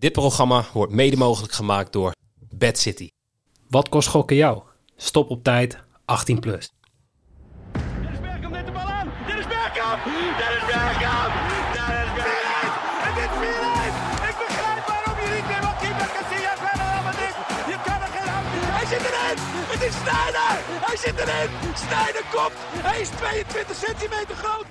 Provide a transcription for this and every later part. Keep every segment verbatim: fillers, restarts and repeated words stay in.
Dit programma wordt mede mogelijk gemaakt door Bad City. Wat kost gokken jou? Stop op tijd, achttien plus. Dennis Bergkamp neemt de bal aan. Dennis Bergkamp! Dennis Bergkamp! Dennis Bergkamp! Het is vier-een! Ik begrijp waarom je niet meer wat keeper Casillas verder dan met dit. Je kan er geen hout in. Hij zit erin! Het is Sneijder! Hij zit erin! Sneijder komt! Hij is tweeëntwintig centimeter groot!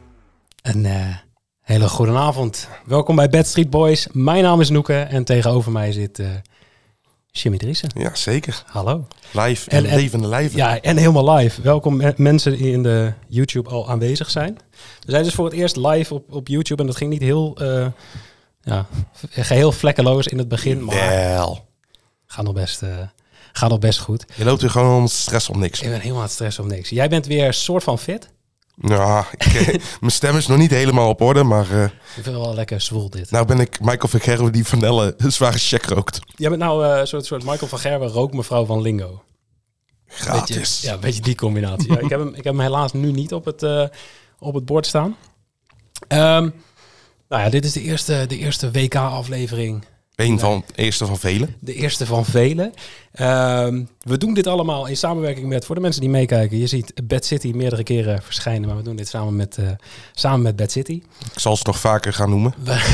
Een uh, hele goede avond. Welkom bij Bad Street Boys. Mijn naam is Noeke en tegenover mij zit uh, Jimmy Driessen. Ja, zeker. Hallo. Live en, en levende lijven. Ja, en helemaal live. Welkom uh, mensen die in de YouTube al aanwezig zijn. We zijn dus voor het eerst live op, op YouTube en dat ging niet heel, uh, ja, geheel vlekkeloos in het begin. Maar Wel. gaat nog best, uh, gaat nog best goed. Je loopt weer gewoon om stress om niks. Ik ben helemaal aan het stressen om niks. Jij bent weer een soort van fit. Ja, ik, mijn stem is nog niet helemaal op orde, maar... Uh, Ik vind het wel lekker zwoel dit. nou ben ik Michael van Gerwen die Vanelle een zware check rookt. Jij bent nou een uh, soort, soort Michael van Gerwen, rookmevrouw van Lingo. Gratis. Beetje, ja, een beetje die combinatie. Ja, ik, heb hem, ik heb hem helaas nu niet op het, uh, op het bord staan. Um, nou ja, dit is de eerste, de eerste W K-aflevering. Eén van de eerste van velen. De eerste van velen. Um, we doen dit allemaal in samenwerking met, voor de mensen die meekijken, je ziet Bad City meerdere keren verschijnen, maar we doen dit samen met, uh, samen met Bad City. Ik zal ze nog vaker gaan noemen.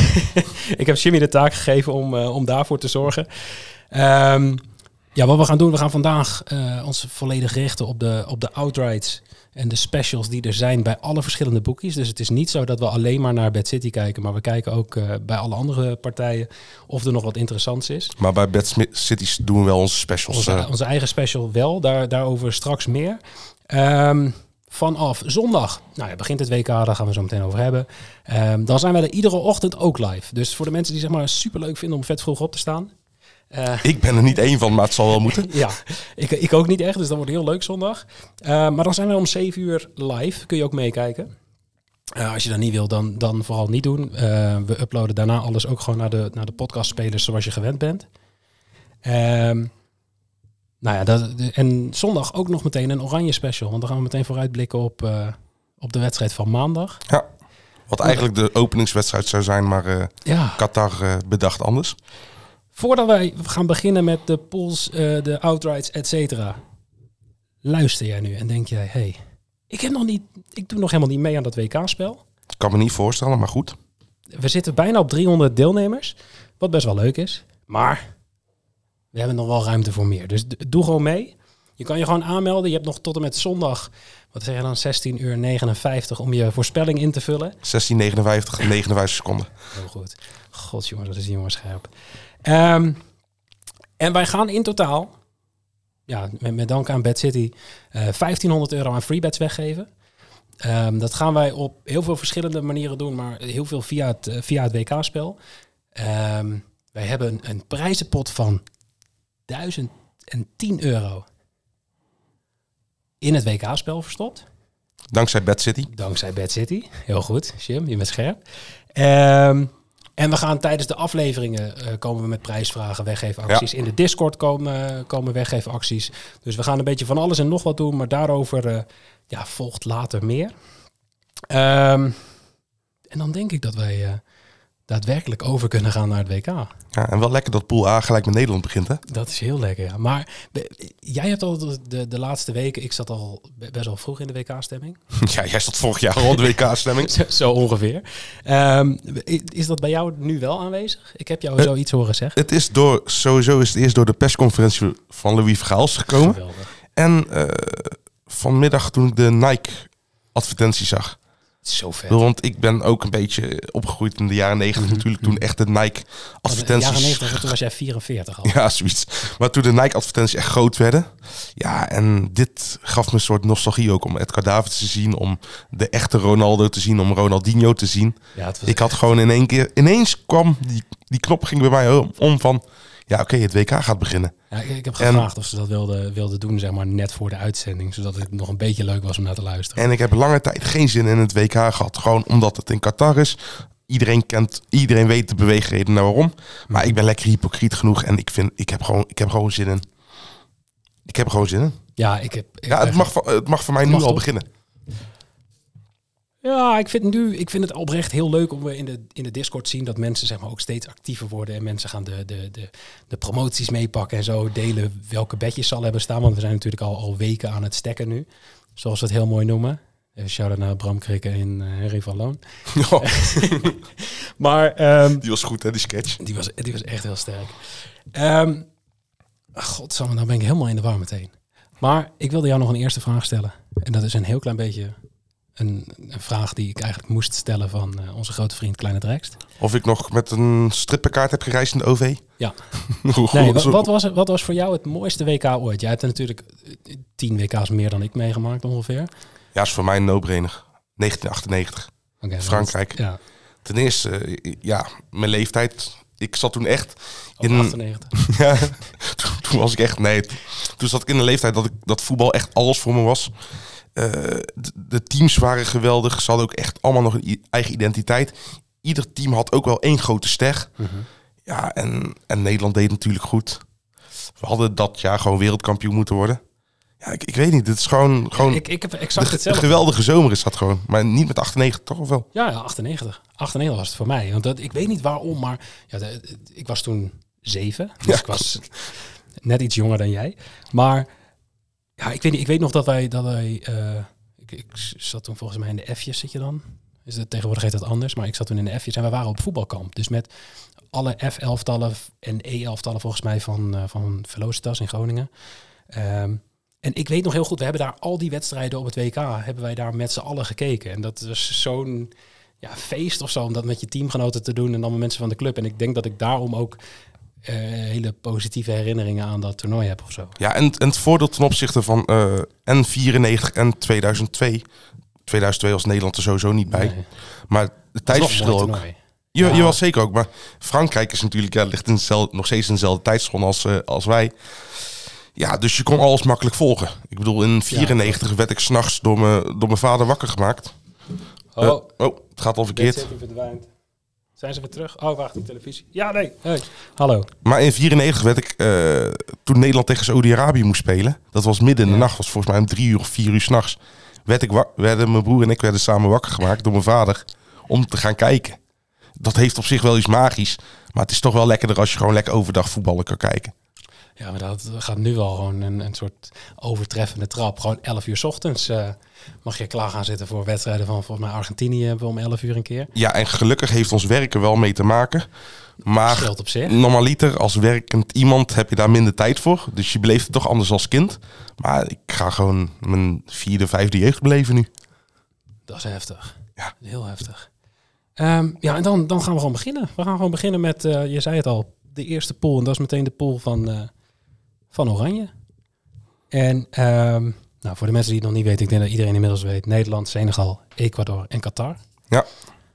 Ik heb Jimmy de taak gegeven om, uh, om daarvoor te zorgen. Um, ja, wat we gaan doen, we gaan vandaag uh, ons volledig richten op de, op de outrights en de specials die er zijn bij alle verschillende boekies. Dus het is niet zo dat we alleen maar naar Bad City kijken, maar we kijken ook uh, bij alle andere partijen of er nog wat interessants is. Maar bij Bad Cities doen we wel onze specials. Onze, uh. onze eigen special wel, daar, daarover straks meer. Um, vanaf zondag, nou ja, begint het W K, daar gaan we zo meteen over hebben. Um, dan zijn wij er iedere ochtend ook live. Dus voor de mensen die zeg maar superleuk vinden om vet vroeg op te staan. Uh, ik ben er niet één van, maar het zal wel moeten. Ja, ik, ik ook niet echt, dus dat wordt heel leuk zondag. Uh, maar dan zijn we om zeven uur live, kun je ook meekijken. Uh, als je dat niet wil, dan, dan vooral niet doen. Uh, we uploaden daarna alles ook gewoon naar de, naar de podcastspelers zoals je gewend bent. Um, nou ja, dat, en zondag ook nog meteen een oranje special. Want dan gaan we meteen vooruitblikken op, uh, op de wedstrijd van maandag. Ja, wat eigenlijk de openingswedstrijd zou zijn, maar uh, ja. Qatar uh, bedacht anders. Voordat wij gaan beginnen met de pools, uh, de outrights, et cetera. Luister jij nu en denk jij, hey, ik heb nog niet, ik doe nog helemaal niet mee aan dat W K-spel. Ik kan me niet voorstellen, maar goed. We zitten bijna op driehonderd deelnemers, wat best wel leuk is. Maar we hebben nog wel ruimte voor meer. Dus d- doe gewoon mee. Je kan je gewoon aanmelden. Je hebt nog tot en met zondag, wat zeg je dan, zestien uur negenenvijftig om je voorspelling in te vullen. zestien negenenvijftig, negenenvijftig seconden. Heel goed. God jongens, dat is die jongen scherp. Um, en wij gaan in totaal, ja, met, met dank aan Bad City, uh, vijftienhonderd euro aan freebets weggeven. Um, dat gaan wij op heel veel verschillende manieren doen, maar heel veel via het, uh, via het W K-spel. Um, wij hebben een, een prijzenpot van duizend tien euro in het W K-spel verstopt. Dankzij Bad City. Dankzij Bad City. Heel goed, Jim, je bent scherp. Um, En we gaan tijdens de afleveringen uh, komen we met prijsvragen, weggeefacties. Ja. In de Discord komen, uh, komen weggeefacties. Dus we gaan een beetje van alles en nog wat doen. Maar daarover uh, ja, volgt later meer. Um, en dan denk ik dat wij uh, daadwerkelijk over kunnen gaan naar het W K. Ja, en wel lekker dat Pool A gelijk met Nederland begint, hè? Dat is heel lekker, ja. Maar be, jij hebt al de, de, de laatste weken... Ik zat al best wel vroeg in de W K-stemming. Ja, jij zat vorig jaar al in de W K-stemming. zo, zo ongeveer. Um, is dat bij jou nu wel aanwezig? Ik heb jou het, zoiets horen zeggen. Het is door, sowieso is het eerst door de persconferentie van Louis Vergaals gekomen. Geweldig. En uh, vanmiddag toen ik de Nike-advertentie zag. Zo vet. Want ik ben ook een beetje opgegroeid in de jaren negentig mm-hmm. natuurlijk. Toen echt de Nike-advertenties... In de jaren negentig, toen was jij vierenveertig al. Ja, zoiets. Maar toen de Nike-advertenties echt groot werden. Ja, en dit gaf me een soort nostalgie ook om Edgar Davids te zien. Om de echte Ronaldo te zien. Om Ronaldinho te zien. Ja, het was ik had echt... gewoon in één keer... Ineens kwam die, die knop ging bij mij om van... Ja, oké, okay, het W K gaat beginnen. Ja, ik, ik heb gevraagd en, of ze dat wilden wilde doen, zeg maar, net voor de uitzending. Zodat het nog een beetje leuk was om naar te luisteren. En ik heb lange tijd geen zin in het W K gehad. Gewoon omdat het in Qatar is. Iedereen kent, iedereen weet de beweegreden naar waarom. Maar ik ben lekker hypocriet genoeg. En ik vind, ik heb gewoon, ik heb gewoon zin in. Ik heb er gewoon zin in. Ja, ik heb... Ik ja, het mag, het mag voor mij nu al beginnen. Ja, ik vind nu, ik vind het oprecht heel leuk om we in de, in de Discord te zien dat mensen zeg maar ook steeds actiever worden en mensen gaan de, de, de, de promoties meepakken en zo delen welke bedjes ze al hebben staan. Want we zijn natuurlijk al, al weken aan het stekken nu, zoals we het heel mooi noemen. Even shout-out naar Bram Krikke en uh, Henry van Loon. Ja. maar um, die was goed, hè, die sketch. Die was, die was echt heel sterk. Um, Godsamme, nou ben ik helemaal in de war meteen. Maar ik wilde jou nog een eerste vraag stellen. En dat is een heel klein beetje een, een vraag die ik eigenlijk moest stellen van uh, onze grote vriend Kleine Drekst. Of ik nog met een strippenkaart heb gereisd in de O V? Ja. nee, wat, wat, was, wat was voor jou het mooiste W K ooit? Jij hebt er natuurlijk tien W K's meer dan ik meegemaakt ongeveer. Ja, is voor mij een no-brainer. negentien achtennegentig. Okay, Frankrijk. Dat, ja. Ten eerste, ja, mijn leeftijd. Ik zat toen echt in... Oh, achtennegentig. ja, toen, toen was ik echt... Nee, toen zat ik in een leeftijd dat, ik, dat voetbal echt alles voor me was. Uh, de, de teams waren geweldig. Ze hadden ook echt allemaal nog een eigen identiteit. Ieder team had ook wel één grote ster. Mm-hmm. Ja, en, en Nederland deed natuurlijk goed. We hadden dat jaar gewoon wereldkampioen moeten worden. Ja, ik, ik weet niet. Dit is gewoon, gewoon ik, ik heb exact de, hetzelfde. Een geweldige zomer is dat gewoon. Maar niet met achtennegentig, toch of wel? Ja, ja, achtennegentig. achtennegentig was het voor mij. Want dat, ik weet niet waarom, maar ja, de, de, ik was toen zeven. Dus ja. Ik was net iets jonger dan jij. Maar ja, ik weet niet. Ik weet nog dat wij... Dat wij uh, ik, ik zat toen volgens mij in de F'jes, zit je dan? Is het, tegenwoordig heet dat anders. Maar ik zat toen in de F'jes en we waren op voetbalkamp. Dus met alle F-elftallen en E-elftallen volgens mij van, uh, van Velocitas in Groningen. Um, En ik weet nog heel goed, we hebben daar al die wedstrijden op het W K, hebben wij daar met z'n allen gekeken. En dat was zo'n ja, feest of zo, om dat met je teamgenoten te doen en dan met mensen van de club. En ik denk dat ik daarom ook uh, hele positieve herinneringen aan dat toernooi heb of zo. Ja, en, en het voordeel ten opzichte van uh, en vierennegentig en tweeduizend twee. tweeduizend twee was Nederland er sowieso niet bij. Nee. Maar het tijdsverschil ook. Je, ja. je was zeker ook, maar Frankrijk is natuurlijk, ja, ligt in dezelfde, nog steeds in dezelfde tijdzone als, uh, als wij. Ja, dus je kon alles makkelijk volgen. Ik bedoel, in vierennegentig ja, werd ik 's nachts door mijn door mijn vader wakker gemaakt. Oh, uh, oh het gaat al verkeerd. Zijn ze weer terug? Oh, wacht, die televisie. Ja, nee. Hey. Hallo. Maar in vierennegentig werd ik, uh, toen Nederland tegen Saudi-Arabië moest spelen, dat was midden in de ja. nacht, was volgens mij om drie uur of vier uur 's nachts, werd ik wa- werden mijn broer en ik werden samen wakker gemaakt door mijn vader om te gaan kijken. Dat heeft op zich wel iets magisch, maar het is toch wel lekkerder als je gewoon lekker overdag voetballen kan kijken. Ja, maar dat gaat nu wel gewoon een, een soort overtreffende trap. Gewoon elf uur 's ochtends uh, mag je klaar gaan zitten voor wedstrijden van volgens mij Argentinië hebben we om elf uur een keer. Ja, en gelukkig heeft ons werk er wel mee te maken. Maar op zich. Normaliter als werkend iemand heb je daar minder tijd voor. Dus je beleeft het toch anders als kind. Maar ik ga gewoon mijn vierde, vijfde jeugd beleven nu. Dat is heftig. Ja. Heel heftig. Um, ja, en dan, dan gaan we gewoon beginnen. We gaan gewoon beginnen met, uh, je zei het al, de eerste pool. En dat is meteen de pool van... Uh, van Oranje. En um, nou, voor de mensen die het nog niet weten, ik denk dat iedereen inmiddels weet, Nederland, Senegal, Ecuador en Qatar. Ja.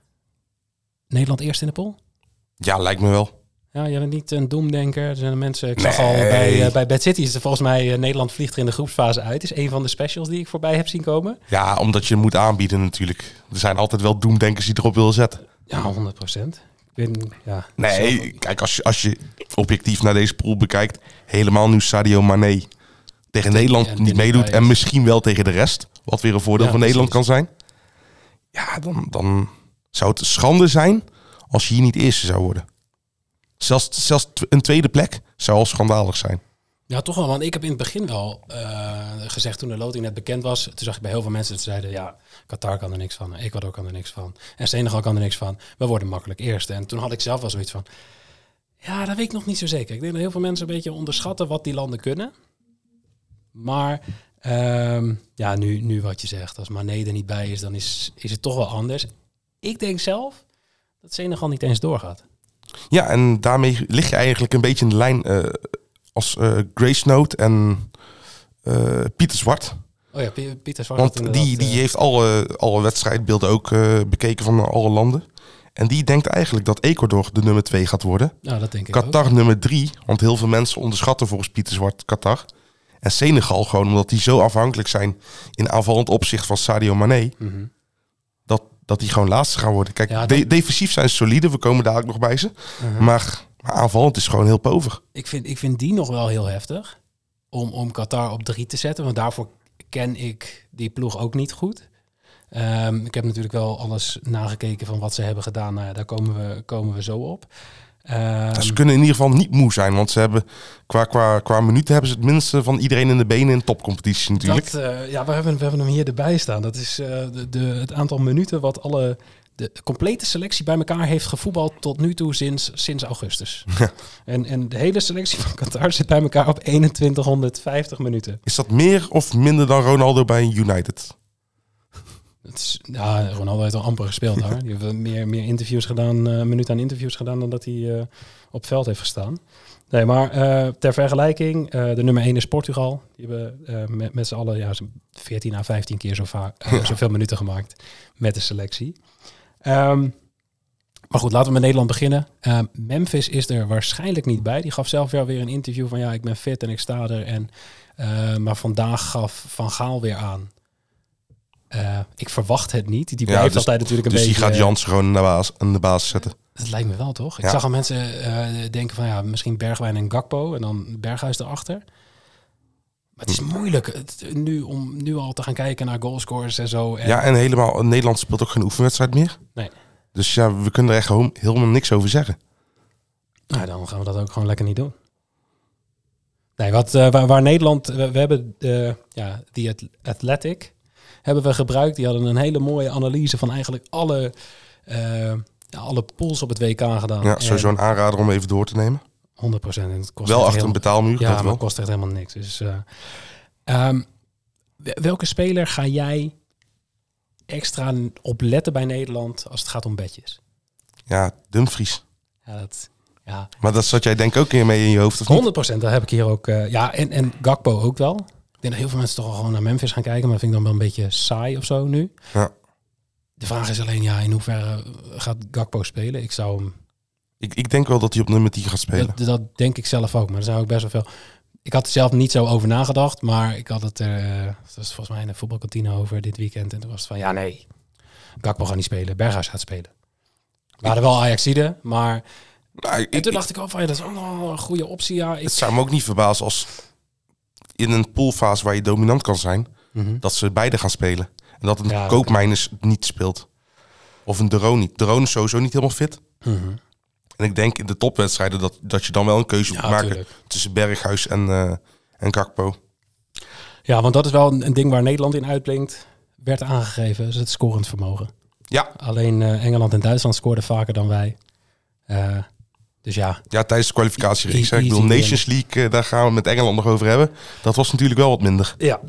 Nederland eerst in de pool? Ja, lijkt me wel. Ja, je bent niet een doemdenker. Er zijn mensen, ik zag nee. al bij, uh, bij Bad City, is er volgens mij uh, Nederland vliegt er in de groepsfase uit. Is een van de specials die ik voorbij heb zien komen. Ja, omdat je moet aanbieden natuurlijk. Er zijn altijd wel doemdenkers die erop willen zetten. Ja, honderd procent. Ben, ja, nee, zelf... kijk, als je, als je objectief naar deze pool bekijkt, helemaal nu Sadio Mané tegen Nederland ja, niet meedoet en misschien wel tegen de rest, wat weer een voordeel ja, van precies. Nederland kan zijn. Ja, dan, dan zou het schande zijn als je hier niet eerste zou worden. Zelfs, zelfs een tweede plek zou al schandalig zijn. Ja, toch wel, want ik heb in het begin wel uh, gezegd, toen de loting net bekend was, toen zag ik bij heel veel mensen dat ze zeiden, ja, Qatar kan er niks van, Ecuador kan er niks van, en Senegal kan er niks van. We worden makkelijk eerste. En toen had ik zelf wel zoiets van, ja, dat weet ik nog niet zo zeker. Ik denk dat heel veel mensen een beetje onderschatten wat die landen kunnen. Maar um, ja, nu, nu wat je zegt, als Mané er niet bij is, dan is, is het toch wel anders. Ik denk zelf dat Senegal niet eens doorgaat. Ja, en daarmee lig je eigenlijk een beetje in de lijn uh, als uh, Grace Note en uh, Pieter Zwart. Oh ja, P- Pieter Zwart. Want die, die uh... heeft alle, alle wedstrijdbeelden ook uh, bekeken van alle landen. En die denkt eigenlijk dat Ecuador de nummer twee gaat worden. Ja, dat denk ik Qatar ook. nummer drie, want heel veel mensen onderschatten volgens Pieter Zwart Qatar. En Senegal gewoon omdat die zo afhankelijk zijn in aanvallend opzicht van Sadio Mané. Mm-hmm. Dat, dat die gewoon laatste gaan worden. Kijk, ja, dan... de- defensief zijn ze solide, we komen dadelijk nog bij ze. Mm-hmm. Maar, maar aanvallend is gewoon heel pover. Ik vind, ik vind die nog wel heel heftig om, om Qatar op drie te zetten. Want daarvoor ken ik die ploeg ook niet goed. Um, ik heb natuurlijk wel alles nagekeken van wat ze hebben gedaan. Nou ja, daar komen we, komen we zo op. Um, ze kunnen in ieder geval niet moe zijn, want ze hebben qua, qua, qua minuten hebben ze het minste van iedereen in de benen in topcompetitie natuurlijk. Dat, uh, ja, we hebben, we hebben hem hier erbij staan. Dat is uh, de, de, het aantal minuten wat alle de complete selectie bij elkaar heeft gevoetbald tot nu toe sinds, sinds augustus. Ja. En, en de hele selectie van Qatar zit bij elkaar op eenentwintighonderdvijftig minuten. Is dat meer of minder dan Ronaldo bij United? Het is, ja, Ronaldo heeft al amper gespeeld hoor. Die heeft meer, meer interviews gedaan, uh, minuten aan interviews gedaan dan dat hij uh, op veld heeft gestaan. Nee, maar uh, ter vergelijking, uh, de nummer één is Portugal. Die hebben uh, met, met z'n allen ja, veertien à vijftien keer zo vaak, uh, zoveel minuten gemaakt met de selectie. Um, maar goed, laten we met Nederland beginnen. Uh, Memphis is er waarschijnlijk niet bij. Die gaf zelf wel weer een interview van ja, ik ben fit en ik sta er. En, uh, maar vandaag gaf Van Gaal weer aan. Uh, ik verwacht het niet. Die blijft ja, dus, altijd natuurlijk een dus beetje... Dus die gaat Jans gewoon aan de baas, aan de basis zetten? Dat lijkt me wel, toch? Ik ja. zag al mensen uh, denken van ja, misschien Bergwijn en Gakpo en dan Berghuis erachter. Maar het is moeilijk het, nu om nu al te gaan kijken naar goalscorers en zo. En... Ja, en helemaal Nederland speelt ook geen oefenwedstrijd meer. Nee. Dus ja, we kunnen er echt gewoon helemaal niks over zeggen. Nou, dan gaan we dat ook gewoon lekker niet doen. Nee, wat, uh, waar, waar Nederland... We, we hebben de, ja, die Athletic hebben we gebruikt. Die hadden een hele mooie analyse van eigenlijk alle, uh, ja, alle pools op het W K gedaan. Ja, sowieso een aanrader om even door te nemen. honderd procent. En het kost wel achter heel, een betaalmuur. Ja, dat maar wel. het kost echt helemaal niks. Dus, uh, um, welke speler ga jij extra op letten bij Nederland als het gaat om bedjes? Ja, Dumfries. Ja, dat, ja. Maar dat zat jij denk ik ook een mee in je hoofd, of niet? honderd procent, daar heb ik hier ook... Uh, ja, en, en Gakpo ook wel. Ik denk dat heel veel mensen toch al gewoon naar Memphis gaan kijken, maar dat vind ik dan wel een beetje saai of zo nu. Ja. De vraag is alleen, ja, in hoeverre gaat Gakpo spelen? Ik zou hem... Ik, ik denk wel dat hij op nummer tien gaat spelen. Dat, dat denk ik zelf ook, maar er zijn ook best wel veel... Ik had er zelf niet zo over nagedacht, maar ik had het er... Uh, dat was volgens mij in de voetbalkantine over dit weekend. En toen was het van, ja, nee, Gakpo gaat niet spelen. Berghuis gaat spelen. We hadden wel Ajaxide, maar... Nou, ik, en toen ik, dacht ik ook van, ja, dat is ook nog een goede optie. Ja, ik... Het zou me ook niet verbazen als in een poolfase waar je dominant kan zijn, mm-hmm. dat ze beide gaan spelen. En dat een ja, Koopmeiners niet speelt. Of een De Roon niet. De Roon is sowieso niet helemaal fit. Mm-hmm. En ik denk in de topwedstrijden dat, dat je dan wel een keuze ja, moet maken tuurlijk. tussen Berghuis en, uh, en Gakpo. Ja, want dat is wel een, een ding waar Nederland in uitblinkt. Werd aangegeven, is het scorend vermogen. Ja. Alleen uh, Engeland en Duitsland scoorden vaker dan wij. Uh, dus ja. Ja, tijdens de kwalificatiereeks. E- Ik bedoel, Nations League, uh, daar gaan we met Engeland nog over hebben. Dat was natuurlijk wel wat minder. Ja.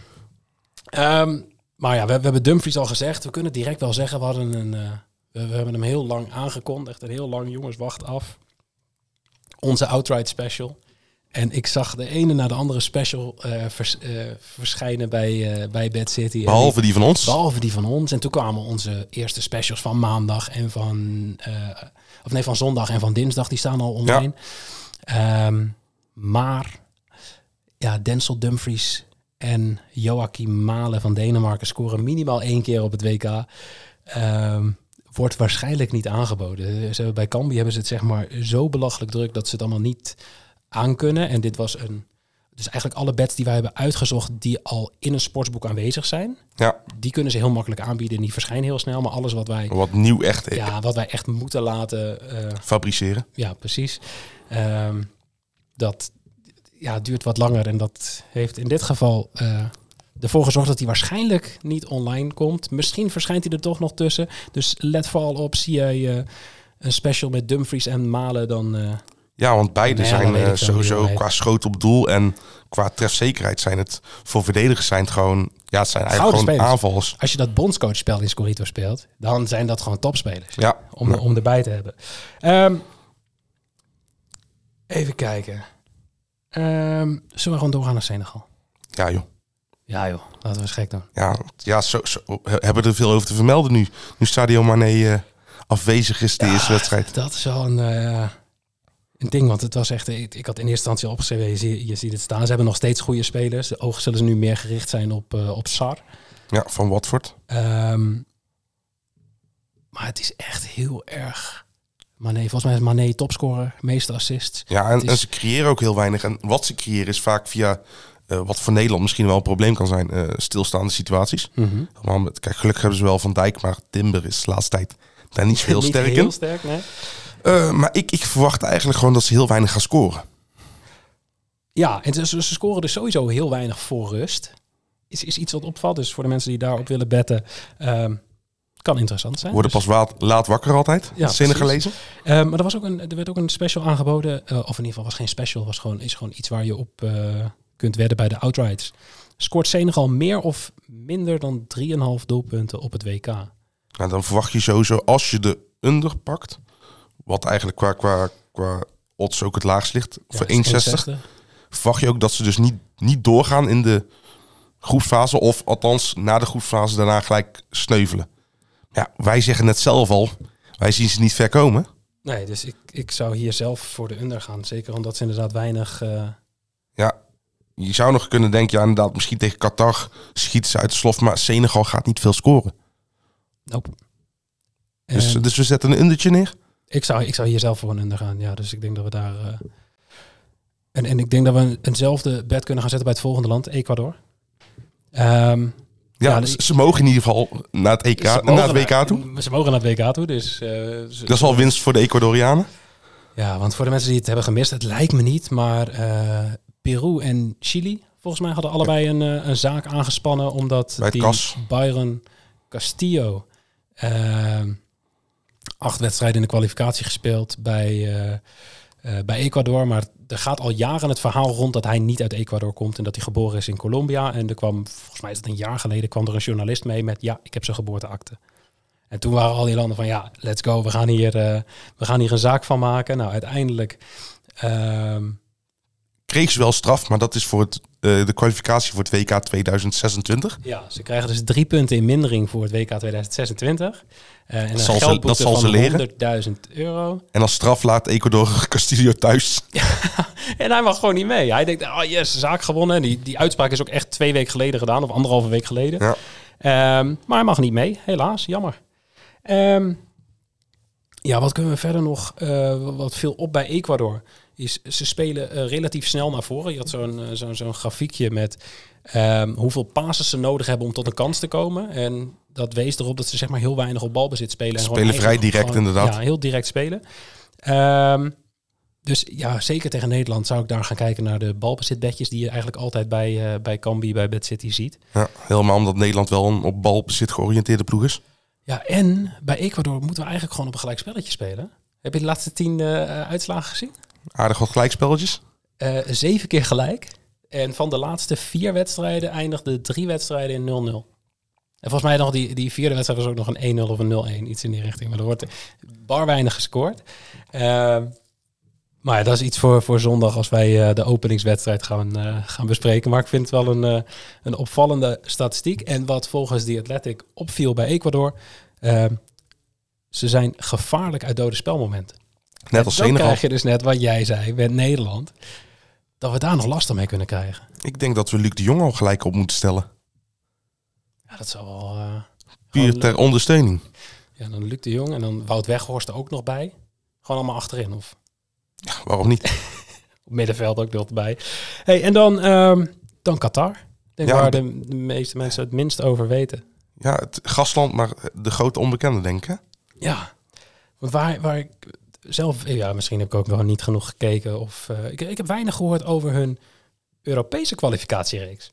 Um, maar ja, we, we hebben Dumfries al gezegd. We kunnen direct wel zeggen, we hadden een... Uh, we, we hebben hem heel lang aangekondigd. En heel lang, jongens, wacht af. Onze outright special. En ik zag de ene na de andere special uh, vers, uh, verschijnen bij, uh, bij Bad City. Behalve die van ons. Behalve die van ons. En toen kwamen onze eerste specials van maandag en van... Uh, of nee, van zondag en van dinsdag. Die staan al online. Ja. Um, maar ja, Denzel Dumfries en Joachim Malen van Denemarken scoren minimaal één keer op het W K. Um, wordt waarschijnlijk niet aangeboden. Ze hebben, bij Cambi hebben ze het zeg maar zo belachelijk druk dat ze het allemaal niet aankunnen. En dit was een... Dus eigenlijk alle bets die wij hebben uitgezocht die al in een sportsboek aanwezig zijn, ja. die kunnen ze heel makkelijk aanbieden. Die verschijnen heel snel, maar alles wat wij... Wat nieuw echt... Ja, wat wij echt moeten laten... Uh, fabriceren. Ja, precies. Um, dat ja, duurt wat langer en dat heeft in dit geval uh, ervoor gezorgd dat hij waarschijnlijk niet online komt. Misschien verschijnt hij er toch nog tussen. Dus let vooral op, zie jij uh, een special met Dumfries en Malen, dan... Uh, Ja, want beide nee, zijn uh, sowieso nee. qua schoot op doel en qua trefzekerheid zijn het voor verdedigers zijn het gewoon, ja, het zijn eigenlijk gewoon spelers. aanvallers. Als je dat bondscoachspel in Scorito speelt, dan zijn dat gewoon topspelers. Ja. Om, ja. om erbij te hebben. Um, even kijken. Um, zullen we gewoon doorgaan naar Senegal? Ja, joh. Ja, joh. Laten we eens gek doen. Ja, ja zo, zo, hebben we er veel over te vermelden nu. Nu Sadio Mané uh, afwezig is de ja, eerste wedstrijd. Dat is wel een... Uh, Een ding, want het was echt... Ik, ik had in eerste instantie opgeschreven, je, zie, je ziet het staan. Ze hebben nog steeds goede spelers. De ogen zullen ze nu meer gericht zijn op, uh, op Sar. Ja, van Watford. Um, maar het is echt heel erg... Mané, volgens mij is Mané topscorer, meeste assists. Ja, en, is... en ze creëren ook heel weinig. En wat ze creëren is vaak via Uh, wat voor Nederland misschien wel een probleem kan zijn. Uh, stilstaande situaties. Mm-hmm. Maar, kijk, gelukkig hebben ze wel Van Dijk. Maar Timber is de laatste tijd daar niet zo heel niet sterk heel in. sterk, nee. Uh, maar ik, ik verwacht eigenlijk gewoon dat ze heel weinig gaan scoren. Ja, en ze, ze scoren dus sowieso heel weinig voor rust. Is, is iets wat opvalt. Dus voor de mensen die daarop willen betten... Um, kan interessant zijn. Worden dus... pas laat, laat wakker altijd. Ja, zinnen gelezen. Uh, maar er, was ook een, er werd ook een special aangeboden. Uh, of in ieder geval was geen special. Was gewoon, is gewoon iets waar je op uh, kunt wedden bij de outrights. Scoort Senegal meer of minder dan drie komma vijf doelpunten op het W K? Nou, dan verwacht je sowieso als je de under pakt. Wat eigenlijk qua, qua, qua odds ook het laagst ligt. Ja, voor één komma zestig. Verwacht je ook dat ze dus niet, niet doorgaan in de groepsfase. Of althans na de groepsfase daarna gelijk sneuvelen. Ja, wij zeggen het zelf al. Wij zien ze niet ver komen. Nee, dus ik, ik zou hier zelf voor de under gaan. Zeker omdat ze inderdaad weinig... Uh... Ja, je zou nog kunnen denken... ja, inderdaad, misschien tegen Qatar schieten ze uit de slof... maar Senegal gaat niet veel scoren. Nope. Dus, en... dus we zetten een undertje neer? Ik zou, ik zou hier zelf voor een under gaan. Ja, dus ik denk dat we daar... Uh... En, en ik denk dat we een, eenzelfde bet kunnen gaan zetten bij het volgende land, Ecuador. Um, Ja, ja dus ze mogen in ieder geval naar het, E K, naar het W K toe. Ze mogen naar het W K toe, dus... Uh, ze, dat is al winst voor de Ecuadorianen. Ja, want voor de mensen die het hebben gemist, het lijkt me niet, maar uh, Peru en Chili, volgens mij hadden allebei een, uh, een zaak aangespannen, omdat bij die kas. Byron Castillo uh, acht wedstrijden in de kwalificatie gespeeld bij, uh, uh, bij Ecuador, maar er gaat al jaren het verhaal rond dat hij niet uit Ecuador komt en dat hij geboren is in Colombia. En er kwam, volgens mij is het een jaar geleden, kwam er een journalist mee met, ja, ik heb zijn geboorteakte. En toen waren al die landen van, ja, let's go, we gaan hier, uh, we gaan hier een zaak van maken. Nou, uiteindelijk... Uh... kreeg ze wel straf, maar dat is voor het, uh, de kwalificatie voor het W K tweeduizend zesentwintig. Ja, ze krijgen dus drie punten in mindering voor het W K tweeduizend zesentwintig. Uh, en een zal geldboete ze, dat zal van ze leren. honderdduizend euro. En als straf laat Ecuador Castillo thuis. Ja, en hij mag gewoon niet mee. Hij denkt, oh yes, zaak gewonnen. Die, die uitspraak is ook echt twee weken geleden gedaan, of anderhalve week geleden. Ja. Um, maar hij mag niet mee, helaas, jammer. Um, ja, wat kunnen we verder nog, uh, wat viel op bij Ecuador, is ze spelen uh, relatief snel naar voren. Je had zo'n, uh, zo'n, zo'n grafiekje met um, hoeveel passes ze nodig hebben om tot een kans te komen. En dat wees erop dat ze zeg maar heel weinig op balbezit spelen. Ze en spelen vrij direct gewoon, inderdaad. Ja, heel direct spelen. Um, dus ja, zeker tegen Nederland zou ik daar gaan kijken naar de balbezitbedjes die je eigenlijk altijd bij, uh, bij Kambi, bij Bad City ziet. Ja, helemaal omdat Nederland wel een op balbezit georiënteerde ploeg is. Ja, en bij Ecuador moeten we eigenlijk gewoon op een gelijk spelletje spelen. Heb je de laatste tien uh, uitslagen gezien? Aardig wat gelijkspelletjes. Uh, zeven keer gelijk. En van de laatste vier wedstrijden eindigden drie wedstrijden in nul nul. En volgens mij nog die, die vierde wedstrijd was ook nog een één nul of een nul één. Iets in die richting. Maar er wordt bar weinig gescoord. Uh, maar ja, dat is iets voor, voor zondag als wij uh, de openingswedstrijd gaan, uh, gaan bespreken. Maar ik vind het wel een, uh, een opvallende statistiek. En wat volgens The Athletic opviel bij Ecuador... Uh, ze zijn gevaarlijk uit dode spelmomenten. Net als Senegal. Dan krijg je dus net wat jij zei met Nederland. Dat we daar nog last mee kunnen krijgen. Ik denk dat we Luc de Jong al gelijk op moeten stellen. Ja, dat zou wel... Uh, Puur ter ondersteuning. Ja, dan Luc de Jong en dan Wout Weghorst er ook nog bij. Gewoon allemaal achterin, of... Ja, waarom niet? Op middenveld ook nog bij. Hey, en dan, um, dan Qatar. Ik denk ja, waar de, de meeste mensen het minst over weten. Ja, het gastland, maar de grote onbekende, denk ik. Ja, want waar, waar ik zelf... Ja, misschien heb ik ook nog niet genoeg gekeken. Of uh, ik, ik heb weinig gehoord over hun Europese kwalificatiereeks.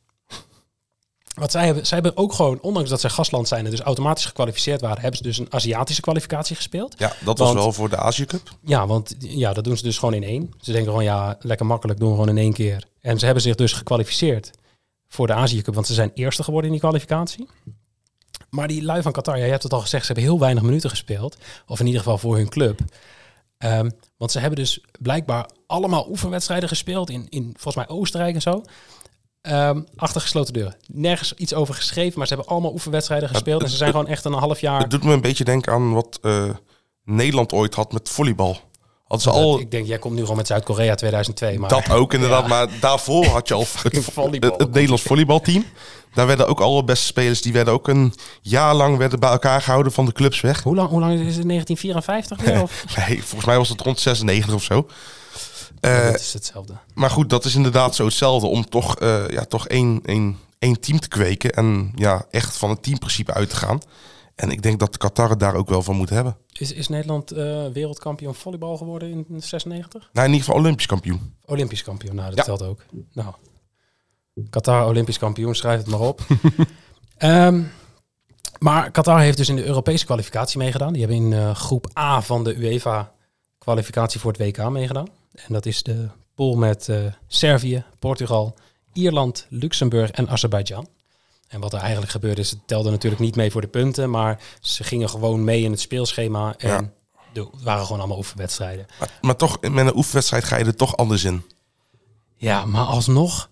Want zij hebben, zij hebben ook gewoon, ondanks dat zij gastland zijn en dus automatisch gekwalificeerd waren, hebben ze dus een Aziatische kwalificatie gespeeld. Ja, dat was want, wel voor de Azië Cup. Ja, want ja, dat doen ze dus gewoon in één. Ze denken gewoon, ja, lekker makkelijk, doen we gewoon in één keer. En ze hebben zich dus gekwalificeerd voor de Azië Cup, want ze zijn eerste geworden in die kwalificatie. Maar die lui van Qatar, ja, je hebt het al gezegd, ze hebben heel weinig minuten gespeeld. Of in ieder geval voor hun club. Um, want ze hebben dus blijkbaar allemaal oefenwedstrijden gespeeld in, in volgens mij Oostenrijk en zo. Um, achter gesloten deuren. Nergens iets over geschreven, maar ze hebben allemaal oefenwedstrijden gespeeld. Ja, en ze zijn gewoon echt een half jaar... Het doet me een beetje denken aan wat uh, Nederland ooit had met volleybal. Hadden ze dat, al... Ik denk, jij komt nu gewoon met Zuid-Korea tweeduizend twee. Maar... Dat ook inderdaad, ja. Maar daarvoor had je al het, het, het, het Nederlands volleybalteam. Daar werden ook alle beste spelers, die werden ook een jaar lang werden bij elkaar gehouden van de clubs weg. Hoe lang, hoe lang is het, negentien vierenvijftig weer? Of? Nee, volgens mij was het rond zesennegentig of zo. Uh, dat is hetzelfde. Maar goed, dat is inderdaad zo hetzelfde. Om toch, uh, ja, toch één, één, één team te kweken. En ja, echt van het teamprincipe uit te gaan. En ik denk dat Qatar het daar ook wel van moet hebben. Is, is Nederland uh, wereldkampioen volleybal geworden in zesennegentig? Nou, in ieder geval Olympisch kampioen. Olympisch kampioen, nou dat ja. telt ook. Nou, Qatar Olympisch kampioen, schrijf het maar op. um, maar Qatar heeft dus in de Europese kwalificatie meegedaan. Die hebben in uh, groep A van de UEFA kwalificatie voor het W K meegedaan. En dat is de pool met uh, Servië, Portugal, Ierland, Luxemburg en Azerbeidzjan. En wat er eigenlijk gebeurde is, het telde natuurlijk niet mee voor de punten, maar ze gingen gewoon mee in het speelschema en ja. de, het waren gewoon allemaal oefenwedstrijden. Maar, maar toch, met een oefenwedstrijd ga je er toch anders in. Ja, maar alsnog,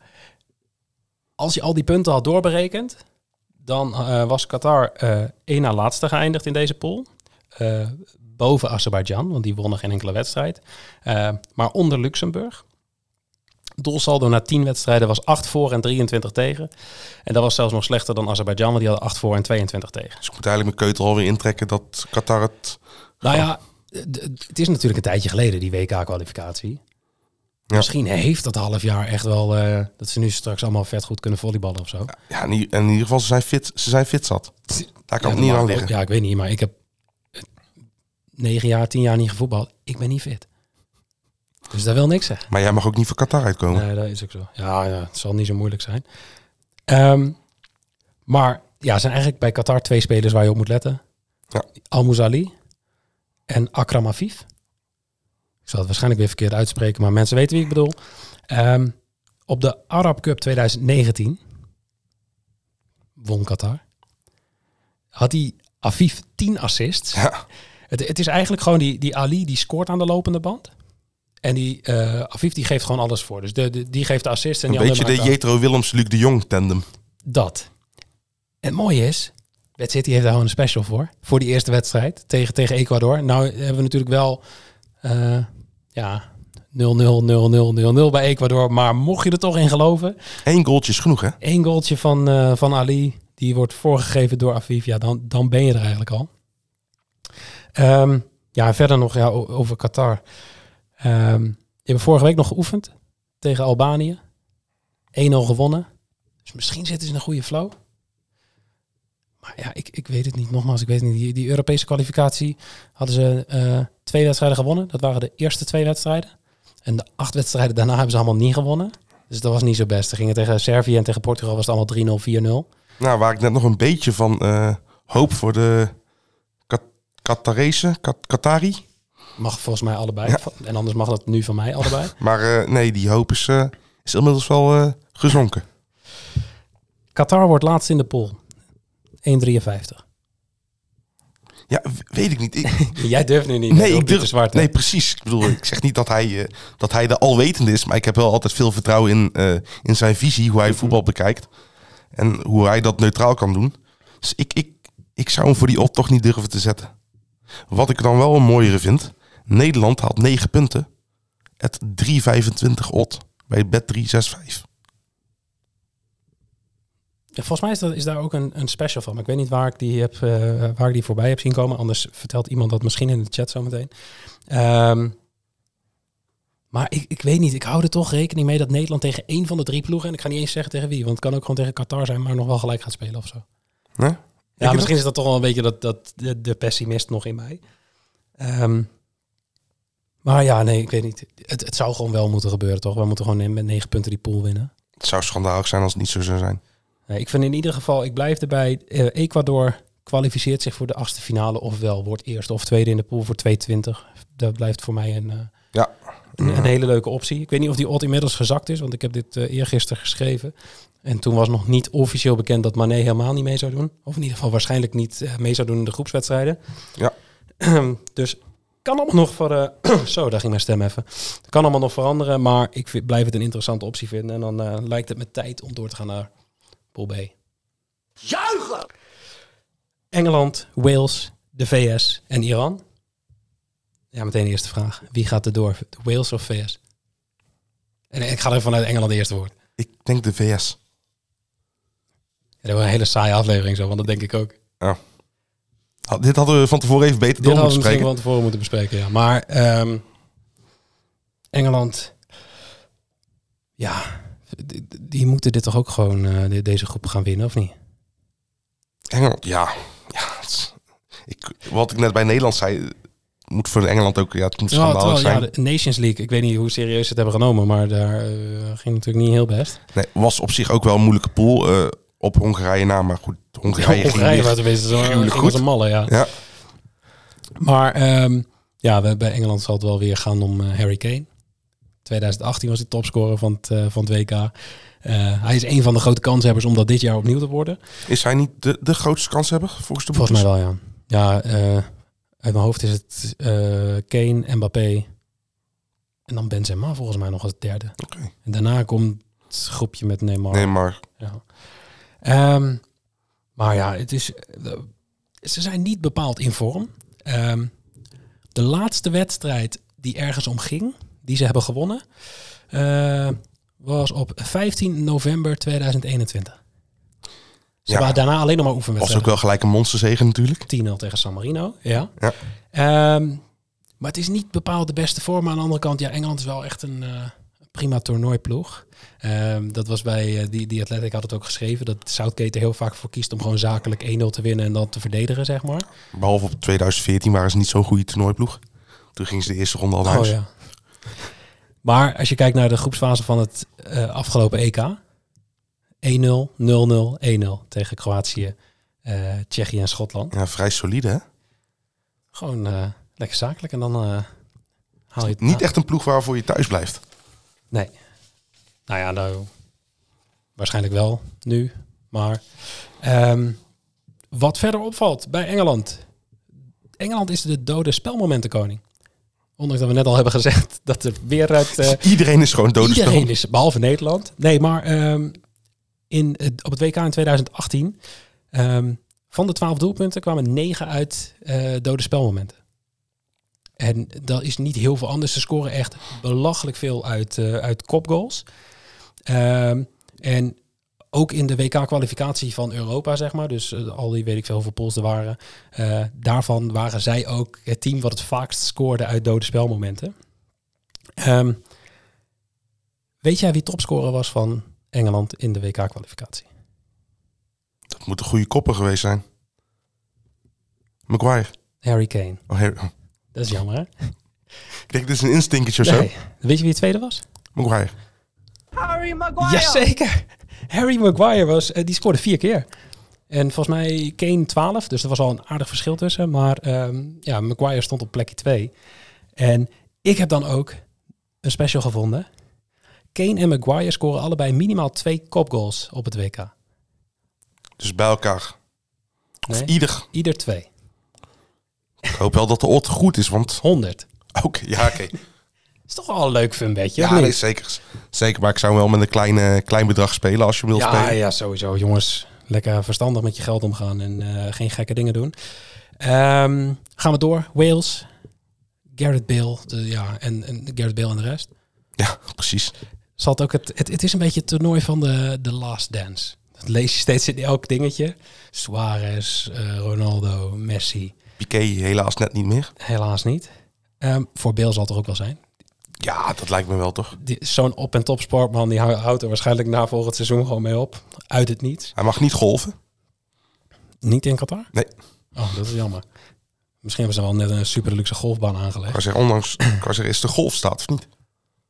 als je al die punten had doorberekend, dan uh, was Qatar uh, één na laatste geëindigd in deze pool. Uh, boven Azerbeidzjan, want die wonnen geen enkele wedstrijd. Uh, maar onder Luxemburg. Doelsaldo na tien wedstrijden was acht voor en drieëntwintig tegen. En dat was zelfs nog slechter dan Azerbeidzjan, want die hadden acht voor en tweeëntwintig tegen. Dus ik moet eigenlijk mijn keutel alweer intrekken dat Qatar het... Nou ja, het is natuurlijk een tijdje geleden, die W K-kwalificatie. Ja. Misschien heeft dat half jaar echt wel... Uh, dat ze nu straks allemaal vet goed kunnen volleyballen of zo. Ja, en in ieder geval, ze zijn fit, ze zijn fit zat. Daar kan ja, het niet aan liggen. Ja, ik weet niet, maar ik heb negen jaar, tien jaar niet gevoetbald. Ik ben niet fit. Dus dat wil niks zeggen. Maar jij mag ook niet voor Qatar uitkomen. Nee, dat is ook zo. Ja, ja het zal niet zo moeilijk zijn. Um, maar ja, er zijn eigenlijk bij Qatar twee spelers waar je op moet letten. Ja. Al-Mouzali en Akram Afif. Ik zal het waarschijnlijk weer verkeerd uitspreken, maar mensen weten wie ik bedoel. Um, op de Arab Cup twintig negentien won Qatar. Had die Afif tien assists. Ja. Het, het is eigenlijk gewoon die, die Ali die scoort aan de lopende band. En die uh, Afif die geeft gewoon alles voor. Dus de, de, die geeft de assist. En een die beetje de Jetro Willems, Luc de Jong tandem. Dat. En het mooie is, Bad City heeft daar gewoon een special voor. Voor die eerste wedstrijd tegen, tegen Ecuador. Nou hebben we natuurlijk wel uh, ja, nul nul nul nul nul nul bij Ecuador. Maar mocht je er toch in geloven. Eén goaltje is genoeg, hè? Eén goaltje van, uh, van Ali. Die wordt voorgegeven door Afif. Ja, dan, dan ben je er eigenlijk al. Um, ja, verder nog ja, over Qatar. Um, die hebben vorige week nog geoefend tegen Albanië. één nul gewonnen. Dus misschien zitten ze in een goede flow. Maar ja, ik, ik weet het niet. Nogmaals, ik weet het niet. Die, die Europese kwalificatie hadden ze uh, twee wedstrijden gewonnen. Dat waren de eerste twee wedstrijden. En de acht wedstrijden daarna hebben ze allemaal niet gewonnen. Dus dat was niet zo best. Ze gingen tegen Servië en tegen Portugal was het allemaal drie nul, vier nul. Nou, waar ik net nog een beetje van uh, hoop voor de Kat- Qatarese, Kat- Qatari... Mag volgens mij allebei. Ja. En anders mag dat nu van mij allebei. Maar uh, nee, die hoop is, uh, is inmiddels wel uh, gezonken. Qatar wordt laatst in de pool. één drieënvijftig. Ja, weet ik niet. Ik... Jij durft nu niet. Nee, ik durf, zwart, nee, precies. Ik bedoel, ik zeg niet dat hij, uh, dat hij de alwetende is. Maar ik heb wel altijd veel vertrouwen in, uh, in zijn visie. Hoe hij voetbal bekijkt. En hoe hij dat neutraal kan doen. Dus ik, ik, ik zou hem voor die odd toch niet durven te zetten. Wat ik dan wel een mooiere vind... Nederland haalt negen punten. Het drie vijfentwintig odd bij Bet drie zes vijf. Ja, volgens mij is, dat, is daar ook een, een special van. Maar ik weet niet waar ik die, heb, uh, waar ik die voorbij heb zien komen. Anders vertelt iemand dat misschien in de chat zometeen. Um, maar ik, ik weet niet. Ik hou er toch rekening mee dat Nederland tegen één van de drie ploegen... en ik ga niet eens zeggen tegen wie. Want het kan ook gewoon tegen Qatar zijn... maar nog wel gelijk gaat spelen of zo. Nee? Ja, misschien dat? is dat toch wel een beetje dat, dat, de, de pessimist nog in mij. Um, Maar ja, nee, ik weet niet. Het, het zou gewoon wel moeten gebeuren, toch? We moeten gewoon met negen punten die pool winnen. Het zou schandalig zijn als het niet zo zou zijn. Nee, ik vind in ieder geval, ik blijf erbij. Uh, Ecuador kwalificeert zich voor de achtste finale. Ofwel wordt eerste of tweede in de pool voor twee twintig. Dat blijft voor mij een, uh, ja. een, een hele leuke optie. Ik weet niet of die odd inmiddels gezakt is, want ik heb dit uh, eergisteren geschreven. En toen was nog niet officieel bekend dat Mané helemaal niet mee zou doen. Of in ieder geval waarschijnlijk niet uh, mee zou doen in de groepswedstrijden. Ja. Dus... kan allemaal nog voor... Uh, zo, daar ging mijn stem even. Het kan allemaal nog veranderen, maar ik vind, blijf het een interessante optie vinden. En dan uh, lijkt het met tijd om door te gaan naar Pool B. Juichen! Engeland, Wales, de V S en Iran. Ja, meteen de eerste vraag. Wie gaat er door? Wales of V S? En ik ga er vanuit Engeland de eerste woord. Ik denk de V S. Ja, dat was een hele saaie aflevering zo, want dat denk ik ook. Ja. Dit hadden we van tevoren even beter door moeten bespreken. Dit hadden we van tevoren moeten bespreken, ja. Maar um, Engeland Ja, die, die moeten dit toch ook gewoon uh, deze groep gaan winnen, of niet? Engeland, ja. ja het, ik, wat ik net bij Nederland zei, moet voor Engeland ook, ja, het moet schandalig zijn. Ja, de Nations League, ik weet niet hoe serieus ze het hebben genomen, maar daar uh, ging natuurlijk niet heel best. Nee, was op zich ook wel een moeilijke pool uh, op Hongarije na, maar goed, Hongarije, ja, Hongarije was tenminste zo goed een malle, ja. ja. Maar um, ja, we, bij Engeland zal het wel weer gaan om uh, Harry Kane. twintig achttien was hij topscorer van het, uh, van het W K. Uh, hij is een van de grote kanshebbers om dat dit jaar opnieuw te worden. Is hij niet de, de grootste kanshebber volgens de boekjes? Volgens mij wel, ja. Ja, uh, uit mijn hoofd is het uh, Kane, Mbappé en dan Benzema volgens mij nog als derde. Okay. En daarna komt het groepje met Neymar. Neymar. Ja. Um, maar ja, het is, uh, ze zijn niet bepaald in vorm. Um, de laatste wedstrijd die ergens om ging, die ze hebben gewonnen, uh, was op vijftien november tweeduizend eenentwintig. Ze ja. waren daarna alleen nog maar oefenwedstrijden. Was ook wel gelijk een monsterzege natuurlijk. tien nul tegen San Marino, ja. ja. Um, maar het is niet bepaald de beste vorm. Maar aan de andere kant, ja, Engeland is wel echt een uh, prima toernooiploeg. Um, dat was bij uh, die, die Athletic had het ook geschreven, dat Southgate er heel vaak voor kiest om gewoon zakelijk één nul te winnen en dan te verdedigen, zeg maar. Behalve op tweeduizend veertien waren ze niet zo'n goede toernooiploeg. Toen gingen ze de eerste ronde al naar huis. Oh, ja. Maar als je kijkt naar de groepsfase van het uh, afgelopen E K, één nul, nul nul, één nul tegen Kroatië, uh, Tsjechië en Schotland. Ja, vrij solide, hè? Gewoon uh, lekker zakelijk en dan uh, haal je het. Niet echt een ploeg waarvoor je thuis blijft. Nee. Nou ja, nou, waarschijnlijk wel nu. Maar um, wat verder opvalt bij Engeland. Engeland is de dode spelmomentenkoning. Ondanks dat we net al hebben gezegd dat er weer uit... Uh, iedereen is gewoon dode Iedereen spel. is, behalve Nederland. Nee, maar um, in, uh, op het W K in tweeduizend achttien... Um, van de twaalf doelpunten kwamen negen uit uh, dode spelmomenten. En dat is niet heel veel anders. Ze scoren echt belachelijk veel uit, uh, uit kopgoals. Um, en ook in de W K-kwalificatie van Europa, zeg maar. Dus uh, al die weet ik veel hoeveel pools er waren. Uh, daarvan waren zij ook het team wat het vaakst scoorde uit dode spelmomenten. Um, weet jij wie topscorer was van Engeland in de W K-kwalificatie? Dat moet een goede kopper geweest zijn. Maguire. Harry Kane. Oh, Harry. Dat is jammer, hè? Ik denk, dit is een instinkertje of nee. zo. Weet je wie de tweede was? Maguire. Harry Maguire! Jazeker! Harry Maguire was, uh, die scoorde vier keer. En volgens mij Kane twaalf, dus er was al een aardig verschil tussen. Maar um, ja, Maguire stond op plekje twee. En ik heb dan ook een special gevonden. Kane en Maguire scoren allebei minimaal twee kopgoals op het W K. Dus bij elkaar. Of Nee, ieder. Ieder twee. Ik hoop wel dat de odd goed is, want... honderd. Oké, okay, ja, oké. Okay. Is toch wel een leuk funbedje? Ja, nee, zeker. Zeker, maar ik zou wel met een klein, klein bedrag spelen als je wil ja, spelen. Ja, sowieso. Jongens, lekker verstandig met je geld omgaan en uh, geen gekke dingen doen. Um, gaan we door. Wales. Gareth Bale. De, ja, en, en Gareth Bale en de rest. Ja, precies. Zal het, ook het, het, het is een beetje het toernooi van de, de Last Dance. Dat lees je steeds in elk dingetje. Suarez, uh, Ronaldo, Messi. Piqué helaas net niet meer. Helaas niet. Um, voor Bale zal het er ook wel zijn. Ja, dat lijkt me wel toch. Zo'n op- en top sportman, die houdt er waarschijnlijk na volgend seizoen gewoon mee op. Uit het niets. Hij mag niet golven. Niet in Qatar? Nee. Oh, dat is jammer. Misschien hebben ze wel net een super luxe golfbaan aangelegd. Ik kan zeggen, ondanks ik kan zeggen, is de golf staat of niet?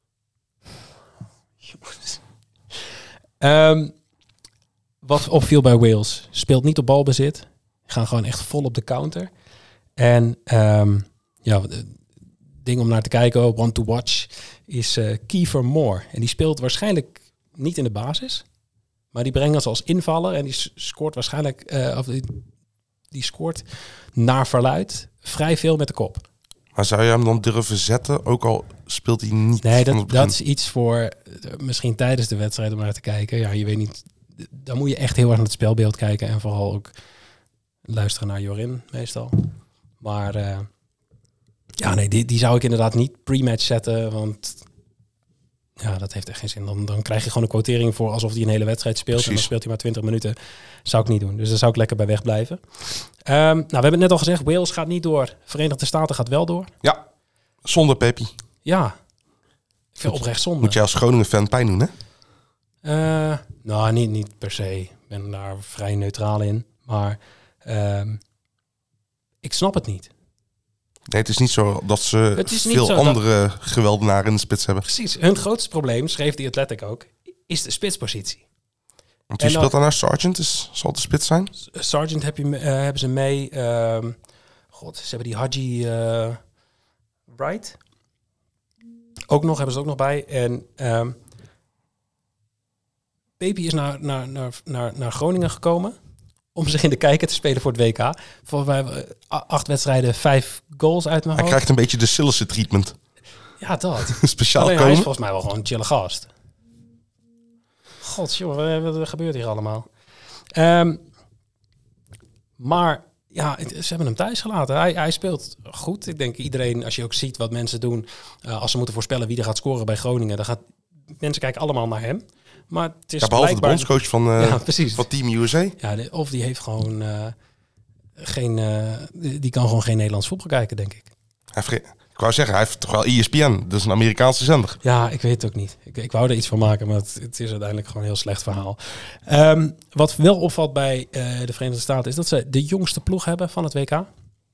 Um, wat opviel bij Wales, speelt niet op balbezit. Gaan gewoon echt vol op de counter. En um, ja, ding om naar te kijken, one to watch, is uh, Kiefer Moore. En die speelt waarschijnlijk niet in de basis. Maar die brengt ons als invaller. En die scoort waarschijnlijk, uh, of die, die scoort naar verluid vrij veel met de kop. Maar zou je hem dan durven zetten, ook al speelt hij niet? Nee, dat, dat is iets voor uh, misschien tijdens de wedstrijd om naar te kijken. Ja, je weet niet. Dan moet je echt heel erg naar het spelbeeld kijken. En vooral ook luisteren naar Jorin meestal. Maar uh, ja, nee, die, die zou ik inderdaad niet pre-match zetten. Want ja, dat heeft echt geen zin. Dan, dan krijg je gewoon een quotering voor alsof hij een hele wedstrijd speelt. Precies. En dan speelt hij maar twintig minuten. Zou ik niet doen. Dus daar zou ik lekker bij wegblijven. Um, nou, we hebben het net al gezegd. Wales gaat niet door. Verenigde Staten gaat wel door. Ja, zonder Pepi. Ja. Ik vind oprecht zonde. Moet jij als Groningen-fan pijn doen, hè? Uh, nou, niet, niet per se. Ik ben daar vrij neutraal in. Maar uh, ik snap het niet. Nee, het is niet zo dat ze veel zo andere dat... geweldenaren in de spits hebben. Precies. Hun grootste probleem, schreef die Athletic ook, is de spitspositie. Want wie speelt dan naar Sargent? Is, zal het de spits zijn? Sargent heb je, uh, hebben ze mee. Uh, God, ze hebben die Haji uh, Wright. Ook nog, hebben ze ook nog bij. En um, Pepi is naar, naar, naar, naar, naar Groningen gekomen om zich in de kijker te spelen voor het W K. Voor wij acht wedstrijden, vijf goals uit mijn Hij hoofd. krijgt een beetje de Sillissen treatment. Ja, dat. Speciaal Alleen, komen. Hij is volgens mij wel gewoon een chille gast. God, jongen, wat, wat gebeurt hier allemaal? Um, maar ja, het, ze hebben hem thuis gelaten. Hij, hij speelt goed. Ik denk iedereen, als je ook ziet wat mensen doen, uh, als ze moeten voorspellen wie er gaat scoren bij Groningen, dan gaat mensen kijken allemaal naar hem. Maar het is ja, behalve blijkbaar... de bondscoach van, uh, ja, precies. van Team U S A. Ja, de, of die heeft gewoon uh, geen, uh, die, die kan gewoon geen Nederlands voetbal kijken, denk ik. Hij heeft, ik wou zeggen, hij heeft toch wel E S P N, dus een Amerikaanse zender. Ja, ik weet het ook niet. Ik, ik wou er iets van maken, maar het, het is uiteindelijk gewoon een heel slecht verhaal. Um, wat wel opvalt bij uh, de Verenigde Staten is dat ze de jongste ploeg hebben van het W K.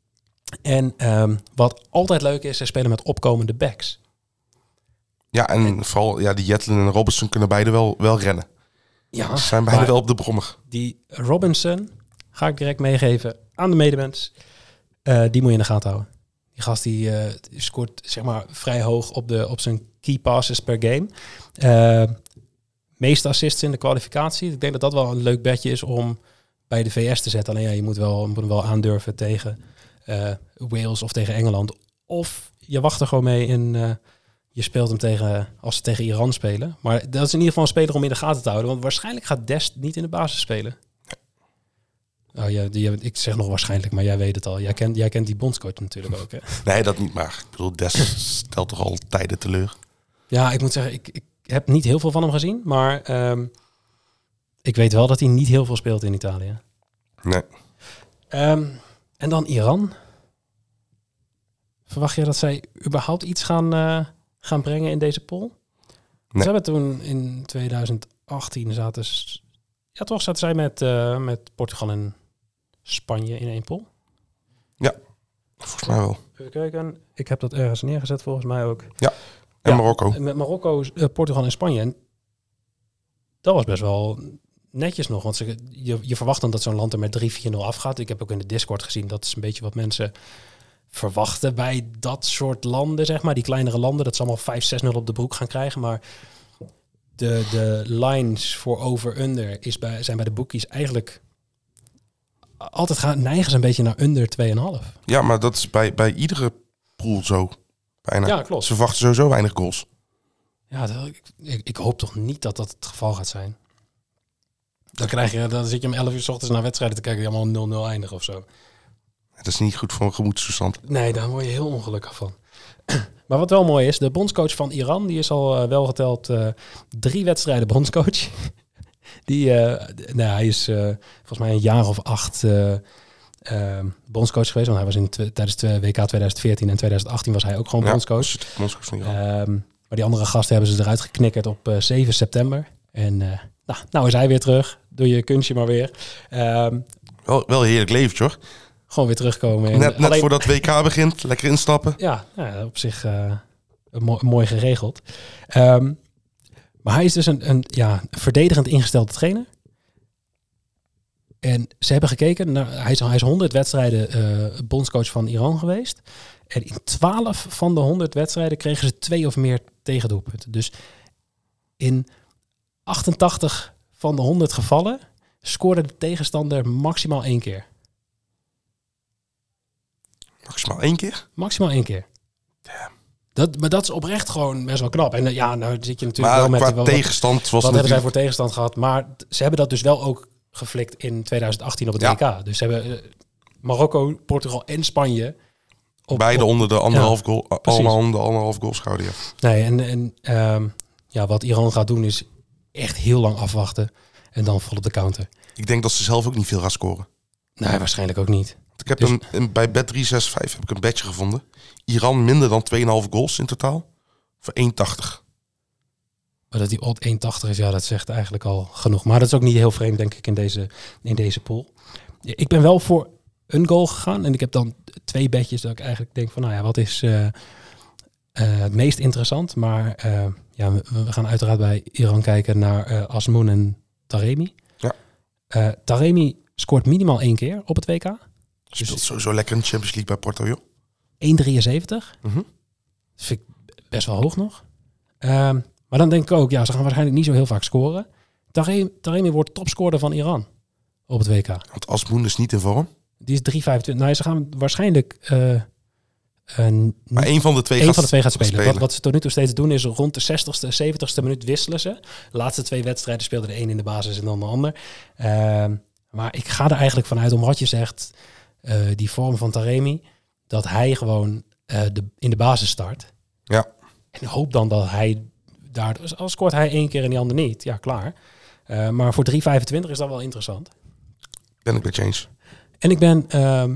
En um, wat altijd leuk is, ze spelen met opkomende backs. Ja, en, en vooral ja, die Jetlin en Robinson kunnen beide wel, wel rennen. Ja, ze zijn beide wel op de brommer. Die Robinson ga ik direct meegeven aan de medemens. Uh, die moet je in de gaten houden. Die gast die, uh, die scoort zeg maar vrij hoog op, de, op zijn key passes per game. Uh, meeste assists in de kwalificatie. Ik denk dat dat wel een leuk bedje is om bij de V S te zetten. Alleen ja, je moet wel, moet wel aandurven tegen uh, Wales of tegen Engeland. Of je wacht er gewoon mee en uh, je speelt hem tegen, als ze tegen Iran spelen. Maar dat is in ieder geval een speler om in de gaten te houden. Want waarschijnlijk gaat Dest niet in de basis spelen. Oh ja, die, ik zeg nog waarschijnlijk, maar jij weet het al. Jij kent, jij kent die bondscoach natuurlijk ook, hè? Nee, dat niet, maar ik bedoel, Des stelt toch al tijden teleur. Ja, ik moet zeggen, ik, ik heb niet heel veel van hem gezien, maar um, ik weet wel dat hij niet heel veel speelt in Italië. Nee. Um, en dan Iran. Verwacht je dat zij überhaupt iets gaan, uh, gaan brengen in deze pool? Nee. Ze hebben toen in twintig achttien zaten... Ja, toch zaten zij met, uh, met Portugal en Spanje in één pool? Ja, volgens mij wel. Even kijken. Ik heb dat ergens neergezet, volgens mij ook. Ja, en ja, Marokko. Met Marokko, uh, Portugal en Spanje. En dat was best wel netjes nog. Want ze, je, je verwacht dan dat zo'n land er met drie vier nul afgaat. Ik heb ook in de Discord gezien, dat is een beetje wat mensen verwachten bij dat soort landen, zeg maar. Die kleinere landen, dat ze allemaal vijf zes nul op de broek gaan krijgen. Maar de, de lines voor over-under is bij, zijn bij de bookies eigenlijk altijd gaan neigen ze een beetje naar under twee komma vijf. Ja, maar dat is bij, bij iedere pool zo. Bijna. Ja, klopt. Ze verwachten sowieso weinig goals. Ja, dat, ik, ik, ik hoop toch niet dat dat het geval gaat zijn. Dan krijg je, dan zit je om elf uur 's ochtends naar wedstrijden te kijken die allemaal nul nul eindigen of zo. Dat is niet goed voor een gemoedstoestand. Nee, daar word je heel ongelukkig van. Maar wat wel mooi is, de bondscoach van Iran, die is al uh, wel geteld uh, drie wedstrijden bondscoach. die, uh, nou, hij is uh, volgens mij een jaar of acht uh, uh, bondscoach geweest. Want hij was in tw- tijdens de W K twintig veertien en twintig achttien was hij ook gewoon ja, bondscoach. bondscoach van Iran. Um, maar die andere gasten hebben ze eruit geknikkerd op uh, zeven september. En uh, nou, nou is hij weer terug. Doe je kunstje maar weer. Um, wel, wel een heerlijk leventje hoor. Gewoon weer terugkomen. En net net alleen, voordat W K begint, lekker instappen. Ja, ja op zich uh, mo- mooi geregeld. Um, maar hij is dus een, een ja, verdedigend ingestelde trainer. En ze hebben gekeken, naar, hij, is, hij is honderd wedstrijden uh, bondscoach van Iran geweest. En in twaalf van de honderd wedstrijden kregen ze twee of meer tegendoelpunten. Dus in achtentachtig van de honderd gevallen scoorde de tegenstander maximaal één keer. Maximaal één keer? Maximaal één keer. Damn. Dat, maar dat is oprecht gewoon best wel knap. En uh, ja, nou zit je natuurlijk maar wel met... qua wel, tegenstand was wat natuurlijk... hebben zij voor tegenstand gehad? Maar ze hebben dat dus wel ook geflikt in twintig achttien op het ja. W K. Dus ze hebben uh, Marokko, Portugal en Spanje... Op, Beide op, onder de anderhalf ja, goal. Allemaal onder de anderhalf goal schouder. Ja. Nee, en, en um, ja, wat Iran gaat doen is echt heel lang afwachten. En dan vol op de counter. Ik denk dat ze zelf ook niet veel gaan scoren. Nee, waarschijnlijk ook niet. Ik heb dus, een, een, bij Bet drie zes vijf heb ik een bedje gevonden. Iran minder dan twee komma vijf goals in totaal. Voor één komma tachtig. Maar dat die odd één tachtig is, ja, dat zegt eigenlijk al genoeg. Maar dat is ook niet heel vreemd, denk ik, in deze, in deze pool. Ik ben wel voor een goal gegaan. En ik heb dan twee bedjes dat ik eigenlijk denk van, nou ja, wat is uh, uh, het meest interessant? Maar uh, ja, we, we gaan uiteraard bij Iran kijken naar uh, Azmoun en Taremi. Ja. Uh, Taremi scoort minimaal één keer op het W K. Speelt dus sowieso lekker in de Champions League bij Porto, joh. één komma drieënzeventig. Mm-hmm. Dat vind ik best wel hoog nog. Um, maar dan denk ik ook, ja, ze gaan waarschijnlijk niet zo heel vaak scoren. Taremi, Taremi wordt topscorer van Iran op het W K. Want Azmoun is niet in vorm. Die is drie komma vijfentwintig. Nou, ze gaan waarschijnlijk... Uh, uh, maar één van de twee, gaat, gaat, van de twee gaat spelen. spelen. Wat, wat ze tot nu toe steeds doen is rond de zestigste, zeventigste minuut wisselen ze. De laatste twee wedstrijden speelde de een in de basis en dan de ander. Uh, maar ik ga er eigenlijk vanuit, om wat je zegt, uh, die vorm van Taremi, dat hij gewoon uh, de, in de basis start. Ja. En hoop dan dat hij daar... Al scoort hij één keer en die ander niet. Ja, klaar. Uh, maar voor drie komma vijfentwintig is dat wel interessant. Ben ik met je eens. En ik ben uh,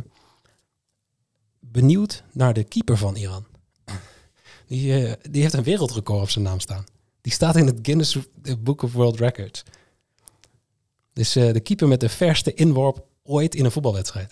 benieuwd naar de keeper van Iran. Die, uh, die heeft een wereldrecord op zijn naam staan. Die staat in het Guinness Book of World Records. Dus uh, de keeper met de verste inworp ooit in een voetbalwedstrijd.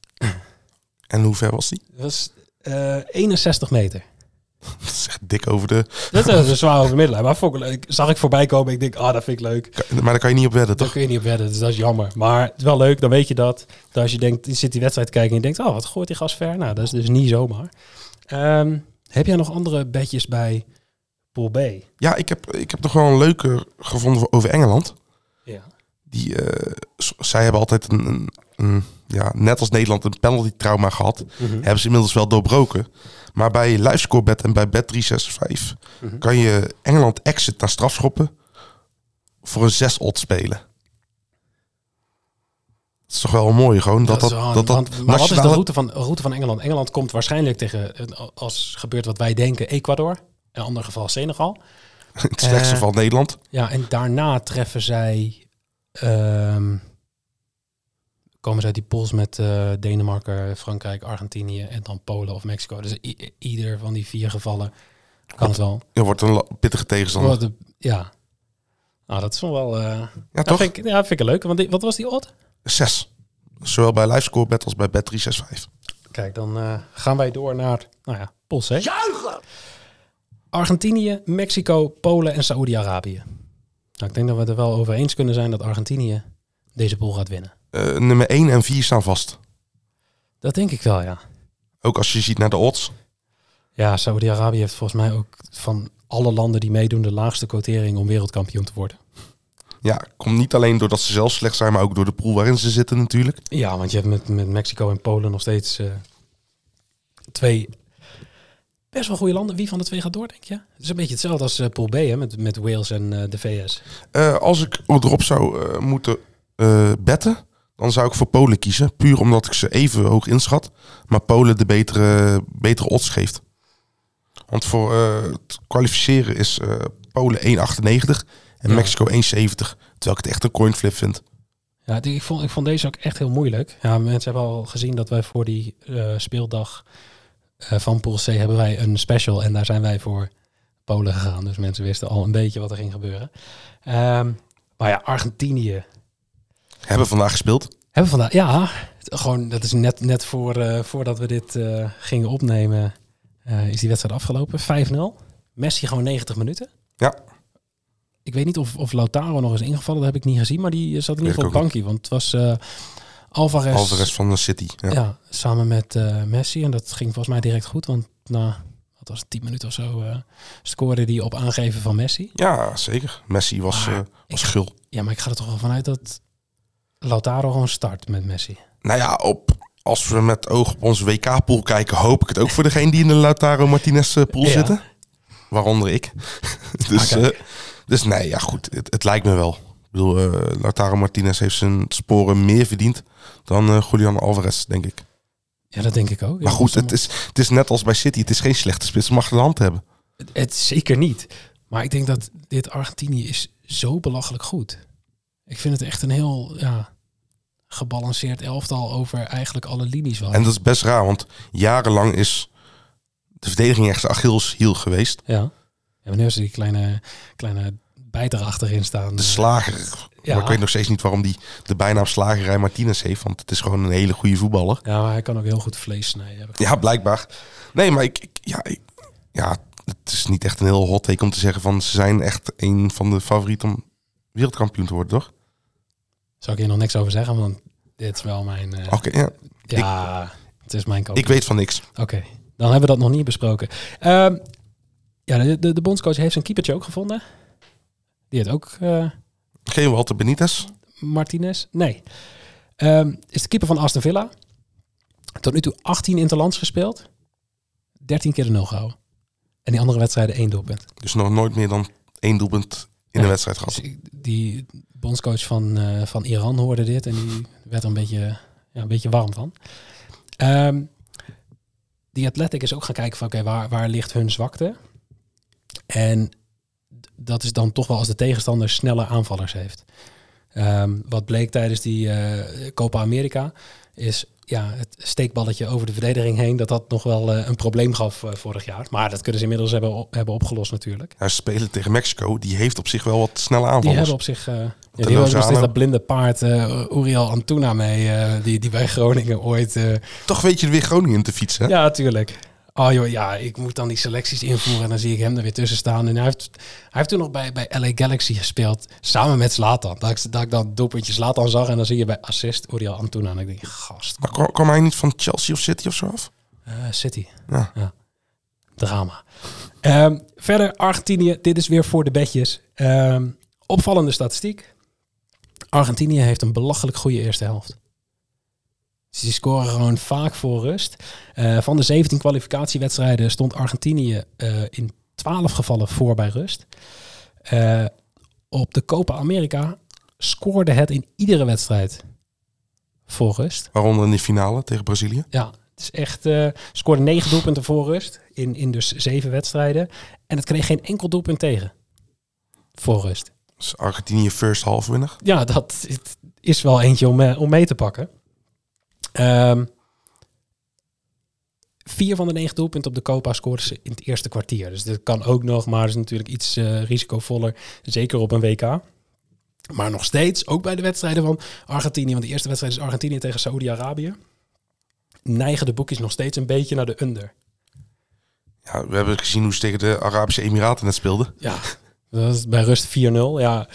En hoe ver was die? Dat was uh, eenenzestig meter. Dat is echt dik over de... Dat is een zwaar over middenlijn. Maar vond ik leuk. Zag ik voorbij komen. Ik denk, ah, oh, dat vind ik leuk. Maar daar kan je niet op wedden, toch? Daar kun je niet op wedden. Dus dat is jammer. Maar het is wel leuk. Dan weet je dat. Dat als je denkt, je zit die wedstrijd te kijken en je denkt, oh, wat gooit die gas ver? Nou, dat is dus niet zomaar. Um, heb jij nog andere bedjes bij Pool B? Ja, ik heb, ik heb nog wel een leuke gevonden over Engeland. Ja. Die, uh, zij hebben altijd een, een, een, ja, net als Nederland een penalty trauma gehad. Mm-hmm. Hebben ze inmiddels wel doorbroken. Maar bij LiveScoreBet en bij Bet drie zes vijf mm-hmm. kan je Engeland exit naar strafschoppen voor een zes odd spelen. Dat is toch wel mooi, gewoon. Dat, dat, dat, dat, dat, want, dat maar wat is de route van, route van Engeland? Engeland komt waarschijnlijk tegen, als gebeurt wat wij denken, Ecuador. In een ander geval Senegal. In het slechtste uh, geval Nederland. Ja, en daarna treffen zij... Um, komen ze uit die pools met uh, Denemarken, Frankrijk, Argentinië en dan Polen of Mexico. Dus i- ieder van die vier gevallen kan het wel. Ja, wordt een pittige tegenstander. De, ja. Nou, dat is wel... Uh, ja, nou, toch? Vind ik, ja, vind ik leuk. Want die, wat was die odd? Zes. Zowel bij LiveScoreBet als bij Bet drie zes vijf. Kijk, dan uh, gaan wij door naar, nou ja, pool C. Juichen! Argentinië, Mexico, Polen en Saoedi-Arabië. Nou, ik denk dat we het er wel over eens kunnen zijn dat Argentinië deze pool gaat winnen. Uh, nummer één en vier staan vast. Dat denk ik wel, ja. Ook als je ziet naar de odds. Ja, Saoedi-Arabië heeft volgens mij ook van alle landen die meedoen de laagste quotering om wereldkampioen te worden. Ja, komt niet alleen doordat ze zelf slecht zijn, maar ook door de pool waarin ze zitten natuurlijk. Ja, want je hebt met, met Mexico en Polen nog steeds uh, twee best wel goede landen. Wie van de twee gaat door, denk je? Het is een beetje hetzelfde als uh, pool B, hè, met, met Wales en uh, de V S. Uh, als ik erop zou uh, moeten uh, betten, dan zou ik voor Polen kiezen. Puur omdat ik ze even hoog inschat, maar Polen de betere, betere odds geeft. Want voor uh, het kwalificeren is uh, Polen één komma achtennegentig en ja. Mexico één komma zeventig. Terwijl ik het echt een coinflip vind. Ja, ik vond, ik vond deze ook echt heel moeilijk. Ja, mensen hebben al gezien dat wij voor die uh, speeldag uh, van Pool C hebben wij een special. En daar zijn wij voor Polen gegaan. Dus mensen wisten al een beetje wat er ging gebeuren. Um, maar ja, Argentinië. Hebben vandaag gespeeld? Hebben vandaag, ja. Gewoon, dat is net, net voor, uh, voordat we dit uh, gingen opnemen, uh, is die wedstrijd afgelopen. vijf nul. Messi gewoon negentig minuten. Ja. Ik weet niet of, of Lautaro nog is ingevallen, dat heb ik niet gezien. Maar die zat in ieder geval op het bankje. Want het was uh, Alvarez. Alvarez van de City. Ja, ja samen met uh, Messi. En dat ging volgens mij direct goed. Want na, wat was het, tien minuten of zo, uh, scoorde die op aangeven van Messi. Ja, zeker. Messi was, uh, was ik, gul. Ja, maar ik ga er toch wel vanuit dat Lautaro gewoon start met Messi. Nou ja, op, als we met oog op onze W K-pool kijken, hoop ik het ook voor degene die in de Lautaro Martinez-pool ja. zitten. Waaronder ik. dus, uh, dus nee, ja goed, het, het lijkt me wel. Ik bedoel, uh, Lautaro Martinez heeft zijn sporen meer verdiend dan uh, Julian Alvarez, denk ik. Ja, dat denk ik ook. Maar goed, het is, het is net als bij City. Het is geen slechte spits, mag de hand hebben. Het, het zeker niet. Maar ik denk dat dit Argentinië is zo belachelijk goed. Ik vind het echt een heel ja, gebalanceerd elftal over eigenlijk alle linies wel. En dat is best raar, want jarenlang is de verdediging echt Achilles heel geweest. Ja. Ja, wanneer is die kleine, kleine bijter achterin staan. De slager. Ja. Maar ik weet nog steeds niet waarom die de bijnaam Slagerij Martinez heeft. Want het is gewoon een hele goede voetballer. Ja, maar hij kan ook heel goed vlees snijden. Ja, blijkbaar. Nee, maar ik, ik, ja, ik, ja, het is niet echt een heel hot take om te zeggen van... ze zijn echt een van de favorieten om wereldkampioen te worden, toch? Zou ik hier nog niks over zeggen, want dit is wel mijn... Uh, Oké, okay, ja. Ja, ik, het is mijn kant. Ik weet van niks. Oké, okay, dan hebben we dat nog niet besproken. Um, ja, de, de, de bondscoach heeft zijn keepertje ook gevonden. Die heeft ook... Uh, Geen Walter Benitez? Martinez? Nee. Um, is de keeper van Aston Villa. Tot nu toe achttien interlands gespeeld. dertien keer de nul gehouden. En die andere wedstrijden één doelpunt. Dus nog nooit meer dan één doelpunt in nee, de wedstrijd gehad. Dus die bondscoach van, uh, van Iran hoorde dit en die werd er een beetje, ja, een beetje warm van. Um, die Athletic is ook gaan kijken van oké, okay, waar, waar ligt hun zwakte? En dat is dan toch wel als de tegenstander snelle aanvallers heeft. Um, wat bleek tijdens die uh, Copa America is ja, het steekballetje over de verdediging heen, dat dat nog wel uh, een probleem gaf uh, vorig jaar. Maar dat kunnen ze inmiddels hebben, op, hebben opgelost natuurlijk. Ja, ze spelen tegen Mexico, die heeft op zich wel wat snelle aanvallers. Die hebben op zich, uh, ja, die hebben ook nog steeds dat blinde paard uh, Uriel Antuna mee, uh, die, die bij Groningen ooit... Uh... Toch weet je weer Groningen te fietsen, hè? Ja, natuurlijk. Oh joh, ja, ik moet dan die selecties invoeren en dan zie ik hem er weer tussen staan. En hij heeft, hij heeft toen nog bij, bij L A Galaxy gespeeld, samen met Zlatan. Dat ik, dat ik dan doelpuntje Zlatan zag en dan zie je bij assist Uriel Antuna. En ik denk, gast. Maar kwam, kwam hij niet van Chelsea of City of zo af? Uh, City. Ja. ja. Drama. Um, verder Argentinië, dit is weer voor de bedjes. Um, opvallende statistiek. Argentinië heeft een belachelijk goede eerste helft. Ze scoren gewoon vaak voor rust. Uh, van de zeventien kwalificatiewedstrijden stond Argentinië uh, in twaalf gevallen voor bij rust. Uh, op de Copa America scoorde het in iedere wedstrijd voor rust. Waaronder in de finale tegen Brazilië. Ja, het is echt... Uh, scoorde negen doelpunten voor rust in, in dus zeven wedstrijden. En het kreeg geen enkel doelpunt tegen. Voor rust. Dus Argentinië first half winner? Ja, dat is wel eentje om, uh, om mee te pakken. Um, vier van de negen doelpunten op de Copa scoorden ze in het eerste kwartier. Dus dit kan ook nog, maar is natuurlijk iets uh, risicovoller. Zeker op een W K. Maar nog steeds, ook bij de wedstrijden van Argentinië. Want de eerste wedstrijd is Argentinië tegen Saoedi-Arabië. Neigen de boekjes nog steeds een beetje naar de under. Ja, we hebben gezien hoe ze tegen de Arabische Emiraten net speelden. Ja, dat is bij rust vier nul. Ja,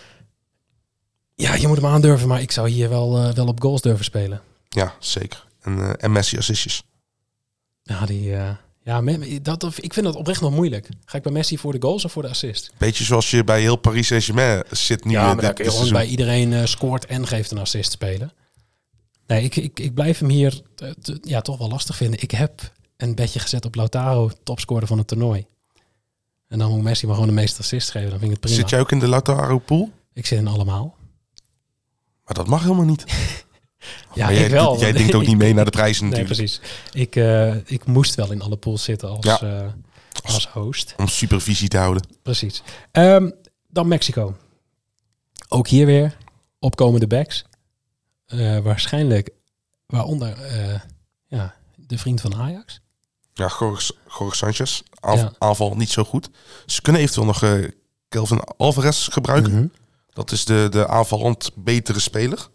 ja, je moet hem aandurven, maar ik zou hier wel, uh, wel op goals durven spelen. Ja, zeker. En, uh, en Messi assistjes. Ja, die, uh, ja dat, ik vind dat oprecht nog moeilijk. Ga ik bij Messi voor de goals of voor de assist? Beetje zoals je bij heel Paris Saint-Germain zit nu. Ja, maar uh, dan kun je gewoon bij iedereen uh, scoort en geeft een assist spelen. Nee, ik, ik, ik blijf hem hier uh, te, ja, toch wel lastig vinden. Ik heb een bedje gezet op Lautaro, topscorer van het toernooi. En dan moet Messi maar gewoon de meeste assist geven. Dan vind ik het prima. Zit jij ook in de Lautaro pool? Ik zit in allemaal. Maar dat mag helemaal niet. Ja, maar jij, ik wel. Jij denkt ook niet mee naar de prijzen nee, natuurlijk. Nee, precies. Ik, uh, ik moest wel in alle pools zitten als, ja. uh, als host. Om supervisie te houden. Precies. Um, dan Mexico. Ook hier weer opkomende backs. Uh, waarschijnlijk, waaronder uh, ja, de vriend van Ajax. Ja, Jorge, Jorge Sanchez. Aanv- ja. Aanval niet zo goed. Ze kunnen eventueel nog uh, Kelvin Alvarez gebruiken. Mm-hmm. Dat is de, de aanvallend betere speler.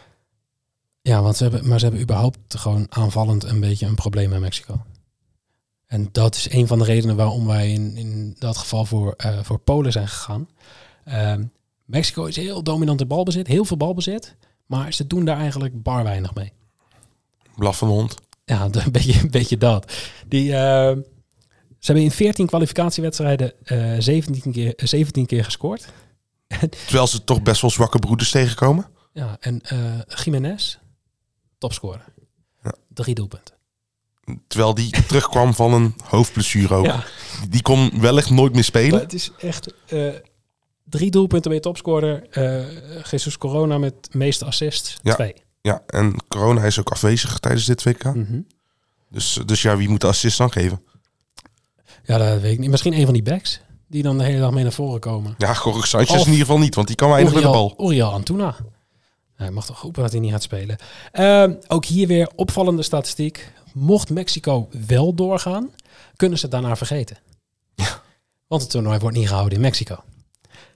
Ja, want ze hebben, maar ze hebben überhaupt gewoon aanvallend een beetje een probleem met Mexico. En dat is een van de redenen waarom wij in, in dat geval voor, uh, voor Polen zijn gegaan. Um, Mexico is heel dominant in balbezit, heel veel balbezit. Maar ze doen daar eigenlijk bar weinig mee. Blaffende hond. Ja, een beetje, een beetje dat. Die, uh, ze hebben in veertien kwalificatiewedstrijden uh, zeventien, keer, uh, zeventien keer gescoord. Terwijl ze toch best wel zwakke broeders tegenkomen. Ja, en uh, Jiménez, topscorer. Ja. Drie doelpunten. Terwijl die terugkwam van een hoofdblessure ook. Ja. Die kon wellicht nooit meer spelen. Maar het is echt... Uh, drie doelpunten bij topscorer. Uh, Jesus Corona met meeste assists. Ja. Twee. Ja, en Corona is ook afwezig tijdens dit W K. Mm-hmm. Dus, dus ja, wie moet de assist dan geven? Ja, dat weet ik niet. Misschien een van die backs die dan de hele dag mee naar voren komen. Ja, Jorge Sanchez in ieder geval niet, want die kan weinig met de bal. Uriel Antuna. Hij mag toch hopen dat hij niet gaat spelen. Uh, ook hier weer opvallende statistiek. Mocht Mexico wel doorgaan, kunnen ze het daarna vergeten. Ja. Want het toernooi wordt niet gehouden in Mexico.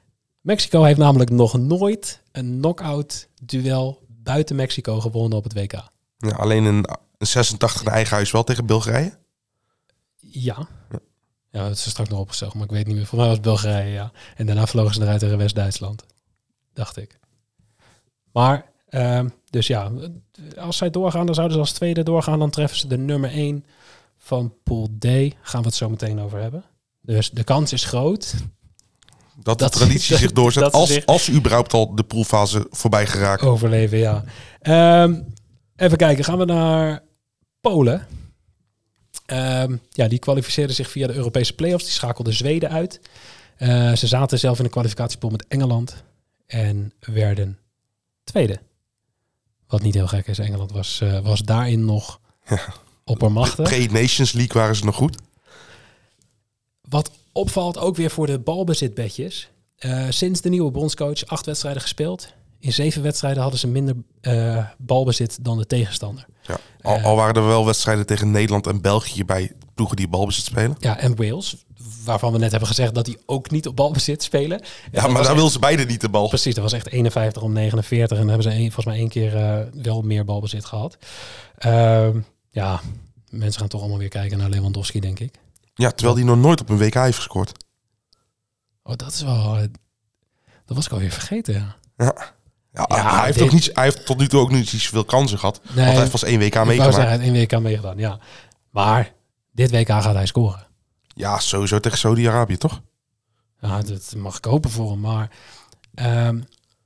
Mexico heeft namelijk nog nooit een knock-out duel buiten Mexico gewonnen op het W K. Ja, alleen in zesentachtig in eigen huis wel tegen Bulgarije? Ja. Ja, ja dat is straks nog opgesteld, maar ik weet niet meer. Voor mij was het Bulgarije, ja. En daarna vlogen ze eruit tegen West-Duitsland. Dacht ik. Maar, uh, dus ja, als zij doorgaan, dan zouden ze als tweede doorgaan. Dan treffen ze de nummer één van Pool D. Gaan we het zo meteen over hebben. Dus de kans is groot... Dat de dat, traditie dat, zich doorzet, dat als, zich als ze überhaupt al de poolfase voorbij geraken. Overleven, ja. Um, even kijken, gaan we naar Polen. Um, ja, die kwalificeerden zich via de Europese play-offs. Die schakelden Zweden uit. Uh, ze zaten zelf in de kwalificatiepool met Engeland. En werden tweede. Wat niet heel gek is. Engeland was, uh, was daarin nog ja. oppermachtig. Pre-Nations League waren ze nog goed. Wat opvalt ook weer voor de balbezitbedjes. Uh, sinds de nieuwe bondscoach acht wedstrijden gespeeld. In zeven wedstrijden hadden ze minder uh, balbezit dan de tegenstander. Ja, al, uh, al waren er wel wedstrijden tegen Nederland en België bij ploegen die balbezit spelen. Ja, en Wales, waarvan we net hebben gezegd dat die ook niet op balbezit spelen. Ja, maar daar wilden ze beide niet de bal. Precies, dat was echt eenenvijftig om negenenveertig. En dan hebben ze een, volgens mij één keer uh, wel meer balbezit gehad. Uh, ja, mensen gaan toch allemaal weer kijken naar Lewandowski, denk ik. Ja, terwijl hij nog nooit op een W K heeft gescoord. Oh, dat is wel... Dat was ik alweer vergeten, ja. Ja, ja, ja hij, heeft dit... ook niet, hij heeft tot nu toe ook niet zoveel kansen gehad. Nee, want hij heeft pas één W K meegemaakt. Zeggen, hij heeft één W K meegedaan, ja. Maar dit W K gaat hij scoren. Ja, sowieso tegen Saudi-Arabië, toch? Ja, dat mag ik hopen voor hem. Maar um,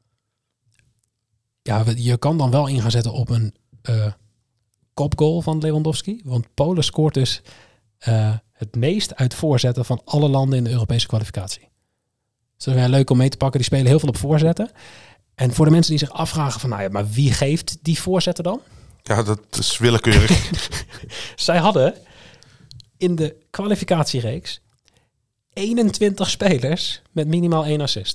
ja, je kan dan wel in gaan zetten op een uh, kopgoal van Lewandowski. Want Polen scoort dus... Uh, het meest uit voorzetten van alle landen in de Europese kwalificatie. Dus dat is weer leuk om mee te pakken. Die spelen heel veel op voorzetten. En voor de mensen die zich afvragen van... nou ja, maar wie geeft die voorzetten dan? Ja, dat is willekeurig. Zij hadden in de kwalificatiereeks... eenentwintig spelers met minimaal één assist.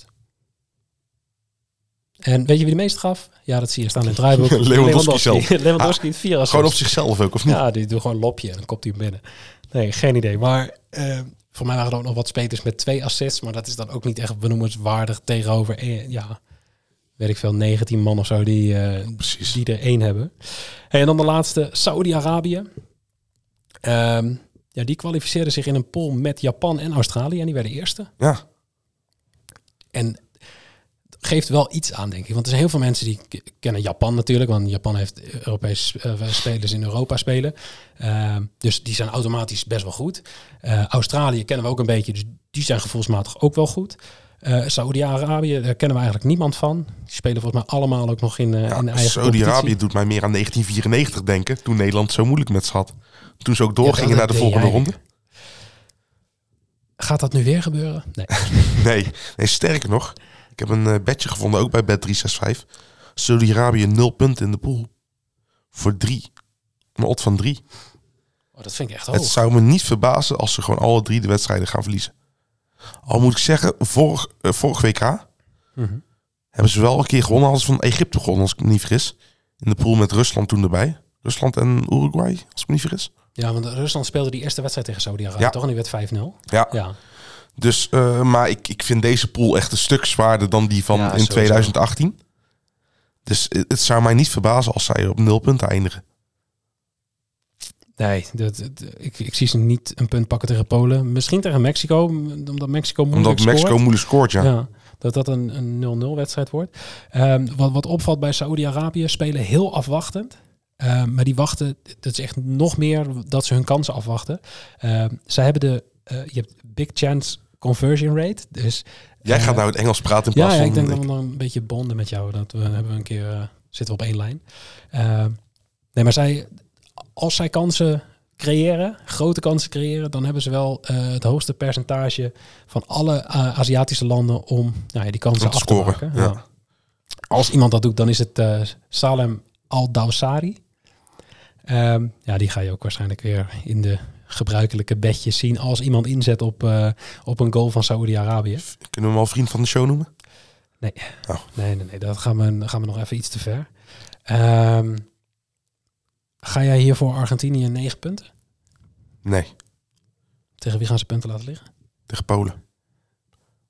En weet je wie de meest gaf? Ja, dat zie je staan in het draaiboek. Lewandowski, Lewandowski zelf. Lewandowski, ah, vier assists. Gewoon op zichzelf ook, of niet? Ja, die doet gewoon een lopje en dan kopt hij hem binnen. Nee, geen idee. Maar uh, voor mij waren er ook nog wat spelers met twee assists. Maar dat is dan ook niet echt benoemenswaardig tegenover... Eh, ja, weet ik veel, negentien man of zo die, uh, die er één hebben. Hey, en dan de laatste, Saudi-Arabië. Um, ja, die kwalificeerden zich in een pool met Japan en Australië. En die werden eerste. Ja. En... geeft wel iets aan, denk ik. Want er zijn heel veel mensen die k- kennen Japan natuurlijk. Want Japan heeft Europese uh, spelers in Europa spelen. Uh, dus die zijn automatisch best wel goed. Uh, Australië kennen we ook een beetje. Dus die zijn gevoelsmatig ook wel goed. Uh, Saudi-Arabië, daar kennen we eigenlijk niemand van. Die spelen volgens mij allemaal ook nog in, uh, ja, in de eigen Saudi-Arabië doet mij meer aan negentien vierennegentig denken. Toen Nederland zo moeilijk met ze had. Toen ze ook doorgingen ja, naar de volgende jij. ronde. Gaat dat nu weer gebeuren? Nee. nee, nee, sterker nog... Ik heb een uh, bedje gevonden, ook bij Bet drie zes vijf. Saudi-Arabië nul punten in de pool. Voor drie. Een odd van drie. Oh, dat vind ik echt hoog. Het zou me niet verbazen als ze gewoon alle drie de wedstrijden gaan verliezen. Al moet ik zeggen, vorig, uh, vorig W K mm-hmm. hebben ze wel een keer gewonnen. Hadden ze van Egypte gewonnen, als ik me niet vergis. In de pool met Rusland toen erbij. Rusland en Uruguay, als ik me niet vergis. Ja, want Rusland speelde die eerste wedstrijd tegen Saudi-Arabië, ja. toch? En die werd vijf nul. Ja. ja. Dus, uh, maar ik, ik vind deze pool echt een stuk zwaarder dan die van ja, in twintig achttien. Dus het, het zou mij niet verbazen als zij op nul punten eindigen. Nee, dat, dat, ik, ik zie ze niet een punt pakken tegen Polen. Misschien tegen Mexico, omdat Mexico moeilijk omdat Mexico scoort. moeilijk scoort, ja. ja dat dat een, een nul nul wedstrijd wordt. Um, wat, wat opvalt bij Saudi-Arabië, spelen heel afwachtend. Uh, maar die wachten, dat is echt nog meer dat ze hun kansen afwachten. Uh, zij hebben de, uh, je hebt big chance conversion rate. Dus, Jij uh, gaat nou het Engels praten in plaats ja, van... Ja, ik denk dat we dan een beetje bonden met jou. Dat we hebben we een keer uh, zitten we op één lijn. Uh, nee, maar zij, als zij kansen creëren, grote kansen creëren, dan hebben ze wel uh, het hoogste percentage van alle uh, Aziatische landen om nou ja, die kansen af te maken. Ja. Ja. Als iemand dat doet, dan is het uh, Salem Al-Dawsari. Um, ja, die ga je ook waarschijnlijk weer in de gebruikelijke bedjes zien als iemand inzet op, uh, op een goal van Saoedi-Arabië. Kunnen we hem al vriend van de show noemen? Nee, oh. nee, nee, nee, dat gaan we, gaan we nog even iets te ver. Um, ga jij hier voor Argentinië negen punten? Nee. Tegen wie gaan ze punten laten liggen? Tegen Polen.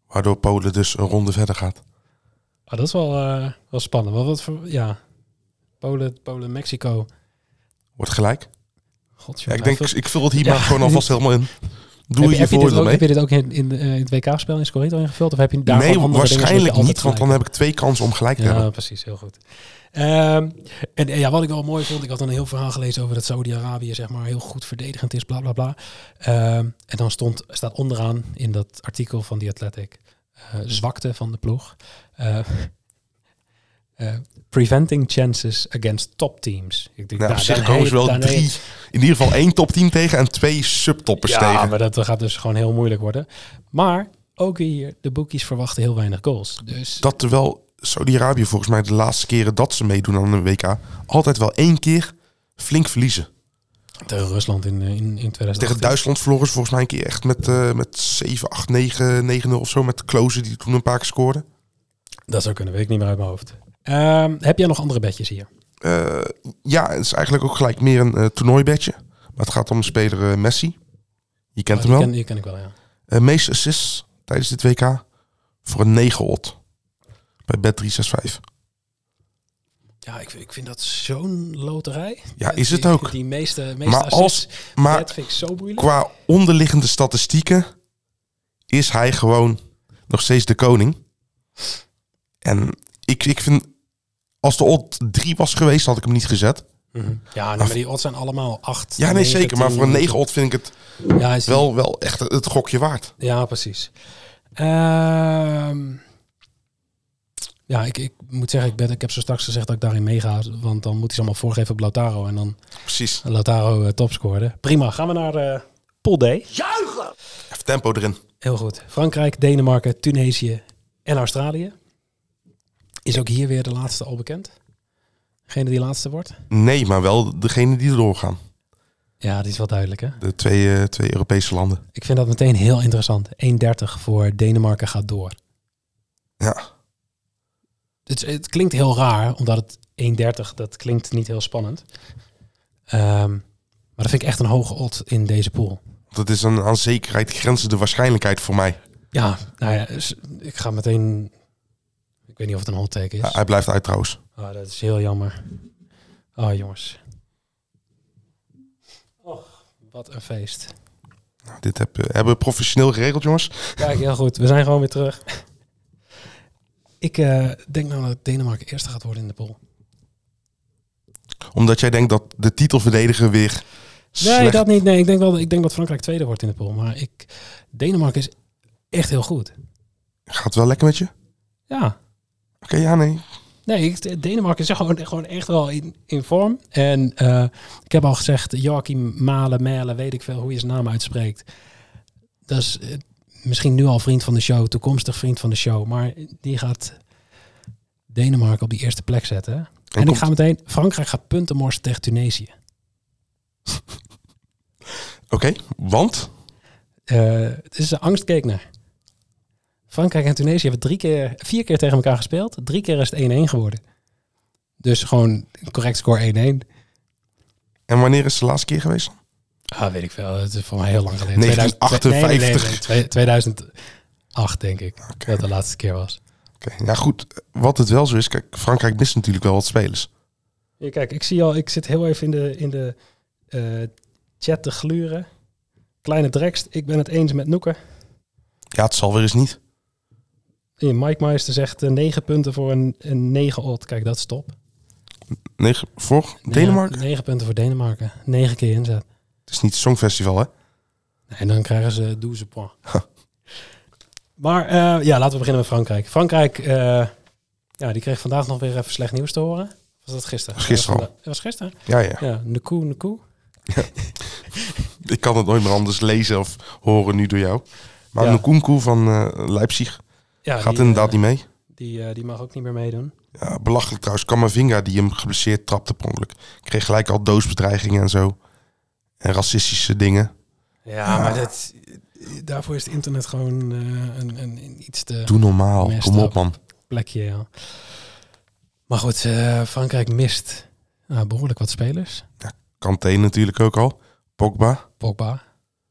Waardoor Polen dus een ronde verder gaat. Oh, dat is wel, uh, wel spannend. Wat, wat voor, ja, Polen, Polen, Mexico. Wordt gelijk. God, ja, ik denk, veel... ik vul het hier ja. maar gewoon alvast helemaal in. Doe heb, je heb, je dit ook, mee? heb je dit ook in, in, uh, in het W K-spel in Scorito ingevuld? Of heb je daar nee, andere waarschijnlijk dingen, niet, want dan heb ik twee kansen om gelijk te ja, hebben. Precies, heel goed. Um, en ja, wat ik wel mooi vond, ik had een heel verhaal gelezen over dat Saudi-Arabië zeg maar heel goed verdedigend is, bla bla bla. Um, en dan stond, staat onderaan in dat artikel van The Athletic uh, zwakte van de ploeg. Uh, uh, preventing chances against top teams. Ik denk, nou, nou, op zich komen ze wel drie, heet... in ieder geval één topteam tegen en twee subtoppers ja, tegen. Ja, maar dat gaat dus gewoon heel moeilijk worden. Maar ook hier, de bookies verwachten heel weinig goals. Dus... Dat terwijl Saudi-Arabië volgens mij de laatste keren dat ze meedoen aan een W K altijd wel één keer flink verliezen. Tegen Rusland in, in, in tweeduizend achttien. Tegen Duitsland verloren ze volgens mij een keer echt met, uh, met zeven, acht, negen, negen nul of zo. Met Klose die toen een paar keer scoorde. Dat zou kunnen, weet ik niet meer uit mijn hoofd. Uh, heb jij nog andere bedjes hier? Uh, ja, het is eigenlijk ook gelijk meer een uh, toernooibedje. Maar het gaat om de speler uh, Messi. Je kent oh, hem wel. Ken, die ken ik wel, ja. Uh, meeste assists tijdens dit W K voor een negen odd. Bij Bet drie zes vijf. Ja, ik, ik vind dat zo'n loterij. Ja, is die, het ook. Die meeste, meeste maar als, maar dat vind ik zo moeilijk. Qua onderliggende statistieken is hij gewoon nog steeds de koning. En ik, ik vind, als de odd drie was geweest, had ik hem niet gezet. Mm-hmm. Ja, nee, maar die odds zijn allemaal acht. Ja, nee, negen, zeker. tien, maar voor een negen odd vind ik het ja, is wel, wel echt het gokje waard. Ja, precies. Uh, ja, ik, ik moet zeggen, ik, ben, ik heb zo straks gezegd dat ik daarin meega. Want dan moet hij ze allemaal voorgeven op Lautaro. En dan precies. Lautaro uh, topscoorde. Prima, gaan we naar uh, Pool D. Juichen! Even tempo erin. Heel goed. Frankrijk, Denemarken, Tunesië en Australië. Is ook hier weer de laatste al bekend? Degene die laatste wordt? Nee, maar wel degene die erdoor gaan. Ja, dat is wel duidelijk, hè? De twee, uh, twee Europese landen. Ik vind dat meteen heel interessant. één dertig voor Denemarken gaat door. Ja. Het, het klinkt heel raar, omdat het één dertig, dat klinkt niet heel spannend. Um, maar dat vind ik echt een hoge odd in deze pool. Dat is een aan zekerheid grenzende waarschijnlijkheid voor mij. Ja, nou ja, ik ga meteen... Ik weet niet of het een hot take is. Ja, hij blijft uit trouwens. Oh, dat is heel jammer. Oh, jongens. Oh, wat een feest. Nou, dit heb, uh, hebben we professioneel geregeld, jongens. Kijk, heel goed. We zijn gewoon weer terug. Ik uh, denk nou dat Denemarken eerste gaat worden in de pool. Omdat jij denkt dat de titelverdediger weer Nee, slecht... dat niet. Nee, ik denk wel. Ik denk dat Frankrijk tweede wordt in de pool. Maar ik, Denemarken is echt heel goed. Gaat het wel lekker met je? Ja. Oké, okay, ja, nee. Nee, ik, Denemarken is gewoon, gewoon echt wel in, in vorm. En uh, ik heb al gezegd, Joachim Malen, Malen, weet ik veel hoe je zijn naam uitspreekt. Dat is uh, misschien nu al vriend van de show, toekomstig vriend van de show. Maar die gaat Denemarken op die eerste plek zetten. En, en komt... ik ga meteen, Frankrijk gaat punten morsen tegen Tunesië. Oké, okay, want? Uh, het is een angstgekner. Frankrijk en Tunesië hebben drie keer, vier keer tegen elkaar gespeeld. Drie keer is het één-één geworden. Dus gewoon correct score één-één. En wanneer is het de laatste keer geweest? Ah, weet ik veel. Het is voor mij heel lang geleden. negentien achtenvijftig. Nee, nee, nee, nee. tweeduizend acht denk ik. Okay. Dat de laatste keer was. Oké, okay. Ja goed. Wat het wel zo is, kijk, Frankrijk mist natuurlijk wel wat spelers. Ja, kijk, ik zie al, ik zit heel even in de, in de uh, chat te gluren. Kleine drekst, ik ben het eens met Noeke. Ja, het zal weer eens niet. Mike Meister zegt uh, negen punten voor een, een negen odd. Kijk, dat is top. Negen voor Denemarken? Ja, negen punten voor Denemarken. Negen keer inzet. Het is niet het Songfestival, hè? Nee, en dan krijgen ze douze points. Maar uh, ja, laten we beginnen met Frankrijk. Frankrijk, uh, ja, die kreeg vandaag nog weer even slecht nieuws te horen. Was dat gisteren? Was gisteren Dat was, was gisteren? Ja, ja. Ja, Nkoe, Nkoe. Ja. Ik kan het nooit meer anders lezen of horen nu door jou. Maar ja. Nkunku van uh, Leipzig ja, gaat die, inderdaad uh, niet mee. Die, uh, die mag ook niet meer meedoen. Ja, belachelijk trouwens. Kamavinga, die hem geblesseerd trapte per ongeluk, kreeg gelijk al doosbedreigingen en zo. En racistische dingen. Ja, ja. maar dat, daarvoor is het internet gewoon uh, een, een, een iets te... Doe normaal, kom op man. Plekje, ja. Maar goed, uh, Frankrijk mist uh, behoorlijk wat spelers. Ja, Kanté natuurlijk ook al. Pogba. Pogba.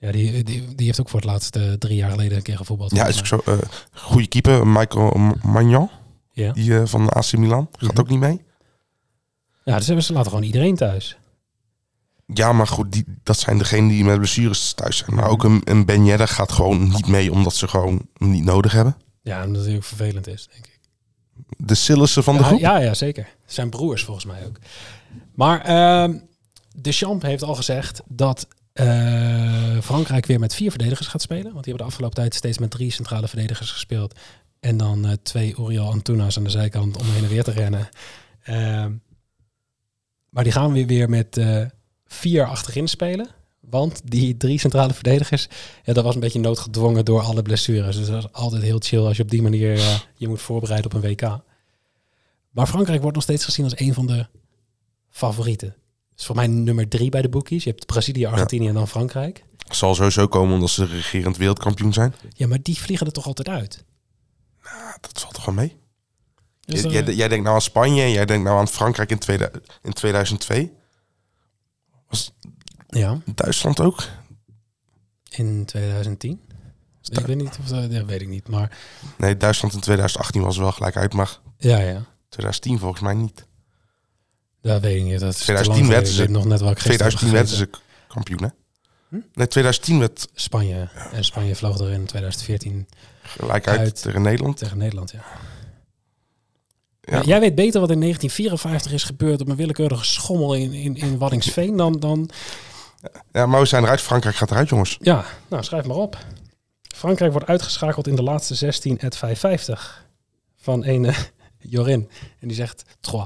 Ja, die, die, die heeft ook voor het laatst uh, drie jaar geleden een keer gevoetbald. Ja, is ook zo. Uh, goede keeper, Michael Magnan. Ja. Die uh, van A C Milan. Gaat mm-hmm. ook niet mee. Ja, dus hebben ze laten gewoon iedereen thuis. Ja, maar goed, die, dat zijn degenen die met blessures thuis zijn. Maar ook een, een Ben Yedder gaat gewoon niet mee, omdat ze gewoon hem niet nodig hebben. Ja, omdat hij ook vervelend is, denk ik. De Sillissen van de ja, groep? Ja, ja, zeker. Zijn broers volgens mij ook. Maar uh, Deschamps heeft al gezegd dat uh, Frankrijk weer met vier verdedigers gaat spelen. Want die hebben de afgelopen tijd steeds met drie centrale verdedigers gespeeld. En dan uh, twee Oriol Antuna's aan de zijkant om heen en weer te rennen. Uh, maar die gaan weer weer met uh, vier achterin spelen. Want die drie centrale verdedigers, ja, dat was een beetje noodgedwongen door alle blessures. Dus dat is altijd heel chill als je op die manier uh, je moet voorbereiden op een W K. Maar Frankrijk wordt nog steeds gezien als een van de favorieten. Dus voor mij nummer drie bij de bookies. Je hebt Brazilië, Argentinië ja. en dan Frankrijk. Zal sowieso komen omdat ze regerend wereldkampioen zijn. Ja, maar die vliegen er toch altijd uit? Nou, dat valt toch wel mee. Dus J- jij, jij denkt nou aan Spanje, jij denkt nou aan Frankrijk in, tweede, in tweeduizend twee. Was ja. Duitsland ook? In tweeduizend tien? Du- ik weet niet of dat, ja, weet ik niet, maar... Nee, Duitsland in tweeduizend achttien was wel gelijk uit, maar... Ja, ja. tweeduizend tien volgens mij niet. Dat weet ik niet. Dat is tweeduizend tien werden ze nog net wel tweeduizend tien werden ze kampioen, hè? Hm? Nee, tweeduizend tien werd... Spanje. Ja. En Spanje vloog er in tweeduizend veertien gelijk uit, uit tegen Nederland. Tegen Nederland, ja. Ja. Ja, jij weet beter wat in negentien vierenvijftig is gebeurd op een willekeurige schommel in, in, in Waddinxveen dan, dan... Ja, maar we zijn eruit. Frankrijk gaat eruit, jongens. Ja, nou schrijf maar op. Frankrijk wordt uitgeschakeld in de laatste zestien at vijfhonderdvijftig van een uh, Jorin. En die zegt trois.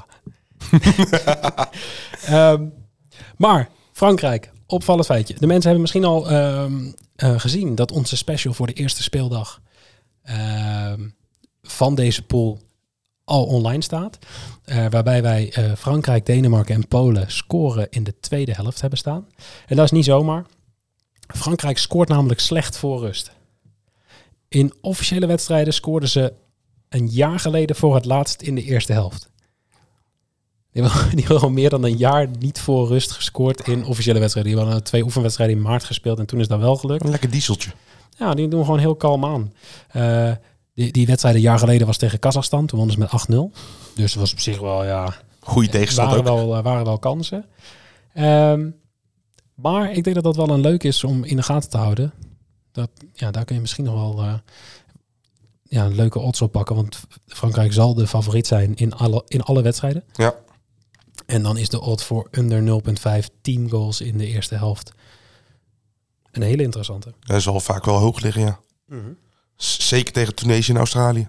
um, maar Frankrijk, opvallend feitje. De mensen hebben misschien al um, uh, gezien dat onze special voor de eerste speeldag um, van deze pool al online staat. Uh, waarbij wij uh, Frankrijk, Denemarken en Polen scoren in de tweede helft hebben staan. En dat is niet zomaar. Frankrijk scoort namelijk slecht voor rust. In officiële wedstrijden scoorden ze een jaar geleden voor het laatst in de eerste helft. Die hebben, die hebben al meer dan een jaar niet voor rust gescoord in officiële wedstrijden. Die hebben twee oefenwedstrijden in maart gespeeld en toen is dat wel gelukt. Een lekker dieseltje. Ja, die doen gewoon heel kalm aan. Uh, die, die wedstrijd een jaar geleden was tegen Kazachstan. Toen wonnen ze met acht nul. Dus dat was op zich wel, ja... Goeie tegenstand waren ook. Wel, waren wel kansen. Um, maar ik denk dat dat wel een leuk is om in de gaten te houden. Dat, ja, daar kun je misschien nog wel uh, ja, een leuke odds op pakken. Want Frankrijk zal de favoriet zijn in alle, in alle wedstrijden. Ja. En dan is de odd voor under nul komma vijf, tien goals in de eerste helft. Een hele interessante. Hij zal vaak wel hoog liggen, ja. Mm-hmm. Zeker tegen Tunesië en Australië.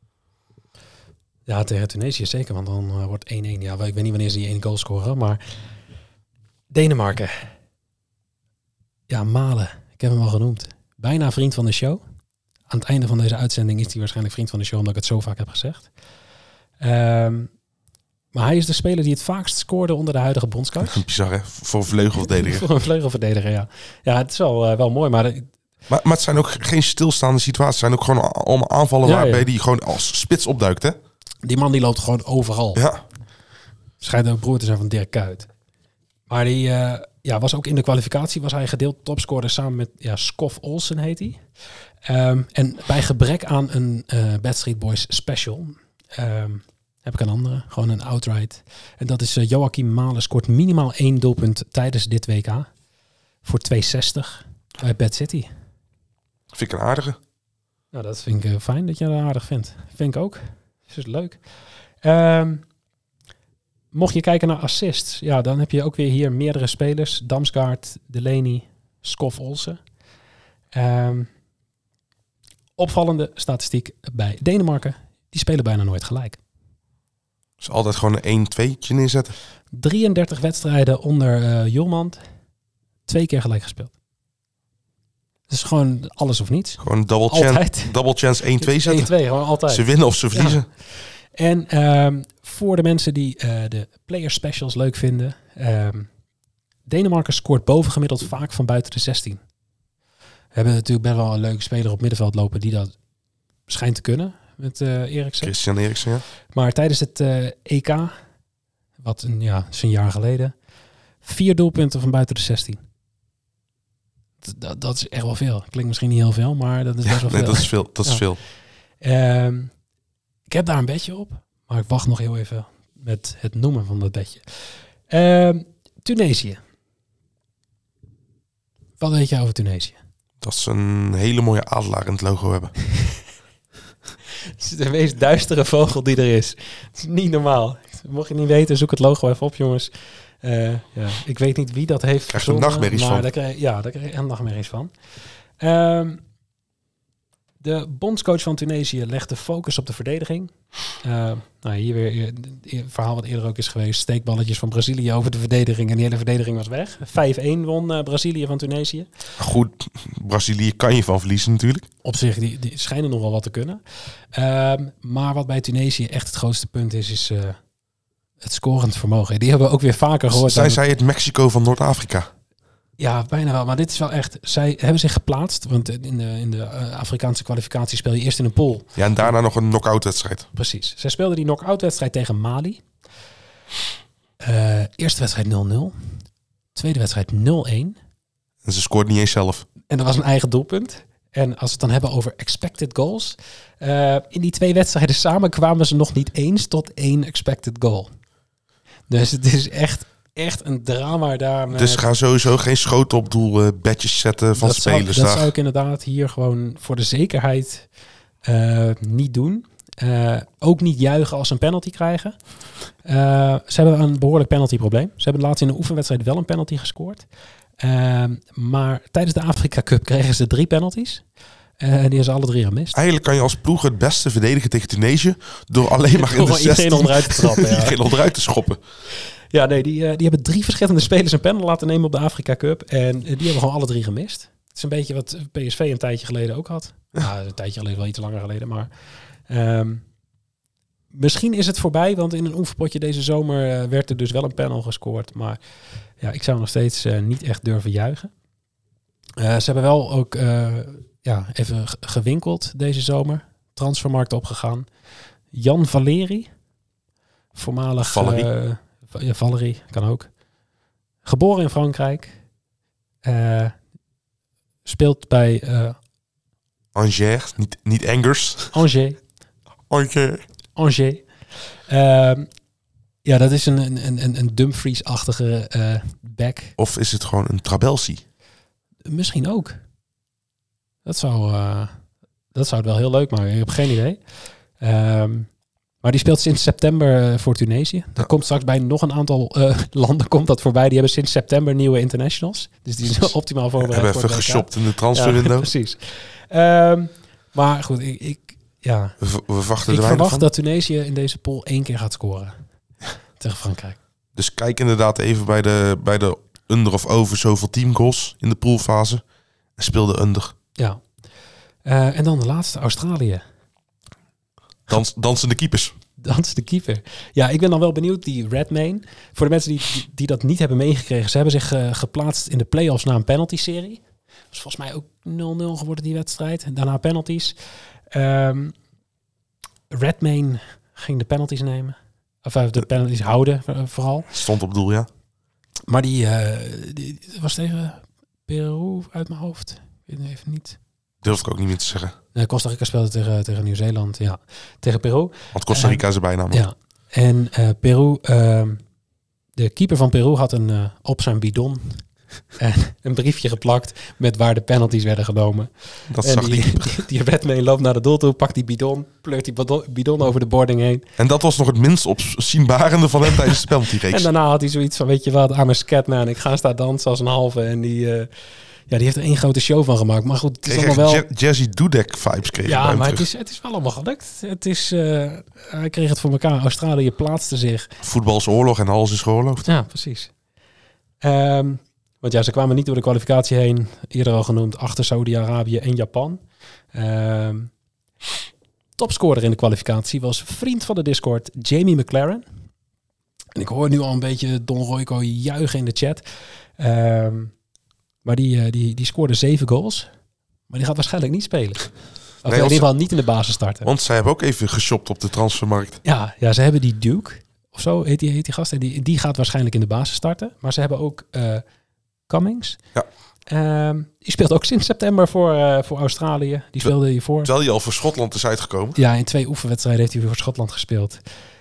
Ja, tegen Tunesië zeker, want dan uh, wordt één één. Ja, ik weet niet wanneer ze die één goal scoren, maar Denemarken. Ja, Malen. Ik heb hem al genoemd. Bijna vriend van de show. Aan het einde van deze uitzending is hij waarschijnlijk vriend van de show, omdat ik het zo vaak heb gezegd. Um, maar hij is de speler die het vaakst scoorde onder de huidige bondscoach. Bizar, hè? Voor een vleugelverdediger. Voor een vleugelverdediger, ja. Ja, het is wel, uh, wel mooi, maar... De, maar... Maar het zijn ook geen stilstaande situaties. Het zijn ook gewoon allemaal aanvallen ja, waarbij ja. die gewoon als spits opduikt, hè? Die man die loopt gewoon overal. Ja. Schijnt ook broer te zijn van Dirk Kuyt. Maar die uh, ja, was ook in de kwalificatie was hij gedeeld topscorer samen met ja, Skof Olsen heet hij. Um, en bij gebrek aan een uh, Bad Street Boys special um, heb ik een andere, gewoon een outright. En dat is uh, Joachim Malen scoort minimaal één doelpunt tijdens dit W K voor twee zestig bij Bad City. Vind ik een aardige. Nou, dat vind ik uh, fijn dat je dat aardig vindt. Vind ik ook. Dat is leuk. Um, mocht je kijken naar assists, ja, dan heb je ook weer hier meerdere spelers. Damsgaard, Delaney, Skof Olsen. Um, opvallende statistiek bij Denemarken. Die spelen bijna nooit gelijk. Dus altijd gewoon een één tweetje neerzetten. drieëndertig wedstrijden onder uh, Julmand. Twee keer gelijk gespeeld. Dus gewoon alles of niets. Gewoon double chance, double chance één twee zetten. één twee, gewoon altijd. Ze winnen of ze verliezen. Ja. En um, voor de mensen die uh, de player specials leuk vinden. Um, Denemarken scoort bovengemiddeld vaak van buiten de zestien. We hebben natuurlijk best wel een leuke speler op middenveld lopen die dat schijnt te kunnen. Met uh, Eriksen. Christian Eriksen, ja. Maar tijdens het uh, E K, wat een, ja, is een jaar geleden, vier doelpunten van buiten de zestien. dat, dat, dat is echt wel veel. Klinkt misschien niet heel veel, maar dat is best wel nee, veel. dat is veel. Dat is ja. veel. Um, ik heb daar een bedje op, maar ik wacht nog heel even met het noemen van dat bedje. Um, Tunesië. Wat weet je over Tunesië? Dat ze een hele mooie adelaar in het logo hebben. Het is de meest duistere vogel die er is. Het is niet normaal. Mocht je niet weten, zoek het logo even op, jongens. Uh, ja, ik weet niet wie dat heeft krijg je nachtmerries maar van. Daar krijg, ja, daar krijg je echt nachtmerries van. Um, de bondscoach van Tunesië legt de focus op de verdediging. Uh, nou, hier weer het verhaal wat eerder ook is geweest. Steekballetjes van Brazilië over de verdediging. En die hele verdediging was weg. vijf-één won uh, Brazilië van Tunesië. Goed, Brazilië kan je van verliezen natuurlijk. Op zich, die, die schijnen nog wel wat te kunnen. Um, maar wat bij Tunesië echt het grootste punt is, is uh, het scorend vermogen. Die hebben we ook weer vaker gehoord. Zijn zij het Mexico van Noord-Afrika? Ja, bijna wel. Maar dit is wel echt... Zij hebben zich geplaatst. Want in de, in de uh, Afrikaanse kwalificatie speel je eerst in een pool. Ja, en daarna nog een knock-out wedstrijd. Precies. Zij speelden die knock-out wedstrijd tegen Mali. Uh, eerste wedstrijd nul nul. Tweede wedstrijd nul-één. En ze scoort niet eens zelf. En dat was een eigen doelpunt. En als we het dan hebben over expected goals. Uh, in die twee wedstrijden samen kwamen ze nog niet eens tot één expected goal. Dus het is echt... Echt een drama daar. Met... Dus ga sowieso geen schoten op doel uh, bedjes zetten van dat spelers. Zou, dat daar. zou ik inderdaad hier gewoon voor de zekerheid uh, niet doen. Uh, ook niet juichen als ze een penalty krijgen. Uh, ze hebben een behoorlijk penaltyprobleem. Ze hebben laatst in een oefenwedstrijd wel een penalty gescoord. Uh, maar tijdens de Afrika Cup kregen ze drie penalties. Uh, en die hebben ze alle drie gemist. Eigenlijk kan je als ploeg het beste verdedigen tegen Tunesië door alleen maar in de zestien iedereen onderuit te trappen. Ja. Iedereen onderuit te schoppen. Ja, nee, die, uh, die hebben drie verschillende spelers een panel laten nemen op de Afrika Cup. En uh, die hebben gewoon alle drie gemist. Het is een beetje wat P S V een tijdje geleden ook had. Ja, nou, een tijdje geleden, wel iets langer geleden. Maar um, misschien is het voorbij, want in een oefenpotje deze zomer uh, werd er dus wel een panel gescoord. Maar ja, ik zou nog steeds uh, niet echt durven juichen. Uh, ze hebben wel ook uh, ja, even gewinkeld deze zomer. Transfermarkt opgegaan. Jan Valeri, voormalig... Valerie. Uh, Ja, Valerie kan ook. Geboren in Frankrijk. Uh, speelt bij... Uh, Angers, niet, niet Angers. Angers. Angers. Angers. Uh, ja, dat is een, een, een, een Dumfries-achtige uh, back. Of is het gewoon een Trabelsi? Misschien ook. Dat zou, uh, dat zou het wel heel leuk maken. Ik heb geen idee. Um, Maar die speelt sinds september uh, voor Tunesië. Er ja. komt straks bij nog een aantal uh, landen komt dat voorbij. Die hebben sinds september nieuwe internationals. Dus die zijn optimaal voorbereid. Hebben even geshopt in de transferwindow. Ja, precies. Um, maar goed, ik, ik, ja. we, we wachten ik er verwacht van. dat Tunesië in deze pool één keer gaat scoren. Tegen Frankrijk. Dus kijk inderdaad even bij de, bij de under of over zoveel teamgoals in de poolfase. En speel de under. Ja. Uh, en dan de laatste, Australië. Dans, dansende keepers. Dansende keeper. Ja, ik ben dan wel benieuwd, die Redmayne. Voor de mensen die, die, die dat niet hebben meegekregen. Ze hebben zich uh, geplaatst in de play-offs na een penalty-serie. Dat is volgens mij ook nul nul geworden, die wedstrijd. En daarna penalties. Um, Redmayne ging de penalties nemen. Of uh, de penalties houden, uh, vooral. Stond op doel, ja. Maar die, uh, die was tegen Peru uit mijn hoofd. Ik weet even niet. Durf ik ook niet meer te zeggen. Nee, Costa Rica speelde tegen, tegen Nieuw-Zeeland, ja. Tegen Peru. Want Costa Rica uh, is er bijna. Ja. En uh, Peru, uh, de keeper van Peru had een, uh, op zijn bidon uh, een briefje geplakt met waar de penalties werden genomen. Dat en zag die, die, die, die Redmayne loopt naar de doel toe, pakt die bidon, pleurt die bidon, bidon over de boarding heen. En dat was nog het minst opzienbarende van hem tijdens de penaltyreeks. En daarna had hij zoiets van, weet je wat, I'm a scatman, ik ga staan dansen als een halve. En die... Uh, Ja, die heeft er één grote show van gemaakt. Maar goed, het is ik allemaal wel... Jazzy Dudek vibes kreeg. Ja, maar het is, het is wel allemaal gelukt. Het is, uh, hij kreeg het voor elkaar. Australië plaatste zich. Voetbal is oorlog en alles is geoorloofd. Ja, precies. Um, want ja, ze kwamen niet door de kwalificatie heen. Eerder al genoemd, achter Saudi-Arabië en Japan. Um, topscorer in de kwalificatie was vriend van de Discord, Jamie McLaren. En ik hoor nu al een beetje Don Royco juichen in de chat. Um, Maar die, die, die scoorde zeven goals. Maar die gaat waarschijnlijk niet spelen. Of nee, in ieder geval niet in de basis starten. Want zij hebben ook even geshopt op de transfermarkt. Ja, ja, ze hebben die Duke. Of zo heet die, heet die gast. En die, die gaat waarschijnlijk in de basis starten. Maar ze hebben ook uh, Cummings. Ja. Um, die speelt ook sinds september voor, uh, voor Australië. Die speelde hiervoor. Terwijl hij al voor Schotland is uitgekomen. Ja, in twee oefenwedstrijden heeft hij weer voor Schotland gespeeld.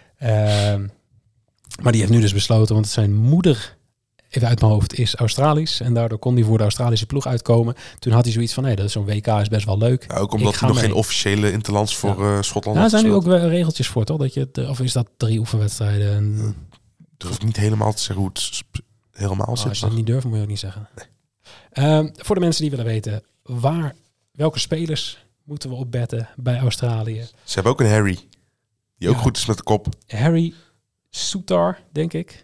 Um, maar die heeft nu dus besloten, want zijn moeder, even uit mijn hoofd, is Australisch. En daardoor kon hij voor de Australische ploeg uitkomen. Toen had hij zoiets van, hé, hey, dat is zo'n W K is best wel leuk. Ja, ook omdat hij nog mee. geen officiële interlands voor ja. uh, Schotland had. Ja, zijn nu ook wel regeltjes voor, toch? Dat je, de, of is dat drie oefenwedstrijden? En... Ik durf niet helemaal te zeggen hoe het sp- helemaal oh, zit. Als je dat niet durft, moet je ook niet zeggen. Nee. Um, voor de mensen die willen weten, waar, welke spelers moeten we op betten bij Australië? Ze hebben ook een Harry, die ook ja. goed is met de kop. Harry Souttar, denk ik.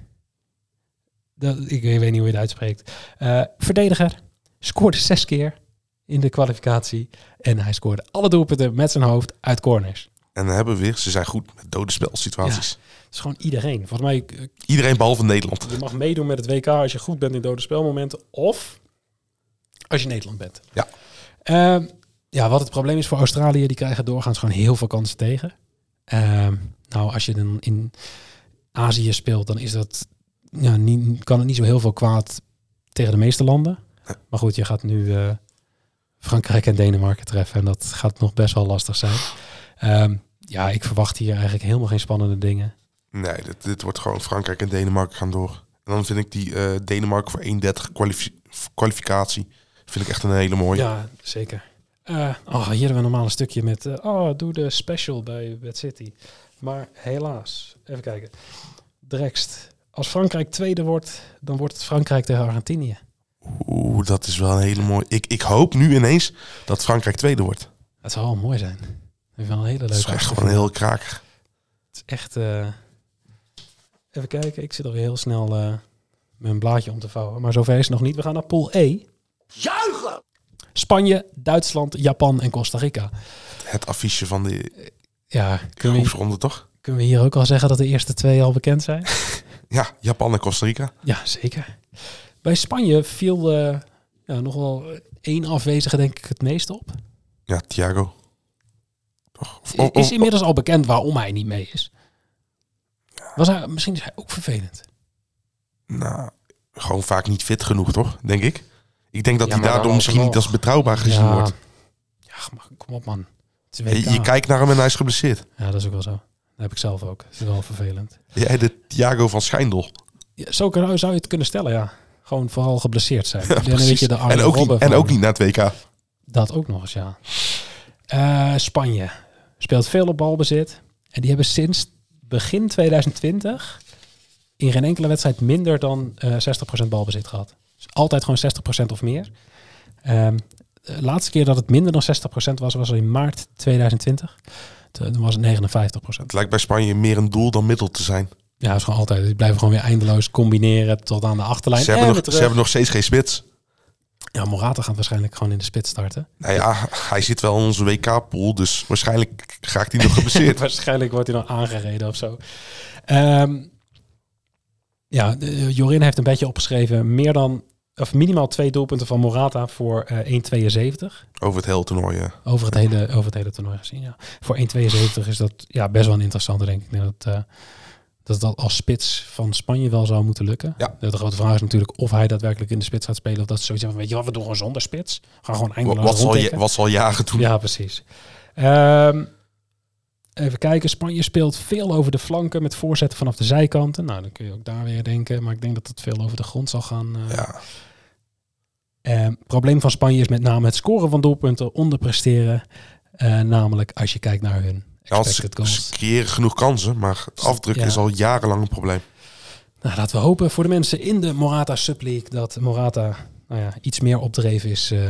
Dat, ik weet niet hoe je het uitspreekt. Uh, verdediger, scoorde zes keer in de kwalificatie. En hij scoorde alle doelpunten met zijn hoofd uit corners. En dan hebben we weer, ze zijn goed met dode spelsituaties. Ja, het is gewoon iedereen. Volgens mij... Uh, iedereen behalve Nederland. Je mag meedoen met het W K als je goed bent in dode spelmomenten. Of als je Nederland bent. Ja. Uh, ja, wat het probleem is voor Australië, die krijgen doorgaans gewoon heel veel kansen tegen. Uh, nou, als je dan in Azië speelt, dan is dat... Ja, niet, kan het niet zo heel veel kwaad tegen de meeste landen. Maar goed, je gaat nu uh, Frankrijk en Denemarken treffen. En dat gaat nog best wel lastig zijn. Um, ja, ik verwacht hier eigenlijk helemaal geen spannende dingen. Nee, dit, dit wordt gewoon Frankrijk en Denemarken gaan door. En dan vind ik die uh, Denemarken voor één dertig kwalific- kwalificatie... vind ik echt een hele mooie. Ja, zeker. Uh, oh, hier hebben we normaal een stukje met... Uh, oh, doe de special bij Bad City. Maar helaas. Even kijken. Drekst. Als Frankrijk tweede wordt, dan wordt het Frankrijk tegen Argentinië. Oeh, dat is wel een hele mooie... Ik, ik hoop nu ineens dat Frankrijk tweede wordt. Dat zou wel mooi zijn. Dat is wel een hele leuke... Het is echt gewoon heel kraker. Het is echt... Uh... Even kijken, ik zit alweer heel snel uh, mijn blaadje om te vouwen. Maar zover is het nog niet. We gaan naar Pool E. Juichen! Spanje, Duitsland, Japan en Costa Rica. Het affiche van de ja, groepsronde, toch? Kunnen we hier ook al zeggen dat de eerste twee al bekend zijn? Ja, Japan en Costa Rica. Ja, zeker. Bij Spanje viel uh, ja, nog wel één afwezige denk ik het meest op. Ja, Thiago. Toch? Of, of, is inmiddels al bekend waarom hij niet mee is? Was hij, misschien is hij ook vervelend. Nou, gewoon vaak niet fit genoeg, toch? Denk ik. Ik denk dat ja, hij daardoor misschien wel... niet als betrouwbaar gezien ja. wordt. Ja, maar kom op man. Je, je kijkt naar hem en hij is geblesseerd. Ja, dat is ook wel zo. Dat heb ik zelf ook. Dat is wel vervelend. Jij de Thiago van Schijndel. Ja, zo zou je het kunnen stellen, ja. Gewoon vooral geblesseerd zijn. Ja, en, weet je, de en, ook niet, en ook niet naar het W K. Dat ook nog eens, ja. Uh, Spanje speelt veel op balbezit. En die hebben sinds begin twintig twintig in geen enkele wedstrijd minder dan uh, zestig procent balbezit gehad. Dus altijd gewoon zestig procent of meer. Um, de laatste keer dat het minder dan zestig procent was, was al in maart twintig twintig. Toen was het negenenvijftig procent. Het lijkt bij Spanje meer een doel dan middel te zijn. Ja, het is gewoon altijd. Die blijven gewoon weer eindeloos combineren tot aan de achterlijn. Ze hebben, nog, ze hebben nog steeds geen spits. Ja, Morata gaat waarschijnlijk gewoon in de spits starten. Nou ja, hij zit wel in onze W K-pool, dus waarschijnlijk raakt hij nog geblesseerd. Waarschijnlijk wordt hij nog aangereden of zo. Um, ja, Jorin heeft een beetje opgeschreven. Meer dan, of minimaal twee doelpunten van Morata voor uh, één komma tweeënzeventig. Over het hele toernooi, ja. Over het hele, over het hele toernooi gezien, ja. Voor één komma tweeënzeventig is dat ja, best wel een interessante, denk ik. Ik denk dat, uh, dat dat als spits van Spanje wel zou moeten lukken. Ja. De grote vraag is natuurlijk of hij daadwerkelijk in de spits gaat spelen. Of dat ze zoiets van, weet je wat, we doen gewoon zonder spits. We gaan gewoon eindeloos wat zal, je, wat zal jagen doen? Ja, precies. Um, even kijken. Spanje speelt veel over de flanken met voorzetten vanaf de zijkanten. Nou, dan kun je ook daar weer denken. Maar ik denk dat het veel over de grond zal gaan. Uh, ja. Het uh, probleem van Spanje is met name het scoren van doelpunten, onderpresteren. Uh, namelijk als je kijkt naar hun expected ja, goals. Ze creëren genoeg kansen, maar het afdruk ja. is al jarenlang een probleem. Nou, laten we hopen voor de mensen in de Morata Subleague dat Morata nou ja, iets meer opdreven is uh,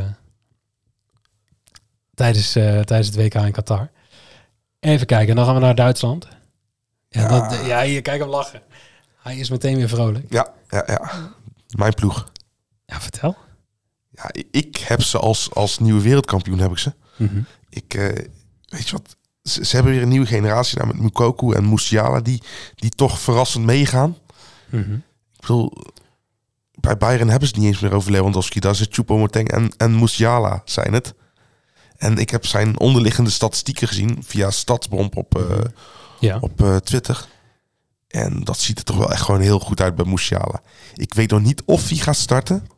tijdens, uh, tijdens het W K in Qatar. Even kijken, dan gaan we naar Duitsland. Ja, ja. Dat, ja hier, kijk hem lachen. Hij is meteen weer vrolijk. Ja, ja, ja. Mijn ploeg. Ja, vertel. Ja, ik heb ze als, als nieuwe wereldkampioen, heb ik ze. Mm-hmm. Ik, uh, weet je wat, ze, ze hebben weer een nieuwe generatie nou, met Moukoko en Musiala die, die toch verrassend meegaan. Mm-hmm. Ik bedoel, bij Bayern hebben ze het niet eens meer over Lewandowski. Daar zit Choupo-Moting en, en Musiala zijn het. En ik heb zijn onderliggende statistieken gezien via Stadsbomb op, uh, ja. op uh, Twitter. En dat ziet er toch wel echt gewoon heel goed uit bij Musiala. Ik weet nog niet of hij gaat starten.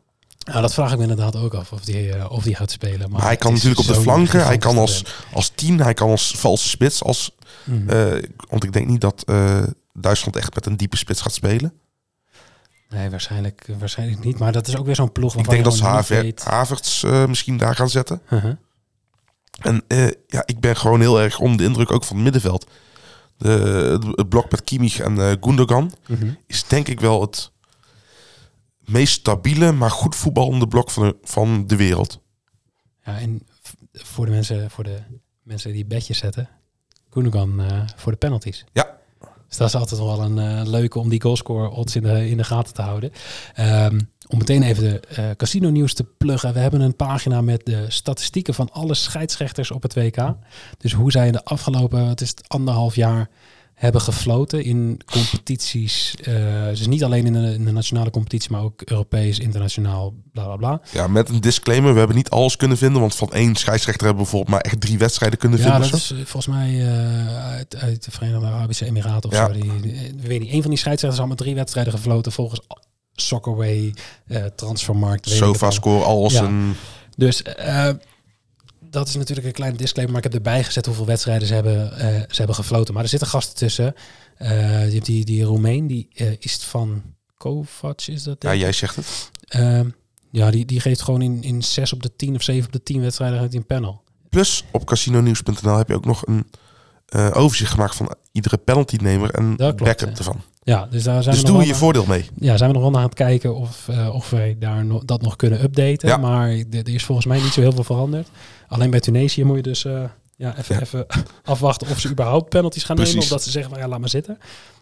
Ja, dat vraag ik me inderdaad ook af of die, uh, of die gaat spelen. Maar, maar hij kan natuurlijk op de flanken, hij kan als, als tien, hij kan als valse spits. Als, mm. uh, want ik denk niet dat uh, Duitsland echt met een diepe spits gaat spelen. Nee, waarschijnlijk, waarschijnlijk niet. Maar dat is ook weer zo'n ploeg. Ik denk dat ze Haver, Havertz uh, misschien daar gaan zetten. Uh-huh. En uh, ja, ik ben gewoon heel erg onder de indruk ook van het middenveld. De, het blok met Kimmich en uh, Gundogan uh-huh. is denk ik wel het meest stabiele, maar goed voetballende blok van de, van de wereld. Ja, en voor de mensen, voor de mensen die bedjes zetten, Gundogan uh, voor de penalties. Ja. Dus dat is altijd wel een uh, leuke om die goalscore odds in de, in de gaten te houden. Um, om meteen even de uh, casino nieuws te pluggen. We hebben een pagina met de statistieken van alle scheidsrechters op het W K. Dus hoe zij in de afgelopen, het is het anderhalf jaar, hebben gefloten in competities. Uh, dus niet alleen in de, in de nationale competitie, maar ook Europees, internationaal, bla bla bla. Ja, met een disclaimer. We hebben niet alles kunnen vinden, want van één scheidsrechter hebben we bijvoorbeeld maar echt drie wedstrijden kunnen ja, vinden. Ja, dat is uh, volgens mij uh, uit, uit de Verenigde Arabische Emiraten of ja. zo. Die, we weten niet, één van die scheidsrechters had met drie wedstrijden gefloten volgens Soccerway, uh, Transfermarkt. SofaScore, alles. Ja. Een... Dus uh, dat is natuurlijk een kleine disclaimer, maar ik heb erbij gezet hoeveel wedstrijden ze hebben, uh, ze hebben gefloten. Maar er zitten gasten tussen. Uh, je hebt die, die Roemeen, die uh, is het van Kovac, is dat? Ja, jij zegt het. Uh, ja, die, die geeft gewoon in, in zes op de tien of zeven op de tien wedstrijden uit een panel. Plus op casino nieuws punt n l heb je ook nog een uh, overzicht gemaakt van iedere penaltynemer en klopt, backup ja. ervan. Ja, dus daar zijn dus we doe nog je je voordeel mee. Ja, zijn we nog wel naar aan het kijken of, uh, of wij daar no- dat nog kunnen updaten. Ja. Maar er is volgens mij niet zo heel veel veranderd. Alleen bij Tunesië moet je dus uh, ja, even, ja. even afwachten of ze überhaupt penalties gaan Precies. nemen. Of dat ze zeggen van ja, laat maar zitten.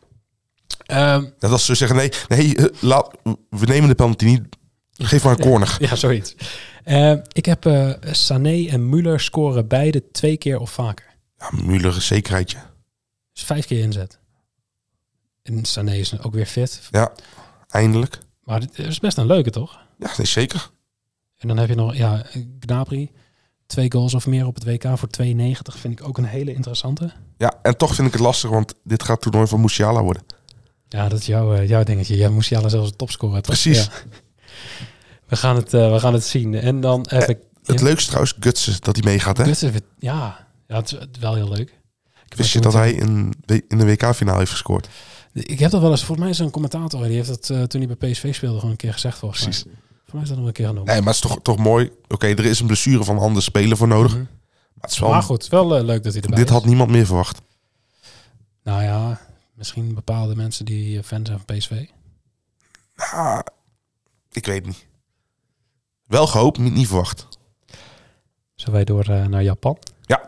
Um, dat als ze zeggen nee, nee uh, laat, we nemen de penalty niet. Geef maar een corner. Ja, zoiets. Uh, ik heb uh, Sané en Müller scoren beide twee keer of vaker. Ja, Müller is zekerheidje. Dus vijf keer inzet. En Sané is ook weer fit. Ja, eindelijk. Maar het is best een leuke, toch? Ja, nee, zeker. En dan heb je nog, ja, Gnabry. Twee goals of meer op het W K voor twee negentig. Vind ik ook een hele interessante. Ja, en toch vind ik het lastig, want dit gaat toernooi van Musiala worden. Ja, dat is jouw, uh, jouw dingetje. Ja, Musiala zelfs een topscorer. Precies. Ja. We gaan het, uh, we gaan het zien. En dan even... Eh, het ja. leukste trouwens, Gutsen, dat hij meegaat, hè? Gutsen, ja. Ja, het is wel heel leuk. Wist je dat hij in, in de W K-finale heeft gescoord? Ik heb dat wel eens, volgens mij is er een commentator, die heeft dat uh, toen hij bij P S V speelde gewoon een keer gezegd volgens Precies. mij. Voor mij is dat nog een keer genomen. Nee, maar het is toch, toch mooi. Oké, okay, er is een blessure van een andere speler voor nodig. Mm-hmm. Maar, het is wel, maar goed, wel uh, leuk dat hij erbij dit is. had niemand meer verwacht. Nou ja, misschien bepaalde mensen die uh, fan zijn van P S V. Nou, ik weet niet. Wel gehoopt, niet, niet verwacht. Zullen wij door uh, naar Japan? Ja.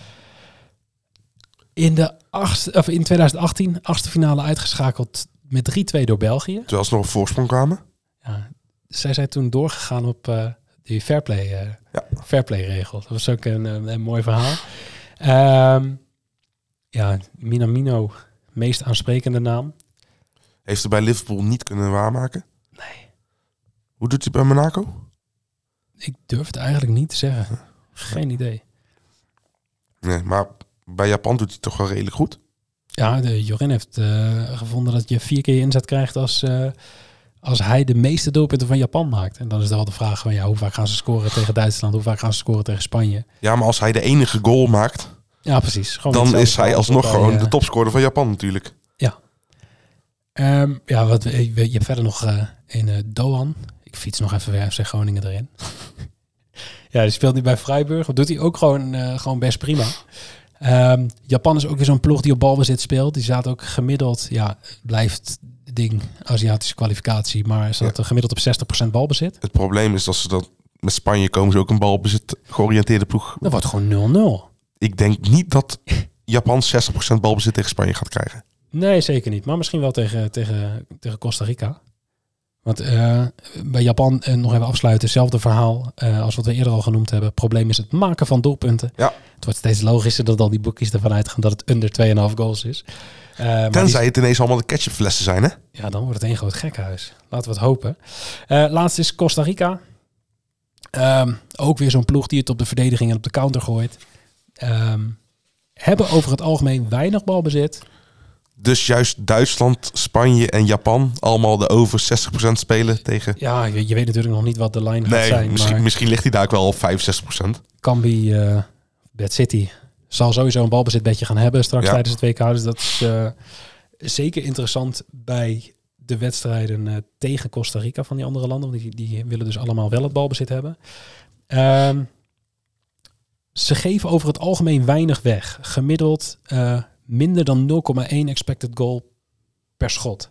In, de achtste, of in twintig achttien, achtste finale uitgeschakeld met drie twee door België. Terwijl ze nog op voorsprong kwamen. Ja, zij zijn toen doorgegaan op uh, die fairplay, uh, ja. fairplay regel. Dat was ook een, een, een mooi verhaal. Um, ja, Minamino, meest aansprekende naam. Heeft er bij Liverpool niet kunnen waarmaken? Nee. Hoe doet hij bij Monaco? Ik durf het eigenlijk niet te zeggen. Geen idee. Nee, maar bij Japan doet hij toch wel redelijk goed? Ja, de Jorin heeft uh, gevonden dat je vier keer je inzet krijgt als, uh, als hij de meeste doelpunten van Japan maakt. En dan is er wel de vraag van ja, hoe vaak gaan ze scoren tegen Duitsland? Hoe vaak gaan ze scoren tegen Spanje? Ja, maar als hij de enige goal maakt, ja, precies. Gewoon dan is hij alsnog bij, gewoon uh, de topscorer van Japan natuurlijk. Ja. Um, ja, wat, je, je hebt verder nog uh, in uh, Dohan. Ik fiets nog even weer F C Groningen erin. Ja, die speelt nu bij Freiburg. Dat doet hij ook gewoon, uh, gewoon best prima. Um, Japan is ook weer zo'n ploeg die op balbezit speelt. Die staat ook gemiddeld, ja, blijft ding Aziatische kwalificatie, maar staat ja. gemiddeld op zestig procent balbezit. Het probleem is dat ze dat met Spanje komen ze ook een balbezit georiënteerde ploeg. Dat wordt gewoon nul nul. Ik denk niet dat Japan zestig procent balbezit tegen Spanje gaat krijgen. Nee, zeker niet. Maar misschien wel tegen, tegen, tegen Costa Rica. Want uh, bij Japan, uh, nog even afsluiten, hetzelfde verhaal uh, als wat we eerder al genoemd hebben. Het probleem is het maken van doelpunten. Ja. Het wordt steeds logischer dat al die boekjes ervan uitgaan dat het onder twee komma vijf goals is. Uh, Tenzij die... het ineens allemaal de ketchupflessen zijn, hè? Ja, dan wordt het één groot gekhuis. Laten we het hopen. Uh, laatst is Costa Rica. Um, ook weer zo'n ploeg die het op de verdediging en op de counter gooit. Um, hebben over het algemeen weinig balbezit. dus juist Duitsland, Spanje en Japan allemaal de over zestig procent spelen tegen... Ja, je, je weet natuurlijk nog niet wat de lijn nee, gaat zijn. Misschien, maar misschien ligt hij daar ook wel op vijfenzestig procent. Cambi, uh, Bad City zal sowieso een balbezitbedje gaan hebben straks ja. tijdens het W K. Dus dat is uh, zeker interessant bij de wedstrijden uh, tegen Costa Rica van die andere landen. Want die, die willen dus allemaal wel het balbezit hebben. Um, ze geven over het algemeen weinig weg. Gemiddeld uh, minder dan nul komma één expected goal per schot.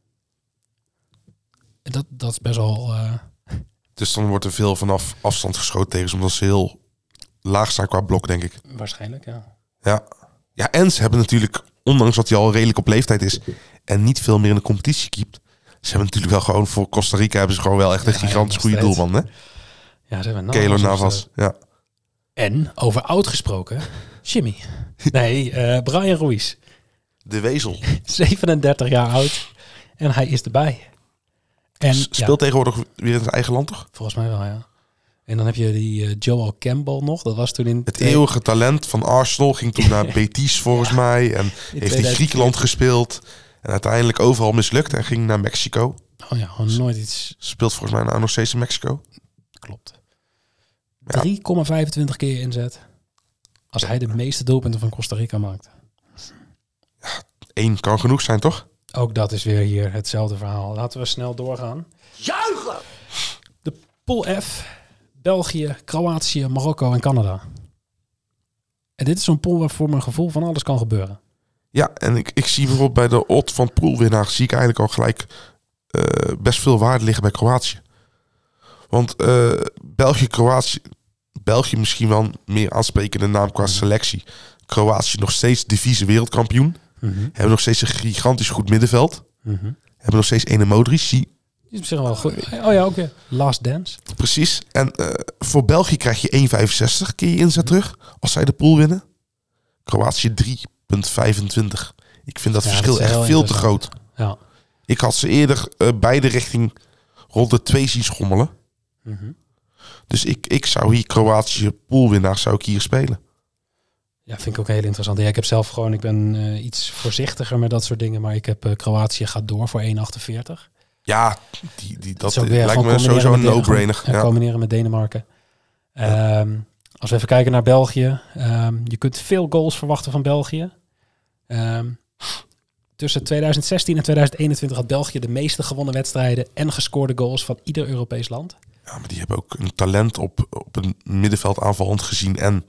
Dat, dat is best wel... Uh... Dus dan wordt er veel vanaf afstand geschoten tegen ze, omdat ze heel laag staan qua blok, denk ik. Waarschijnlijk, ja. Ja, ja en ze hebben natuurlijk, ondanks dat hij al redelijk op leeftijd is en niet veel meer in de competitie keept, ze hebben natuurlijk wel gewoon voor Costa Rica hebben ze gewoon wel echt een ja, gigantisch ja, goede doelman, hè? Ja, ze hebben Keylor Navas, ja. En over oud gesproken, Jimmy. Nee, uh, Brian Ruiz. De wezel. zevenendertig jaar oud en hij is erbij. En speelt ja, tegenwoordig weer in zijn eigen land, toch? Volgens mij wel, ja. En dan heb je die uh, Joel Campbell nog. Dat was toen in... Het twee... eeuwige talent van Arsenal ging toen naar Betis volgens ja. mij. En in heeft in Griekenland gespeeld. En uiteindelijk overal mislukt en ging naar Mexico. Oh ja, gewoon nooit iets... Speelt volgens mij nog steeds in Mexico. Klopt. Ja. drie komma vijfentwintig keer inzet. Als hij de meeste doelpunten van Costa Rica maakt. Ja, één kan genoeg zijn, toch? Ook dat is weer hier hetzelfde verhaal. Laten we snel doorgaan. Juichen! De Pool F... België, Kroatië, Marokko en Canada. En dit is zo'n pool waar voor mijn gevoel van alles kan gebeuren. Ja, en ik, ik zie bijvoorbeeld bij de odd van poolwinnaar zie ik eigenlijk al gelijk uh, best veel waarde liggen bij Kroatië. Want uh, België, Kroatië, België misschien wel een meer aansprekende naam qua selectie. Kroatië nog steeds divisie wereldkampioen. Mm-hmm. Hebben nog steeds een gigantisch goed middenveld. Mm-hmm. Hebben nog steeds ene Modric. Die is misschien wel goed. Oh ja, ook weer. Last Dance. Precies. En uh, voor België krijg je één komma vijfenzestig keer je inzet terug als zij de pool winnen. Kroatië drie komma vijfentwintig. Ik vind dat ja, verschil dat echt veel te groot. Ja. Ik had ze eerder uh, beide richting rond de twee zien schommelen. Mm-hmm. Dus ik, ik zou hier Kroatië poolwinnaar zou ik hier spelen. Ja, vind ik ook heel interessant. Ja, ik heb zelf gewoon, ik ben uh, iets voorzichtiger met dat soort dingen, maar ik heb uh, Kroatië gaat door voor één komma achtenveertig. Ja, die, die, dat, dat lijkt me sowieso een no-brainer. En ja. combineren met Denemarken. Ja. Um, als we even kijken naar België. Um, je kunt veel goals verwachten van België. Um, tussen twintig zestien en twintig eenentwintig had België de meeste gewonnen wedstrijden en gescoorde goals van ieder Europees land. Ja, maar die hebben ook een talent op, op een middenveld aanvallend gezien en...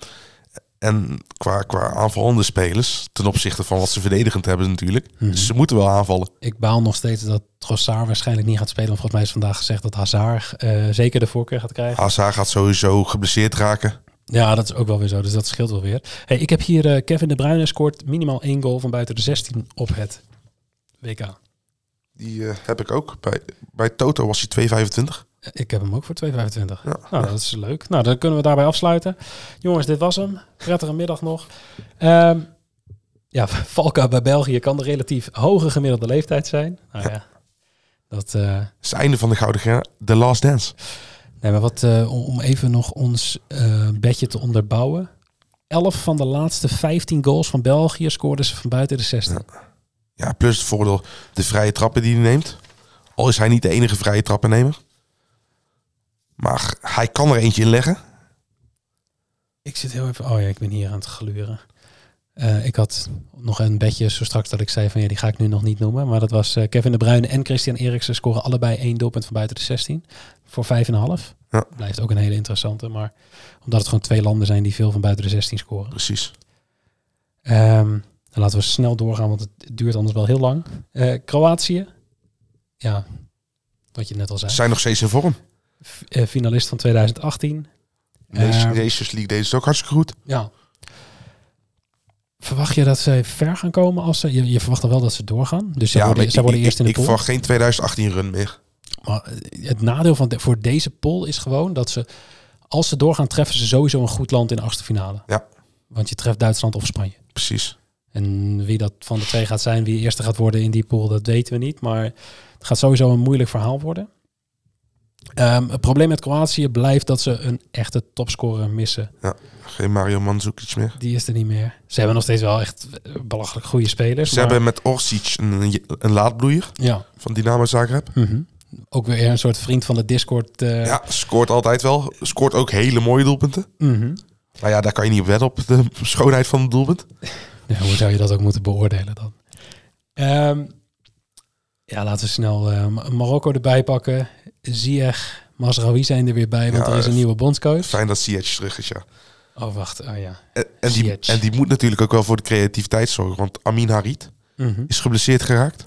En qua, qua aanvallende spelers, ten opzichte van wat ze verdedigend hebben natuurlijk. Mm-hmm. Dus ze moeten wel aanvallen. Ik baal nog steeds dat Trossard waarschijnlijk niet gaat spelen. Want volgens mij is vandaag gezegd dat Hazard uh, zeker de voorkeur gaat krijgen. Hazard gaat sowieso geblesseerd raken. Ja, dat is ook wel weer zo. Dus dat scheelt wel weer. Hey, ik heb hier uh, Kevin De Bruyne scoort minimaal één goal van buiten de zestien op het W K. Die uh, heb ik ook. Bij, bij Toto was hij twee komma vijfentwintig. Ik heb hem ook voor twee komma vijfentwintig. Ja, nou, ja. Dat is leuk. Nou, dan kunnen we daarbij afsluiten. Jongens, dit was hem. Prettige middag nog. Um, ja, Valka bij België kan de relatief hoge gemiddelde leeftijd zijn. Nou ja, ja dat uh... is het einde van de Gouden Ger, The Last Dance. Nee, maar wat uh, om even nog ons uh, bedje te onderbouwen. elf van de laatste vijftien goals van België scoorden ze van buiten de zestien. Ja, ja plus het voordeel de vrije trappen die hij neemt. Al is hij niet de enige vrije trappennemer. Maar hij kan er eentje in leggen. Ik zit heel even... Oh ja, ik ben hier aan het gluren. Uh, ik had nog een bedje zo straks dat ik zei van ja, die ga ik nu nog niet noemen. Maar dat was uh, Kevin De Bruyne en Christian Eriksen scoren allebei één doelpunt van buiten de zestien. Voor vijf komma vijf. Ja. Blijft ook een hele interessante. Maar omdat het gewoon twee landen zijn die veel van buiten de zestien scoren. Precies. Um, dan laten we snel doorgaan, want het duurt anders wel heel lang. Uh, Kroatië. Ja, wat je net al zei. Ze zijn nog steeds in vorm. F- uh, finalist van twintig achttien. Nations uh, League deed het ook hartstikke goed. Ja. Verwacht je dat ze ver gaan komen als ze... Je, je verwacht dan wel dat ze doorgaan. Dus ze ja, worden, ze worden ik, eerst in de ik, pool. Ik verwacht geen twintig achttien run meer. Maar het nadeel van de, voor deze pool is gewoon dat ze... Als ze doorgaan, treffen ze sowieso een goed land in de achtste finale. Ja. Want je treft Duitsland of Spanje. Precies. En wie dat van de twee gaat zijn, wie de eerste gaat worden in die pool, dat weten we niet. Maar het gaat sowieso een moeilijk verhaal worden. Um, het probleem met Kroatië blijft dat ze een echte topscorer missen. Ja, geen Mario Mandzukic meer. Die is er niet meer. Ze hebben nog steeds wel echt belachelijk goede spelers. Ze maar... hebben met Orsic een, een laadbloeier ja. van Dynamo Zagreb. Mm-hmm. Ook weer een soort vriend van de Discord. Uh... Ja, scoort altijd wel. Scoort ook hele mooie doelpunten. Mm-hmm. Maar ja, daar kan je niet op wedden op de schoonheid van het doelpunt. Ja, hoe zou je dat ook moeten beoordelen dan? Um, ja, laten we snel uh, Marokko erbij pakken. Ziyech, Mazraoui zijn er weer bij, want ja, er is een nieuwe bondscoach. Fijn dat Ziyech terug is, ja. Oh, wacht. Oh, ja. En, en, die, en die moet natuurlijk ook wel voor de creativiteit zorgen. Want Amin Harit mm-hmm. is geblesseerd geraakt.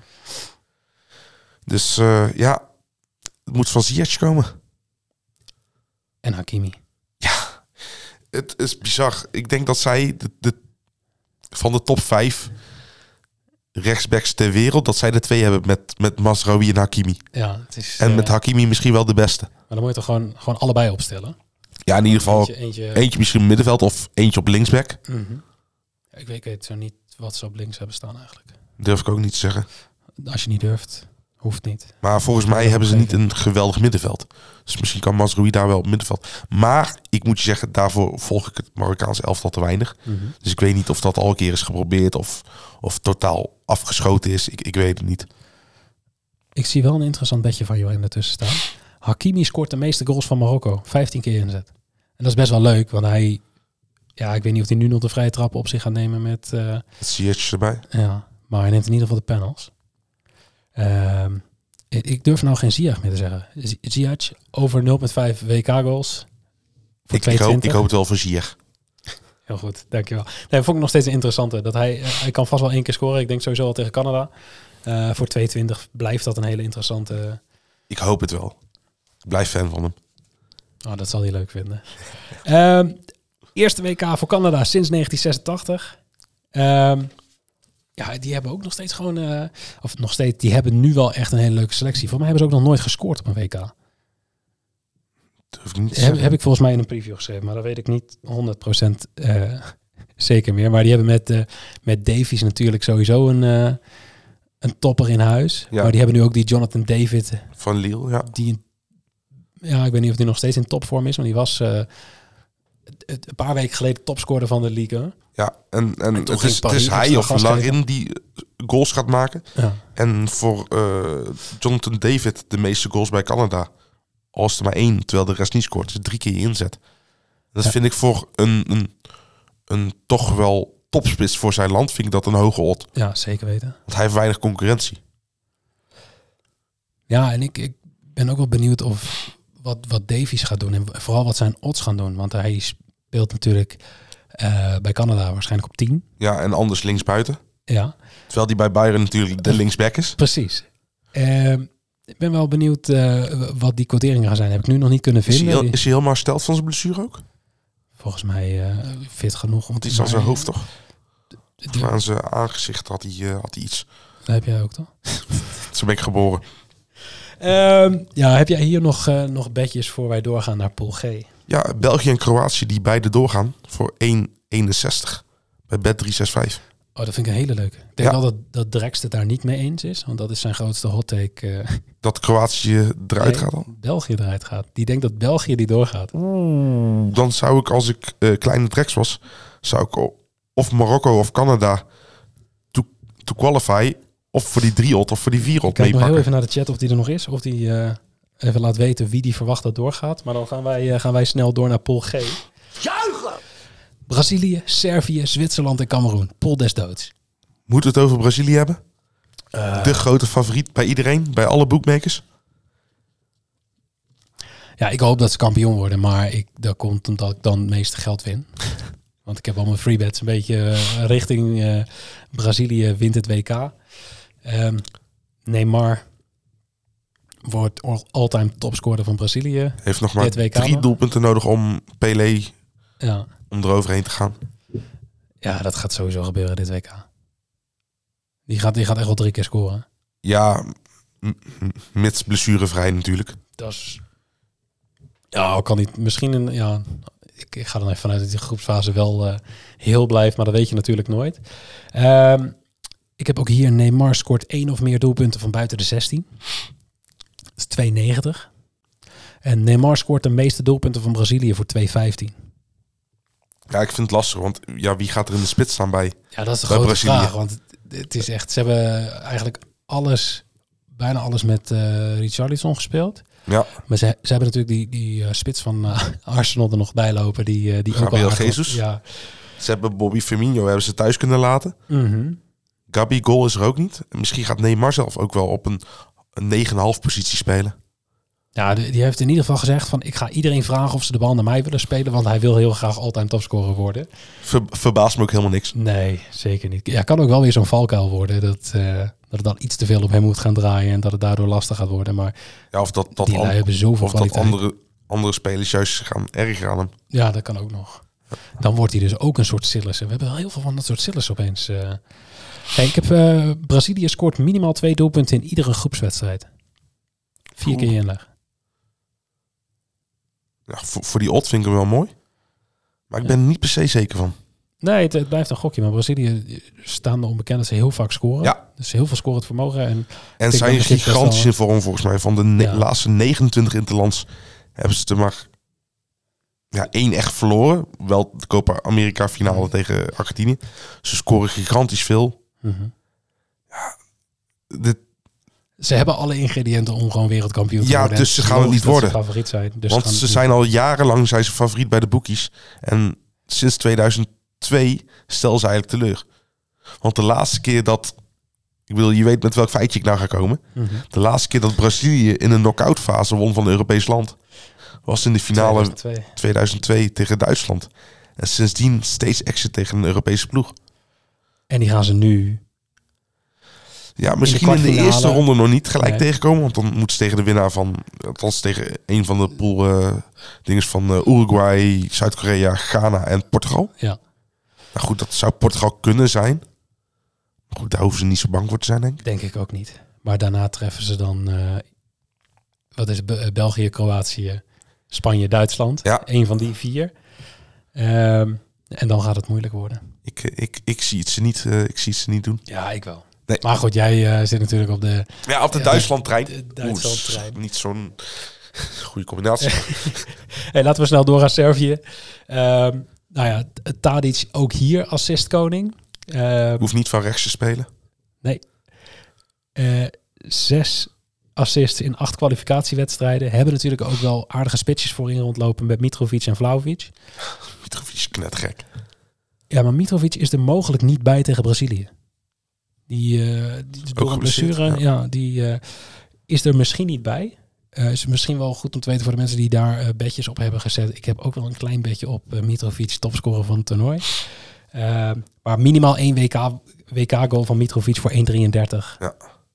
Dus uh, ja, het moet van Ziyech komen. En Hakimi. Ja, het is bizar. Ik denk dat zij de, de, van de top vijf rechtsbacks ter wereld, dat zij de twee hebben met, met Mazraoui en Hakimi. Ja, het is, en uh, met Hakimi misschien wel de beste. Maar dan moet je toch gewoon, gewoon allebei opstellen? Ja, in ieder geval eentje, eentje... eentje misschien op middenveld of eentje op linksback. Mm-hmm. Ja, ik, weet, ik weet zo niet wat ze op links hebben staan eigenlijk. Durf ik ook niet te zeggen. Als je niet durft, hoeft niet. Maar volgens mij hebben ze niet een geweldig middenveld. Dus misschien kan Mazraoui daar wel op middenveld. Maar ik moet je zeggen, daarvoor volg ik het Marokkaanse elftal te weinig. Mm-hmm. Dus ik weet niet of dat al een keer is geprobeerd of, of totaal afgeschoten is. Ik, ik weet het niet. Ik zie wel een interessant bedje van Johan ertussen staan. Hakimi scoort de meeste goals van Marokko. vijftien keer inzet. En dat is best wel leuk, want hij... Ja, ik weet niet of hij nu nog de vrije trappen op zich gaat nemen met... Uh, het Ziyech erbij. Ja, maar hij neemt in ieder geval de panels. Um, ik, ik durf nou geen Ziyech meer te zeggen. Ziyech over nul komma vijf W K-goals. Ik, ik, hoop, ik hoop het wel voor Ziyech. Heel goed, dankjewel. Nee, vond ik nog steeds een interessante. Dat hij, uh, hij kan vast wel één keer scoren. Ik denk sowieso al tegen Canada. Uh, voor twee twintig blijft dat een hele interessante... Uh... Ik hoop het wel. Ik blijf fan van hem. Oh, dat zal hij leuk vinden. um, eerste W K voor Canada sinds negentien zesentachtig. Um, ja, die hebben ook nog steeds gewoon... Uh, of nog steeds, die hebben nu wel echt een hele leuke selectie. Voor mij hebben ze ook nog nooit gescoord op een W K. Durf ik niet te heb, heb ik volgens mij in een preview geschreven, maar dat weet ik niet honderd procent uh, zeker meer. Maar die hebben met, uh, met Davies natuurlijk sowieso een, uh, een topper in huis. Ja. Maar die hebben nu ook die Jonathan David. Van Lille, ja. Die, ja, ik weet niet of die nog steeds in topvorm is, maar die was uh, een paar weken geleden topscorer van de Ligue. Ja, en, en, en het, is, het is hij of Larin die goals gaat maken. Ja. En voor uh, Jonathan David de meeste goals bij Canada. Als er maar één, terwijl de rest niet scoort. Dus drie keer inzet. Dat ja. vind ik voor een, een, een toch wel topspits voor zijn land, vind ik dat een hoge odd. Ja, zeker weten. Want hij heeft weinig concurrentie. Ja, en ik, ik ben ook wel benieuwd of wat, wat Davies gaat doen. En vooral wat zijn odds gaan doen. Want hij speelt natuurlijk uh, bij Canada waarschijnlijk op tien. Ja, en anders linksbuiten. Ja. Terwijl die bij Bayern natuurlijk de linksback is. Precies. Uh, ik ben wel benieuwd uh, wat die quoteringen gaan zijn. Heb ik nu nog niet kunnen vinden. Is hij, heel, is hij helemaal hersteld van zijn blessure ook? Volgens mij uh, fit genoeg. Want iets aan zijn hoofd toch? De, aan zijn aangezicht had hij, uh, had hij iets. Dat heb jij ook toch? Zo ben ik geboren. Um, ja, heb jij hier nog, uh, nog bedjes voor wij doorgaan naar Pool G? Ja, België en Kroatië die beide doorgaan voor één komma eenenzestig bij Bet drie zes vijf. Oh, dat vind ik een hele leuke. Ik denk ja. wel dat, dat Drex het daar niet mee eens is, want dat is zijn grootste hot take. Uh... Dat Kroatië eruit nee, gaat dan? België eruit gaat. Die denkt dat België die doorgaat. Oeh. Dan zou ik, als ik uh, kleine Drex was, zou ik of Marokko of Canada to, to qualify, of voor die drie odd of voor die vier odd meepakken. Kijk nog heel even naar de chat of die er nog is, of die uh, even laat weten wie die verwacht dat doorgaat. Maar dan gaan wij, uh, gaan wij snel door naar Pool G. Juichen! Brazilië, Servië, Zwitserland en Kameroen. Pool des doods. Moet het over Brazilië hebben? Uh, de grote favoriet bij iedereen, bij alle bookmakers? Ja, ik hoop dat ze kampioen worden, maar ik, dat komt omdat ik dan het meeste geld win. Want ik heb al mijn free bets een beetje uh, richting uh, Brazilië wint het W K. Um, Neymar wordt all-time topscorer van Brazilië. Heeft nog maar drie doelpunten nodig om Pelé ja. om eroverheen te gaan. Ja, dat gaat sowieso gebeuren dit W K. Die gaat, die gaat echt wel drie keer scoren. Ja, m- mits blessurevrij natuurlijk. Dat is... Ja, kan niet. Misschien een... Ja, ik, ik ga dan even vanuit dat die groepsfase wel uh, heel blijft, maar dat weet je natuurlijk nooit. Um, ik heb ook hier Neymar scoort één of meer doelpunten van buiten de zestien. Dat is twee negentig. En Neymar scoort de meeste doelpunten van Brazilië voor twee vijftien. Ja, ik vind het lastig, want ja, wie gaat er in de spits staan bij? Ja, dat is de bij grote Brazilië. vraag. Want het is echt, ze hebben eigenlijk alles, bijna alles met uh, Richarlison gespeeld. Ja. Maar ze, ze hebben natuurlijk die, die uh, spits van uh, Arsenal er nog bij lopen. Die, uh, die ook Gabriel al Jesus. Ja. Ze hebben Bobby Firmino hebben ze thuis kunnen laten. Mm-hmm. Gabi goal is er ook niet. Misschien gaat Neymar zelf ook wel op een, een negen komma vijf positie spelen. Ja, die, die heeft in ieder geval gezegd van ik ga iedereen vragen of ze de bal naar mij willen spelen, want hij wil heel graag all-time topscorer worden. Ver, verbaast me ook helemaal niks. Nee, zeker niet. Ja, kan ook wel weer zo'n valkuil worden dat, uh, dat het dan iets te veel op hem moet gaan draaien en dat het daardoor lastig gaat worden. Maar ja, of dat, dat, die an- hebben zoveel of dat kwaliteit. andere, andere spelers juist gaan erger aan hem. Ja, dat kan ook nog. Dan wordt hij dus ook een soort Sillissen. We hebben wel heel veel van dat soort Sillissen opeens. Uh. Hey, ik heb uh, Brazilië scoort minimaal twee doelpunten in iedere groepswedstrijd. Vier Oeh. keer inleg. Ja, voor, voor die odd vind ik hem wel mooi. Maar ik ben er niet per se zeker van. Nee, het, het blijft een gokje. Maar Brazilië staan de onbekend dat ze heel vaak scoren. Ja. Dus heel veel scorend vermogen. En, En ik zijn denk dat dit gigantisch best wel- in vorm volgens mij. Van de ne- Ja. laatste negenentwintig interlands hebben ze er maar ja, één echt verloren. Wel de Copa America finale tegen Argentinië. Ze scoren gigantisch veel. Mm-hmm. Dit, Ze hebben alle ingrediënten om gewoon wereldkampioen te Ja, worden. dus ze En gaan het logisch niet dat ze worden. favoriet zijn. Dus want gaan ze het zijn al jarenlang zijn ze favoriet bij de boekies. En sinds tweeduizend twee stel ze eigenlijk teleur. Want de laatste keer dat... Ik bedoel, je weet met welk feitje ik nou ga komen. niet. Mm-hmm. De laatste keer dat Brazilië in een knock-out fase won van een Europees land... was in de finale tweeduizend twee. tweeduizend twee tegen Duitsland. En sindsdien steeds exit tegen een Europese ploeg. En die gaan ze nu... Ja, misschien in de, kwartfinale- eerste ronde nog niet gelijk Nee. tegenkomen. Want dan moeten ze tegen de winnaar van... Althans tegen een van de pool uh, dingen van uh, Uruguay, Zuid-Korea, Ghana en Portugal. Ja. Nou goed, dat zou Portugal kunnen zijn. Maar goed, daar hoeven ze niet zo bang voor te zijn, denk ik. Denk ik ook niet. Maar daarna treffen ze dan... Uh, wat is het? Be- België, Kroatië, Spanje, Duitsland. Ja. Eén van die vier. Um, en dan gaat het moeilijk worden. Ik, ik, ik, zie het ze niet, uh, ik zie het ze niet doen. Ja, ik wel. Nee. Maar goed, jij uh, zit natuurlijk op de... Ja, op de Ja, Duitsland-trein. de- de Oeh, Duitsland-trein. is niet zo'n goede combinatie. Hey, laten we snel door naar Servië. Um, nou ja, Tadic ook hier assistkoning. Um, Hoeft niet van rechts te spelen. Nee. Uh, zes assists in acht kwalificatiewedstrijden. Hebben natuurlijk ook wel aardige spitsjes voorin rondlopen met Mitrovic en Vlahovic. Mitrovic is knettergek. Ja, maar Mitrovic is er mogelijk niet bij tegen Brazilië. Die, uh, die is door een geblesseerd, blessure, ja. ja, die uh, is er misschien niet bij. Uh, is misschien wel goed om te weten voor de mensen die daar uh, bedjes op hebben gezet. Ik heb ook wel een klein bedje op uh, Mitrovic, topscorer van het toernooi. Uh, maar minimaal één W K, W K-goal van Mitrovic voor één drieëndertig. Ja.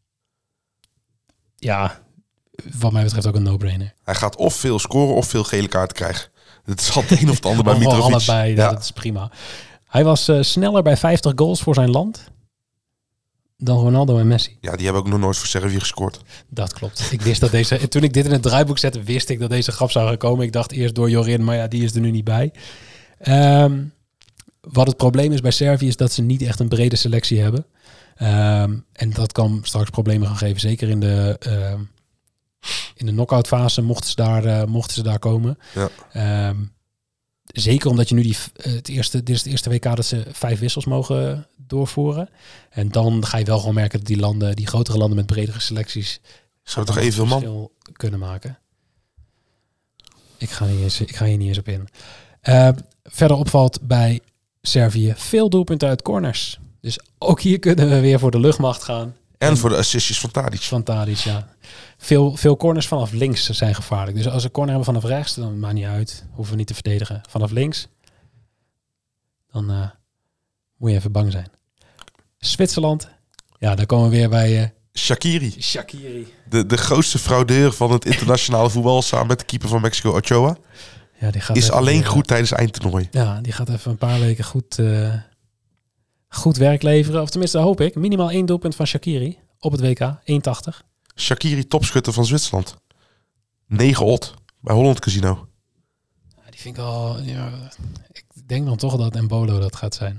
Ja, wat mij betreft ook een no-brainer. Hij gaat of veel scoren of veel gele kaarten krijgen. Het is altijd het een of het ander bij Of wel Mitrovic. allebei, Ja. dat is prima. Hij was uh, sneller bij vijftig goals voor zijn land dan Ronaldo en Messi. Ja, die hebben ook nog nooit voor Servië gescoord. Dat klopt. Ik wist dat deze. Toen ik dit in het draaiboek zette, wist ik dat deze grap zou gaan komen. Ik dacht eerst door Jorin, maar ja, die is er nu niet bij. Um, wat het probleem is bij Servië is dat ze niet echt een brede selectie hebben. Um, en dat kan straks problemen gaan geven. Zeker in de, um, in de knock-out fase mochten ze daar, uh, mochten ze daar komen. Ja. Um, zeker omdat je nu die, uh, het eerste, dit is het eerste W K dat ze vijf wissels mogen doorvoeren. En dan ga je wel gewoon merken dat die landen, die grotere landen met bredere selecties, Zou toch evenveel man? verschil kunnen maken. Ik ga, niet eens, ik ga hier niet eens op in. Uh, verder opvalt bij Servië veel doelpunten uit corners. Dus ook hier kunnen we weer voor de luchtmacht gaan. En, en voor de assistjes van Tadic. Van Tadic, ja. Veel, veel corners vanaf links zijn gevaarlijk. Dus als we een corner hebben vanaf rechts, dan maakt niet uit. Hoeven we niet te verdedigen. Vanaf links, dan uh, moet je even bang zijn. Zwitserland, ja, daar komen we weer bij uh, Shaqiri. Shaqiri. De, de grootste fraudeur van het internationale voetbal samen met de keeper van Mexico, Ochoa. Ja, die gaat Is even alleen weer, goed tijdens het eindtoernooi. Ja, die gaat even een paar weken goed, uh, goed werk leveren. Of tenminste, hoop ik. Minimaal één doelpunt van Shaqiri op het W K. één tachtig. Shaqiri, topschutter van Zwitserland. negen odd bij Holland Casino. Ja, die vind ik al... Ja, ik denk dan toch dat Embolo dat gaat zijn.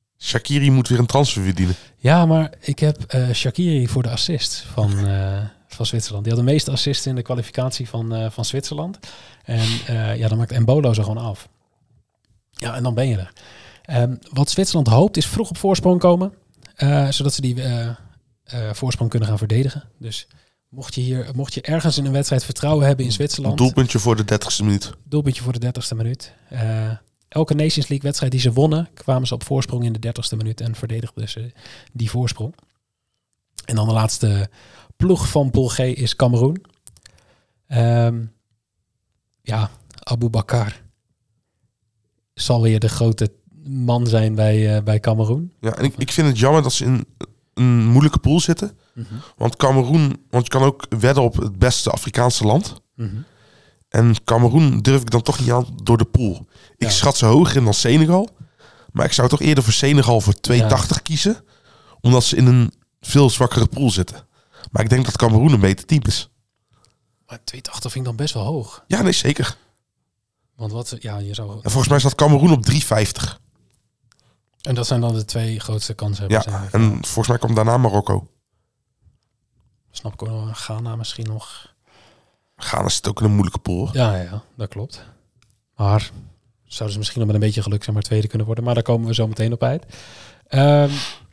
Shaqiri moet weer een transfer verdienen. Ja, maar ik heb uh, Shaqiri voor de assist van, uh, van Zwitserland. Die had de meeste assists in de kwalificatie van, uh, van Zwitserland. En uh, ja, dan maakt Embolo ze gewoon af. Ja, en dan ben je er. Um, wat Zwitserland hoopt is vroeg op voorsprong komen. Uh, zodat ze die uh, uh, voorsprong kunnen gaan verdedigen. Dus mocht je, hier, mocht je ergens in een wedstrijd vertrouwen hebben in Zwitserland... Doelpuntje voor de dertigste minuut. Doelpuntje voor de dertigste minuut. Uh, elke Nations League wedstrijd die ze wonnen... kwamen ze op voorsprong in de dertigste minuut... en verdedigden ze die voorsprong. En dan de laatste ploeg van Pool G is Kameroen. Um, ja, Aboubakar zal weer de grote man zijn bij, uh, bij Kameroen. Ja, en ik, ik vind het jammer dat ze in een moeilijke pool zitten. Mm-hmm. Want Kameroen, want je kan ook wedden op het beste Afrikaanse land. Mm-hmm. En Kameroen durf ik dan toch niet aan door de pool. Ik ja. schat ze hoger in dan Senegal. Maar ik zou toch eerder voor Senegal voor twee tachtig ja. kiezen. Omdat ze in een veel zwakkere pool zitten. Maar ik denk dat Kameroen een beter team is. Maar twee tachtig vind ik dan best wel hoog. Ja, nee, zeker. Want wat, ja, je zou... En volgens mij staat Kameroen op drie vijftig. En dat zijn dan de twee grootste kansen. Ja, zijn en volgens mij komt daarna Marokko. Snap ik ook nog. Ghana misschien nog. Ghana zit ook in een moeilijke pool. Ja, ja, dat klopt. Maar zouden ze misschien nog met een beetje geluk zijn maar tweede kunnen worden. Maar daar komen we zo meteen op uit. Um,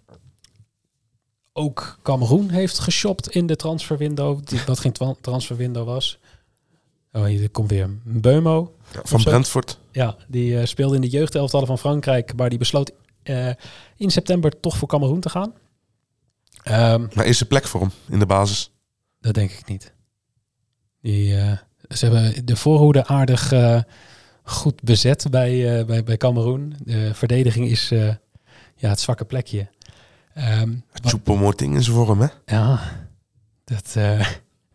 ook Kameroen heeft geshopt in de transferwindow. Die, wat geen twa- transferwindow was. Oh, hier komt weer Mbeumo. Ja, van Brentford. Ja, die uh, speelde in de jeugdelftallen van Frankrijk. Maar die besloot uh, in september toch voor Kameroen te gaan. Um, maar is er plek voor hem in de basis? Dat denk ik niet. Die, uh, ze hebben de voorhoede aardig uh, goed bezet bij, uh, bij, bij Kameroen. De verdediging is uh, ja, het zwakke plekje. Um, Choupo-Moting in zijn vorm, hè? Ja, dat... Uh,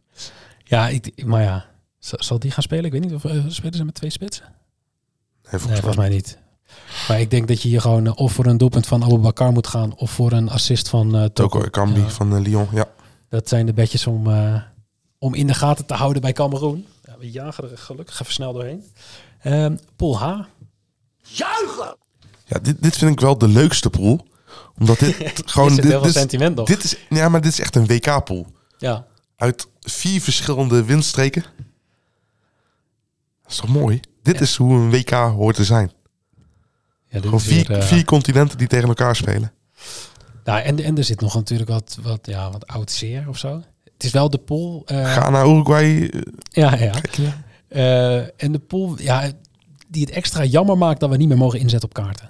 ja, ik, maar ja... Zal die gaan spelen? Ik weet niet of uh, spelen ze met twee spitsen. Nee, volgens, nee, volgens mij niet. Maar ik denk dat je hier gewoon uh, of voor een doelpunt van Aboubakar moet gaan of voor een assist van uh, Toko Ekambi ja. van uh, Lyon. Ja. Dat zijn de bedjes om, uh, om in de gaten te houden bij Kameroen. Ja, we jagen er gelukkig even snel doorheen. Um, pool H. Juichen! Ja, dit, dit vind ik wel de leukste pool. Omdat dit gewoon... is dit, heel veel dit, sentiment nog. Dit is, ja, maar dit is echt een W K-pool. Ja. Uit vier verschillende windstreken. Dat is toch mooi? Dit ja. is hoe een W K hoort te zijn. Ja, dit Gewoon is vier, weer, uh... vier continenten die tegen elkaar spelen. Nou, en, en er zit nog natuurlijk wat, wat, ja, wat oud zeer of zo. Het is wel de pool... Uh... Ghana, Uruguay. Uh... Ja, ja. Uh, en de pool ja, die het extra jammer maakt dat we niet meer mogen inzetten op kaarten.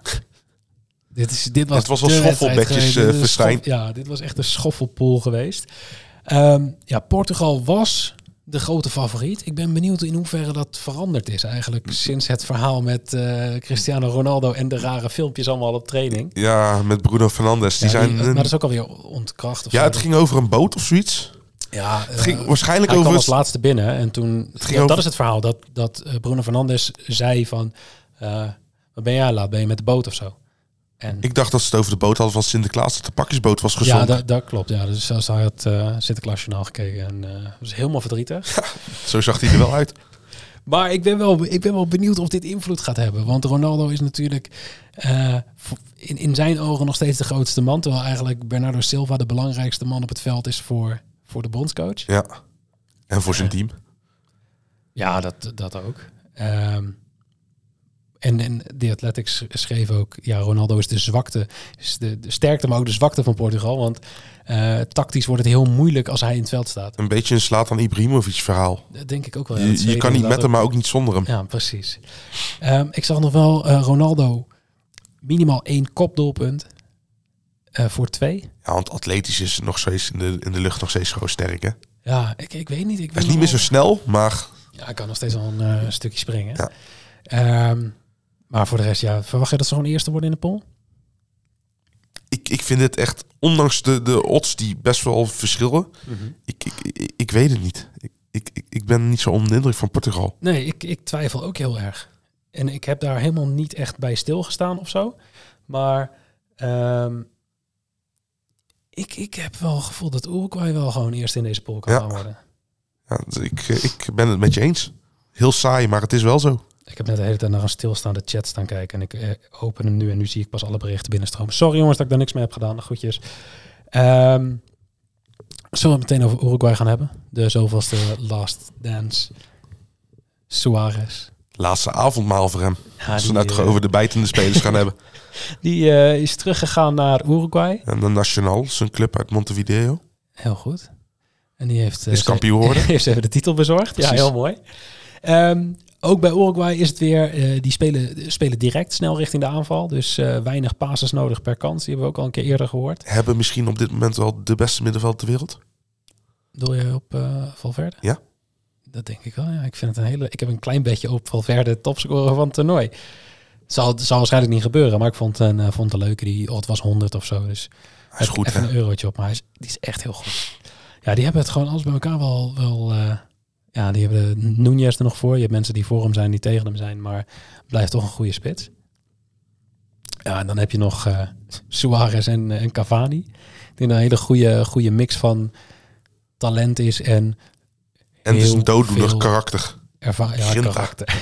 dit, is, dit was, het was wel schoffelbedjes uh, verstijnd. Ja, dit was echt een schoffelpool geweest. Um, ja, Portugal was de grote favoriet. Ik ben benieuwd in hoeverre dat veranderd is eigenlijk sinds het verhaal met uh, Cristiano Ronaldo en de rare filmpjes allemaal op training. Ja, met Bruno Fernandes. Die ja, die, zijn, maar dat is ook alweer ontkracht. Of ja, zo. Het ging over een boot of zoiets. Ja, het ging uh, waarschijnlijk hij over... Hij kwam als laatste binnen en toen... Het ja, dat over... is het verhaal, dat, dat uh, Bruno Fernandes zei van... Uh, wat ben jij laat? Ben je met de boot of zo? En ik dacht dat ze het over de boot hadden van Sinterklaas, dat de pakjesboot was gezonken. Ja, dat, dat klopt. Ja. Dus zoals hij had uh, Sinterklaasjournaal gekeken en uh, was helemaal verdrietig. Ja, zo zag hij er wel uit. Maar ik ben wel, ik ben wel benieuwd of dit invloed gaat hebben. Want Ronaldo is natuurlijk uh, in, in zijn ogen nog steeds de grootste man. Terwijl eigenlijk Bernardo Silva de belangrijkste man op het veld is voor, voor de bondscoach. Ja, en voor zijn uh, team. Ja, dat, dat ook. Um, En, en The Athletics schreef ook, ja, Ronaldo is de zwakte, is de, de sterkte, maar ook de zwakte van Portugal. Want uh, tactisch wordt het heel moeilijk als hij in het veld staat. Een beetje een Zlatan Ibrahimovic verhaal. Dat denk ik ook wel. Ja, je je kan niet met hem, maar ook niet zonder hem. Ja, precies. Um, ik zag nog wel uh, Ronaldo minimaal één kopdoelpunt uh, voor twee. Ja, want atletisch is nog steeds in de, in de lucht nog steeds gewoon sterk, hè? Ja, ik, ik weet niet. Ik hij is niet meer zo snel, maar... Ja, hij kan nog steeds al een uh, stukje springen. Ja. Um, Maar voor de rest, ja, verwacht je dat ze gewoon eerste worden in de pool? Ik, ik vind het echt, ondanks de, de odds die best wel verschillen, mm-hmm. ik, ik, ik, ik weet het niet. Ik, ik, ik ben niet zo onder de indruk van Portugal. Nee, ik, ik twijfel ook heel erg. En ik heb daar helemaal niet echt bij stilgestaan of zo. Maar um, ik, ik heb wel het gevoel dat Uruguay wel gewoon eerst in deze pool kan ja. worden. Ja, ik, ik ben het met je eens. Heel saai, maar het is wel zo. Ik heb net de hele tijd naar een stilstaande chat staan kijken. En ik eh, open hem nu en nu zie ik pas alle berichten binnenstromen. Sorry jongens dat ik daar niks mee heb gedaan. Groetjes. Um, Zullen we het meteen over Uruguay gaan hebben? De zoveelste Last Dance. Suarez. Laatste avondmaal voor hem. Ja, Als we die, nou toch uh, over de bijtende spelers gaan hebben. Die uh, is teruggegaan naar Uruguay. En de Nacional, zijn club uit Montevideo. Heel goed. En die heeft... Uh, is kampioen geworden. Heeft even de titel bezorgd. Precies. Ja, heel mooi. Um, ook bij Uruguay is het weer... Uh, die spelen, spelen direct snel richting de aanval. Dus uh, weinig passes nodig per kans. Die hebben we ook al een keer eerder gehoord. Hebben misschien op dit moment wel de beste middenveld ter wereld? Doe je op uh, Valverde? Ja. Dat denk ik wel, ja. Ik vind het een hele... Ik heb een klein beetje op Valverde topscorer van het toernooi. Het zal, zal waarschijnlijk niet gebeuren, maar ik vond een, uh, vond een leuke. Die, oh, het was honderd of zo, dus... Hij is goed, even hè? een eurotje op, maar hij is, die is echt heel goed. Ja, die hebben het gewoon alles bij elkaar wel... wel uh, ja, die hebben de Núñez er nog voor. Je hebt mensen die voor hem zijn, die tegen hem zijn, maar blijft toch een goede spits. Ja, en dan heb je nog uh, Suarez en, en Cavani. Die een hele goede, goede mix van talent is en... En het is een dooddoener veel karakter. Erva- ja, Grinta. karakter.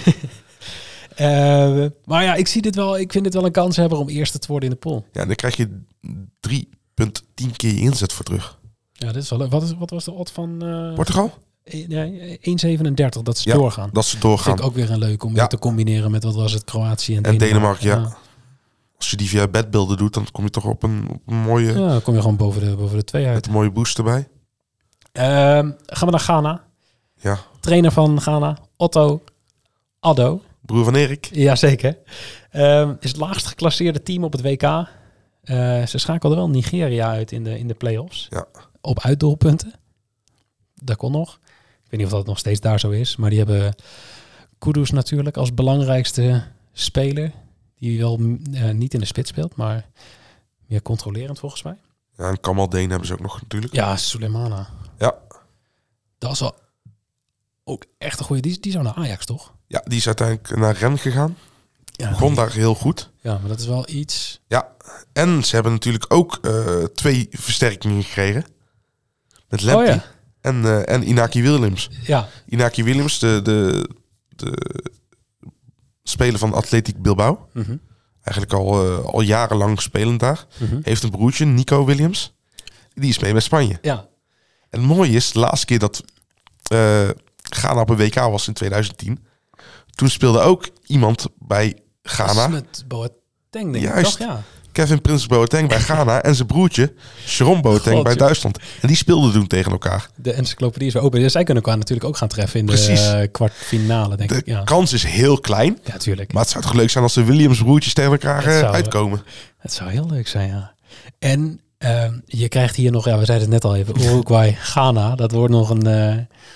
uh, maar ja, ik zie dit wel. Ik vind dit wel een kans hebben om eerste te worden in de pool. Ja, dan krijg je drie komma tien keer je inzet voor terug. Ja, dit is wel leuk. Wat, is, wat was de odd van... Uh, Portugal? Nee, één komma zevenendertig, dat ze Ja, doorgaan. Dat ze Dat doorgaan. vind ik ook weer een leuk om Ja. te combineren met, wat was het, Kroatië en, En Denemarken. Denemarken, ja. Als je die via bedbeelden doet, dan kom je toch op een, op een mooie, Ja, dan kom je gewoon boven de, boven de twee uit. met een mooie boost erbij. Uh, gaan we naar Ghana. Ja, Trainer van Ghana, Otto Addo. broer van Erik. Jazeker. Um, is het laagst geclasseerde team op het W K. Uh, ze schakelden wel Nigeria uit in de, in de play-offs. Ja. Op uitdoelpunten. Dat kon nog. Ik weet niet of dat nog steeds daar zo is. Maar die hebben Kudus natuurlijk als belangrijkste speler. Die wel uh, niet in de spits speelt, maar meer controlerend volgens mij. Ja, en Kamal Deen hebben ze ook nog natuurlijk. Ja, Sulemana. Ja. Dat is wel ook echt een goede. Die, die zou naar Ajax, toch? Ja, die is uiteindelijk naar Rennes gegaan. Ja, Begon daar heel goed. ja, maar dat is wel iets... Ja, en ze hebben natuurlijk ook uh, twee versterkingen gekregen. Met Lempi Oh ja. en, uh, en Inaki Williams. Ja, Inaki Williams, de, de, de speler van Athletic Bilbao. mm-hmm. Eigenlijk al, uh, al jarenlang spelend daar. Mm-hmm. Heeft een broertje, Nico Williams. Die is mee met Spanje. Ja. En het mooie is, de laatste keer dat uh, Ghana op een W K was in tweeduizend tien... toen speelde ook iemand bij Ghana. Dat is met Boateng, denk ik, Juist. toch? Ja. Kevin Prince Boateng bij Ghana en zijn broertje Jerome Boateng God, bij joh. Duitsland. En die speelden toen tegen elkaar. De encyclopedie is weer open. Dus zij kunnen elkaar natuurlijk ook gaan treffen in Precies. de uh, kwartfinale, denk De ik. Ja, kans is heel klein. ja, tuurlijk. Maar het zou toch leuk zijn als de Williams broertjes tegen elkaar Het uh, zou- uitkomen. Het zou heel leuk zijn, ja. En uh, je krijgt hier nog, ja, we zeiden het net al even, Uruguay, Ghana. Dat wordt nog een... Uh,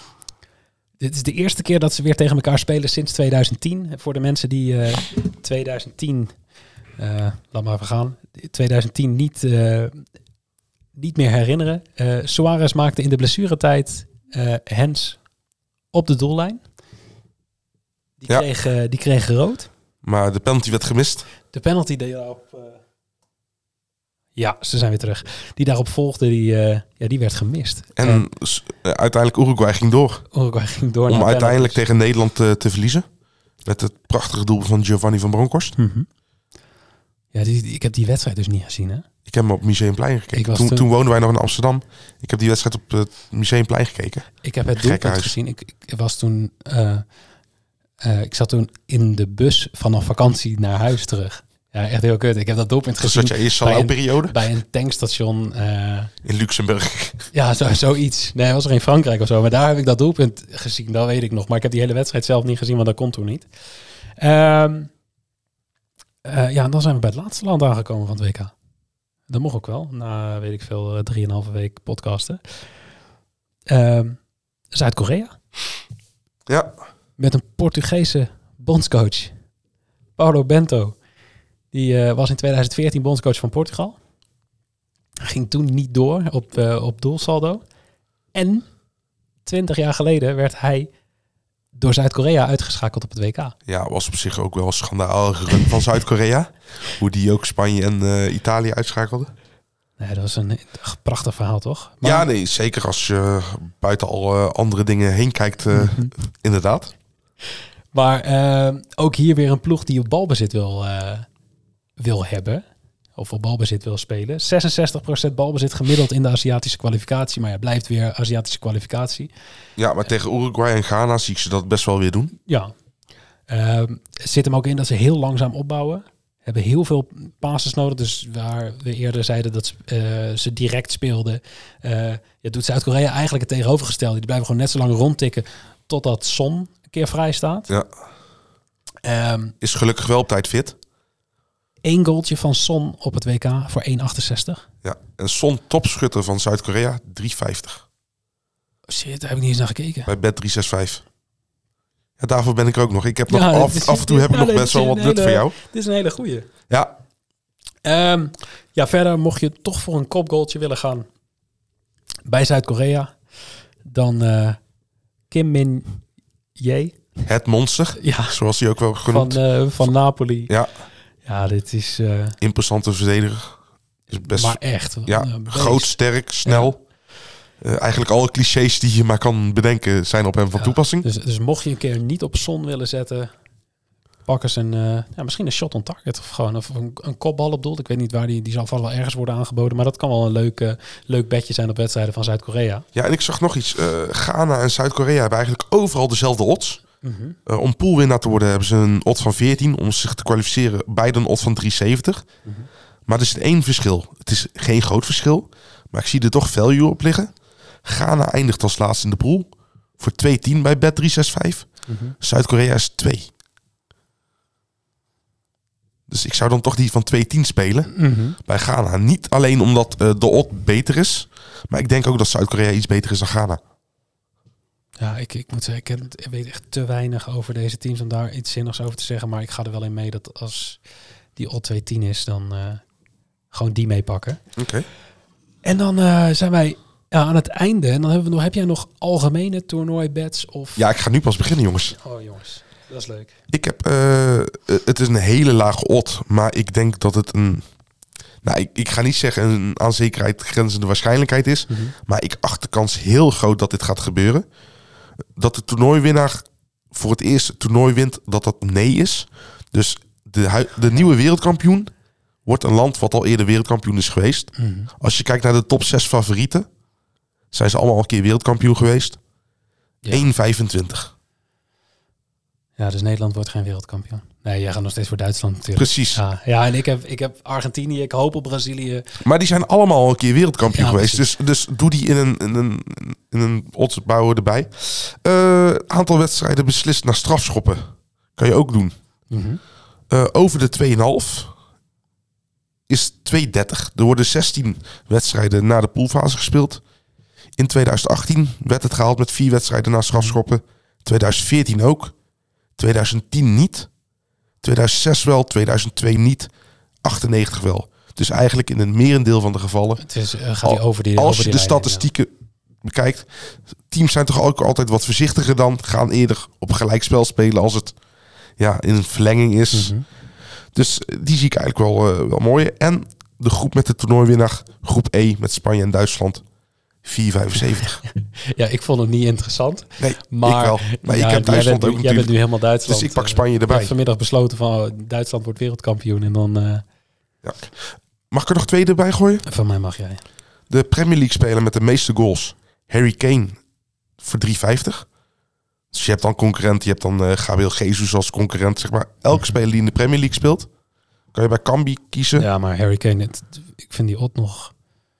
dit is de eerste keer dat ze weer tegen elkaar spelen sinds tweeduizend tien. Voor de mensen die uh, tweeduizend tien, uh, laat maar even gaan, tweeduizend tien niet, uh, niet meer herinneren. Uh, Suarez maakte in de blessuretijd uh, hands op de doellijn. Die, Ja. kreeg, uh, die kreeg rood. Maar de penalty werd gemist. De penalty die daarop... Uh... Ja, ze zijn weer terug. Die daarop volgde, die, uh, ja, die werd gemist. En En s- uh, uiteindelijk Uruguay ging door. Uruguay ging door Om naar uiteindelijk penalties. tegen Nederland uh, te verliezen. Met het prachtige doel van Giovanni van Bronckhorst. Mhm. Ja, die, die- ik heb die wedstrijd dus niet gezien, hè? Ik heb hem op Museumplein Ik gekeken. was Toen, toen- toen woonden wij nog in Amsterdam. Ik heb die wedstrijd op het Museumplein gekeken. Ik heb het Gek doelpunt huis. gezien. Ik, ik was toen... uh, uh, ik zat toen in de bus vanaf vakantie naar huis terug. Ja, echt heel kut. Ik heb dat doelpunt Dus gezien zat je eerst bij een- saloperiode bij een tankstation. Uh, in Luxemburg. ja, zo, zoiets. Nee, was er in Frankrijk of zo. Maar daar heb ik dat doelpunt gezien. Dat weet ik nog. Maar ik heb die hele wedstrijd zelf niet gezien, want dat kon toen niet. Um, uh, ja, en dan zijn we bij het laatste land aangekomen van het W K. Dat mocht ook wel. Na, weet ik veel, uh, drieënhalve week podcasten. Um, Zuid-Korea. Ja, Met een Portugese bondscoach. Paulo Bento. Die uh, was in tweeduizend veertien bondscoach van Portugal. Ging toen niet door op, uh, op doelsaldo. En twintig jaar geleden werd hij door Zuid-Korea uitgeschakeld op het W K. ja, was op zich ook wel een schandalige run van Zuid-Korea. Hoe die ook Spanje en uh, Italië uitschakelde. Nee, dat was een prachtig verhaal, toch? Maar, Ja, nee, zeker als je buiten al uh, andere dingen heen kijkt, uh, inderdaad. Maar uh, ook hier weer een ploeg die op balbezit wil, uh, wil hebben. of voor balbezit wil spelen. zesenzestig procent balbezit gemiddeld in de Aziatische kwalificatie. Maar ja, blijft weer Aziatische kwalificatie. Ja, maar tegen Uruguay en Ghana zie ik ze dat best wel weer doen. Ja. Uh, het zit hem ook in dat ze heel langzaam opbouwen. Hebben heel veel passes nodig. Dus waar we eerder zeiden dat uh, ze direct speelden. Uh, ja, doet Zuid-Korea eigenlijk het tegenovergestelde. Die blijven gewoon net zo lang rondtikken totdat Son een keer vrij staat. Ja. Um, Is gelukkig wel op tijd fit. Eén goaltje van Son op het W K voor één komma achtenzestig. Ja, en Son topschutter van Zuid-Korea, drie vijftig. Oh shit, daar heb ik niet eens naar gekeken. Bij Bet drie zes vijf. Ja, daarvoor ben ik er ook nog. Ik heb nog Ja, af, is, af en toe heb ik ja, nog best wel wat nut voor jou. Dit is een hele goeie. Ja. Um, ja, verder mocht je toch voor een kopgoaltje willen gaan bij Zuid-Korea, dan uh, Kim Min-jae. Het monster, ja, zoals hij ook wel genoemd. Van, uh, van Napoli. Ja. Ja, dit is... Uh, imposante verdediger. Is best, maar echt. Ja, uh, groot, sterk, snel. Ja. Uh, eigenlijk alle clichés die je maar kan bedenken zijn op hem van ja, toepassing. Dus, dus mocht je een keer niet op Son willen zetten, pak eens een, uh, ja, misschien een shot on target of gewoon of een, een kopbal op doel. Ik weet niet waar die, die zal vast wel ergens worden aangeboden, maar dat kan wel een leuk, uh, leuk bedje zijn op wedstrijden van Zuid-Korea. Ja, en ik zag nog iets. Uh, Ghana en Zuid-Korea hebben eigenlijk overal dezelfde odds. Mm-hmm. Uh, om poolwinnaar te worden hebben ze een odd van veertien. Om zich te kwalificeren beide een odd van drie zeventig. Mm-hmm. Maar er is één verschil. Het is geen groot verschil. Maar ik zie er toch value op liggen. Ghana eindigt als laatste in de pool. Voor twee tien bij Bet drie zes vijf. Mm-hmm. Zuid-Korea is twee. Dus ik zou dan toch die van twee tien spelen. Mm-hmm. Bij Ghana. Niet alleen omdat uh, de odd beter is. Maar ik denk ook dat Zuid-Korea iets beter is dan Ghana. Ja, ik, ik moet zeggen, ik, ik weet echt te weinig over deze teams om daar iets zinnigs over te zeggen. Maar ik ga er wel in mee dat als die odd twee tien is, dan uh, gewoon die meepakken. Oké. Okay. En dan uh, zijn wij ja, aan het einde. En dan hebben we nog, heb jij nog algemene toernooibets? Of... Ja, ik ga nu pas beginnen, jongens. Oh, jongens. Dat is leuk. Ik heb, uh, het is een hele lage odd, maar ik denk dat het een... Nou, ik, ik ga niet zeggen een aan zekerheid grenzende waarschijnlijkheid is. Mm-hmm. Maar ik acht de kans heel groot dat dit gaat gebeuren. Dat de toernooiwinnaar voor het eerst toernooi wint, dat dat nee is. Dus de, de nieuwe wereldkampioen wordt een land wat al eerder wereldkampioen is geweest. Mm-hmm. Als je kijkt naar de top zes favorieten, zijn ze allemaal al een keer wereldkampioen geweest. Ja. één komma vijfentwintig. Ja, dus Nederland wordt geen wereldkampioen. Nee, jij gaat nog steeds voor Duitsland natuurlijk. Precies. Ja, ja en ik heb, ik heb Argentinië, ik hoop op Brazilië. Maar die zijn allemaal al een keer wereldkampioen ja, geweest. Dus, dus doe die in een, in een, in een odds bouwen erbij. Uh, aantal wedstrijden beslist naar strafschoppen. Kan je ook doen. Mm-hmm. Uh, over de twee komma vijf is twee komma dertig. Er worden zestien wedstrijden na de poolfase gespeeld. In twintig achttien werd het gehaald met vier wedstrijden na strafschoppen. twintig veertien ook. twintig tien niet. tweeduizend zes wel, tweeduizend twee niet. achtennegentig wel. Dus eigenlijk in een merendeel van de gevallen. Het is, uh, gaat over die, als over je die de rijden, statistieken ja. bekijkt. Teams zijn toch ook altijd wat voorzichtiger dan. Gaan eerder op gelijkspel spelen als het ja, in een verlenging is. Mm-hmm. Dus die zie ik eigenlijk wel, uh, wel mooi. En de groep met de toernooiwinnaar. Groep E met Spanje en Duitsland. vier komma vijfenzeventig. Ja, ik vond het niet interessant. Nee, maar, ik wel. Maar ja, ik heb Duitsland bent, ook Jij bent nu helemaal Duitsland. Dus ik pak Spanje erbij. Ik heb vanmiddag besloten van oh, Duitsland wordt wereldkampioen. En dan... Uh... Ja. Mag ik er nog twee erbij gooien? Van mij mag jij. De Premier League speler met de meeste goals. Harry Kane voor drie vijftig. Dus je hebt dan concurrent. Je hebt dan uh, Gabriel Jesus als concurrent. Zeg maar. Elke speler die in de Premier League speelt. Kan je bij Cambi kiezen. Ja, maar Harry Kane, het, ik vind die odd nog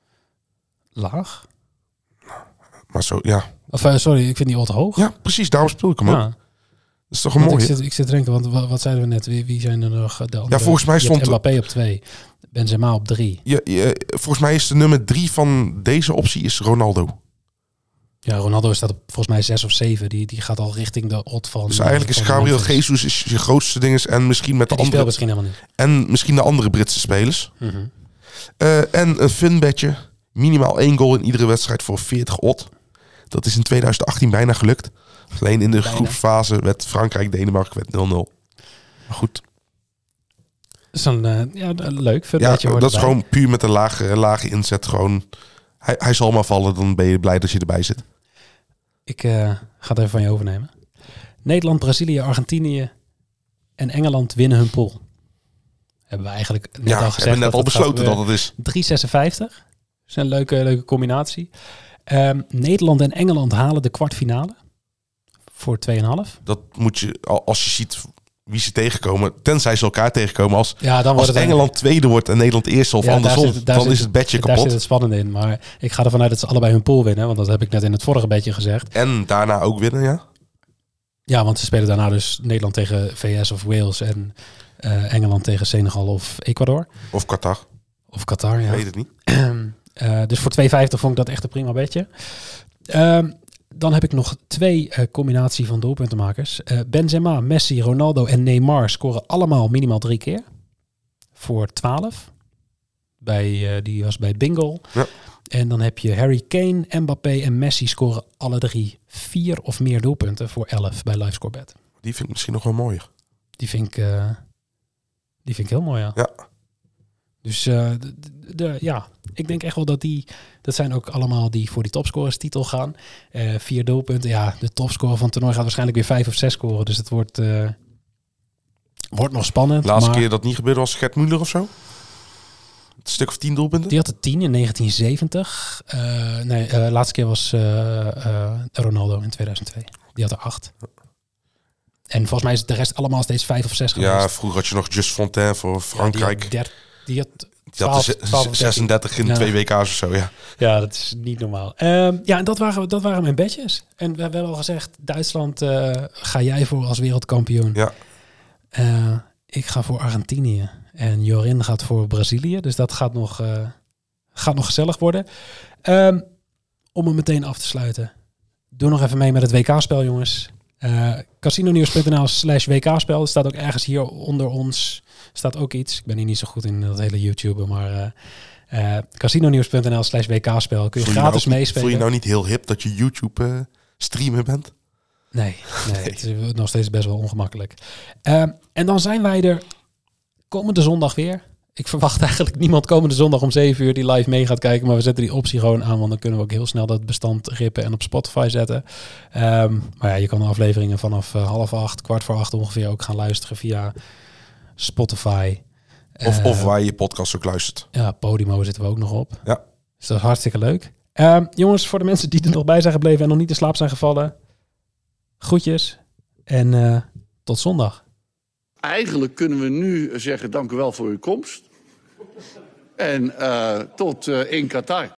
laag. Maar zo, ja. Of uh, sorry, ik vind die odd hoog. Ja, precies. Daarom speel ik hem ja. ook. Dat is toch een mooie. Ik zit, ik zit te denken, want wat, wat zeiden we net? Wie, wie zijn er nog? De andere, ja, volgens mij stond Mbappé op twee. Benzema op drie. Ja, ja, volgens mij is de nummer drie van deze optie is Ronaldo. Ja, Ronaldo staat op volgens mij zes of zeven. Die, die gaat al richting de odd van... Dus eigenlijk is Gabriel Jesus is je grootste ding is en misschien met de ja, andere... misschien helemaal niet. En misschien de andere Britse spelers. Mm-hmm. Uh, en een funbedje. Minimaal één goal in iedere wedstrijd voor veertig odd. Dat is in twintig achttien bijna gelukt. Alleen in de bijna. groepsfase werd Frankrijk, Denemarken werd nul nul. Maar goed. Dat is dan uh, ja, leuk. Ja, dat erbij. Is gewoon puur met een lage, lage inzet. Gewoon, hij, hij zal maar vallen, dan ben je blij dat je erbij zit. Ik uh, ga het even van je overnemen. Nederland, Brazilië, Argentinië en Engeland winnen hun pool. Hebben we eigenlijk net Ja, al gezegd. hebben net dat al het besloten gaat dat het is. drie zesenvijftig. Dat is een leuke, leuke combinatie. Um, Nederland en Engeland halen de kwartfinale. Voor twee komma vijf. Dat moet je, als je ziet wie ze tegenkomen, tenzij ze elkaar tegenkomen. Als, Ja, dan als wordt het Engeland een... tweede wordt en Nederland eerste of ja, andersom, zit, dan zit, is het bedje daar kapot. Daar zit het spannende in. Maar ik ga ervan uit dat ze allebei hun pool winnen. Want dat heb ik net in het vorige bedje gezegd. En daarna ook winnen, ja? Ja, want ze spelen daarna dus Nederland tegen V S of Wales en uh, Engeland tegen Senegal of Ecuador. Of Qatar. Of Qatar, ja. Ik weet het niet. uh, dus voor twee vijftig vond ik dat echt een prima bedje. Uh, dan heb ik nog twee uh, combinatie van doelpuntenmakers. Uh, Benzema, Messi, Ronaldo en Neymar scoren allemaal minimaal drie keer. Voor twaalf. Bij, uh, die was bij Bingo. Ja. En dan heb je Harry Kane, Mbappé en Messi scoren alle drie vier of meer doelpunten voor elf bij LiveScoreBet. Die vind ik misschien nog wel mooier. Die vind ik, uh, die vind ik heel mooi, ja. Ja. Dus uh, de, de, ja, ik denk echt wel dat die... Dat zijn ook allemaal die voor die topscorers titel gaan. Uh, vier doelpunten. Ja, de topscorer van het toernooi gaat waarschijnlijk weer vijf of zes scoren. Dus het wordt, uh, wordt nog spannend. De laatste maar keer dat niet gebeurde was Gert Muller of zo? Een stuk of tien doelpunten? Die had er tien in negentien zeventig. Uh, nee, de uh, laatste keer was uh, uh, Ronaldo in tweeduizend twee. Die had er acht. En volgens mij is de rest allemaal steeds vijf of zes geweest. Ja, vroeger had je nog Just Fontaine voor Frankrijk. Ja, die had, der, die had Die had de twaalf, zesendertig in ja. twee W K's of zo, ja. Ja, dat is niet normaal. Um, ja, en dat waren, dat waren mijn bedjes. En we, we hebben al gezegd, Duitsland uh, ga jij voor als wereldkampioen. Ja. Uh, ik ga voor Argentinië. En Jorin gaat voor Brazilië. Dus dat gaat nog, uh, gaat nog gezellig worden. Um, om hem meteen af te sluiten. Doe nog even mee met het W K-spel, jongens. Uh, Casinonieuws.nl slash W K-spel. Er staat ook ergens hier onder ons... staat ook iets. Ik ben hier niet zo goed in dat hele YouTube, maar uh, uh, Casinonieuws.nl slash W K-spel. Kun je voel gratis je nou, meespelen. Voel je nou niet heel hip dat je YouTube uh, streamer bent? Nee, nee, nee, het is nog steeds best wel ongemakkelijk. Uh, en dan zijn wij er komende zondag weer. Ik verwacht eigenlijk niemand komende zondag om zeven uur die live mee gaat kijken. Maar we zetten die optie gewoon aan, want dan kunnen we ook heel snel dat bestand rippen en op Spotify zetten. Um, maar ja, je kan de afleveringen vanaf uh, half acht, kwart voor acht ongeveer ook gaan luisteren via Spotify. Of, uh, of waar je je podcast ook luistert. Ja, Podimo zitten we ook nog op. Ja. Dus dat is hartstikke leuk. Um, jongens, voor de mensen die er nog bij zijn gebleven en nog niet in slaap zijn gevallen. Groetjes en uh, tot zondag. Eigenlijk kunnen we nu zeggen dank u wel voor uw komst. En uh, tot uh, in Qatar.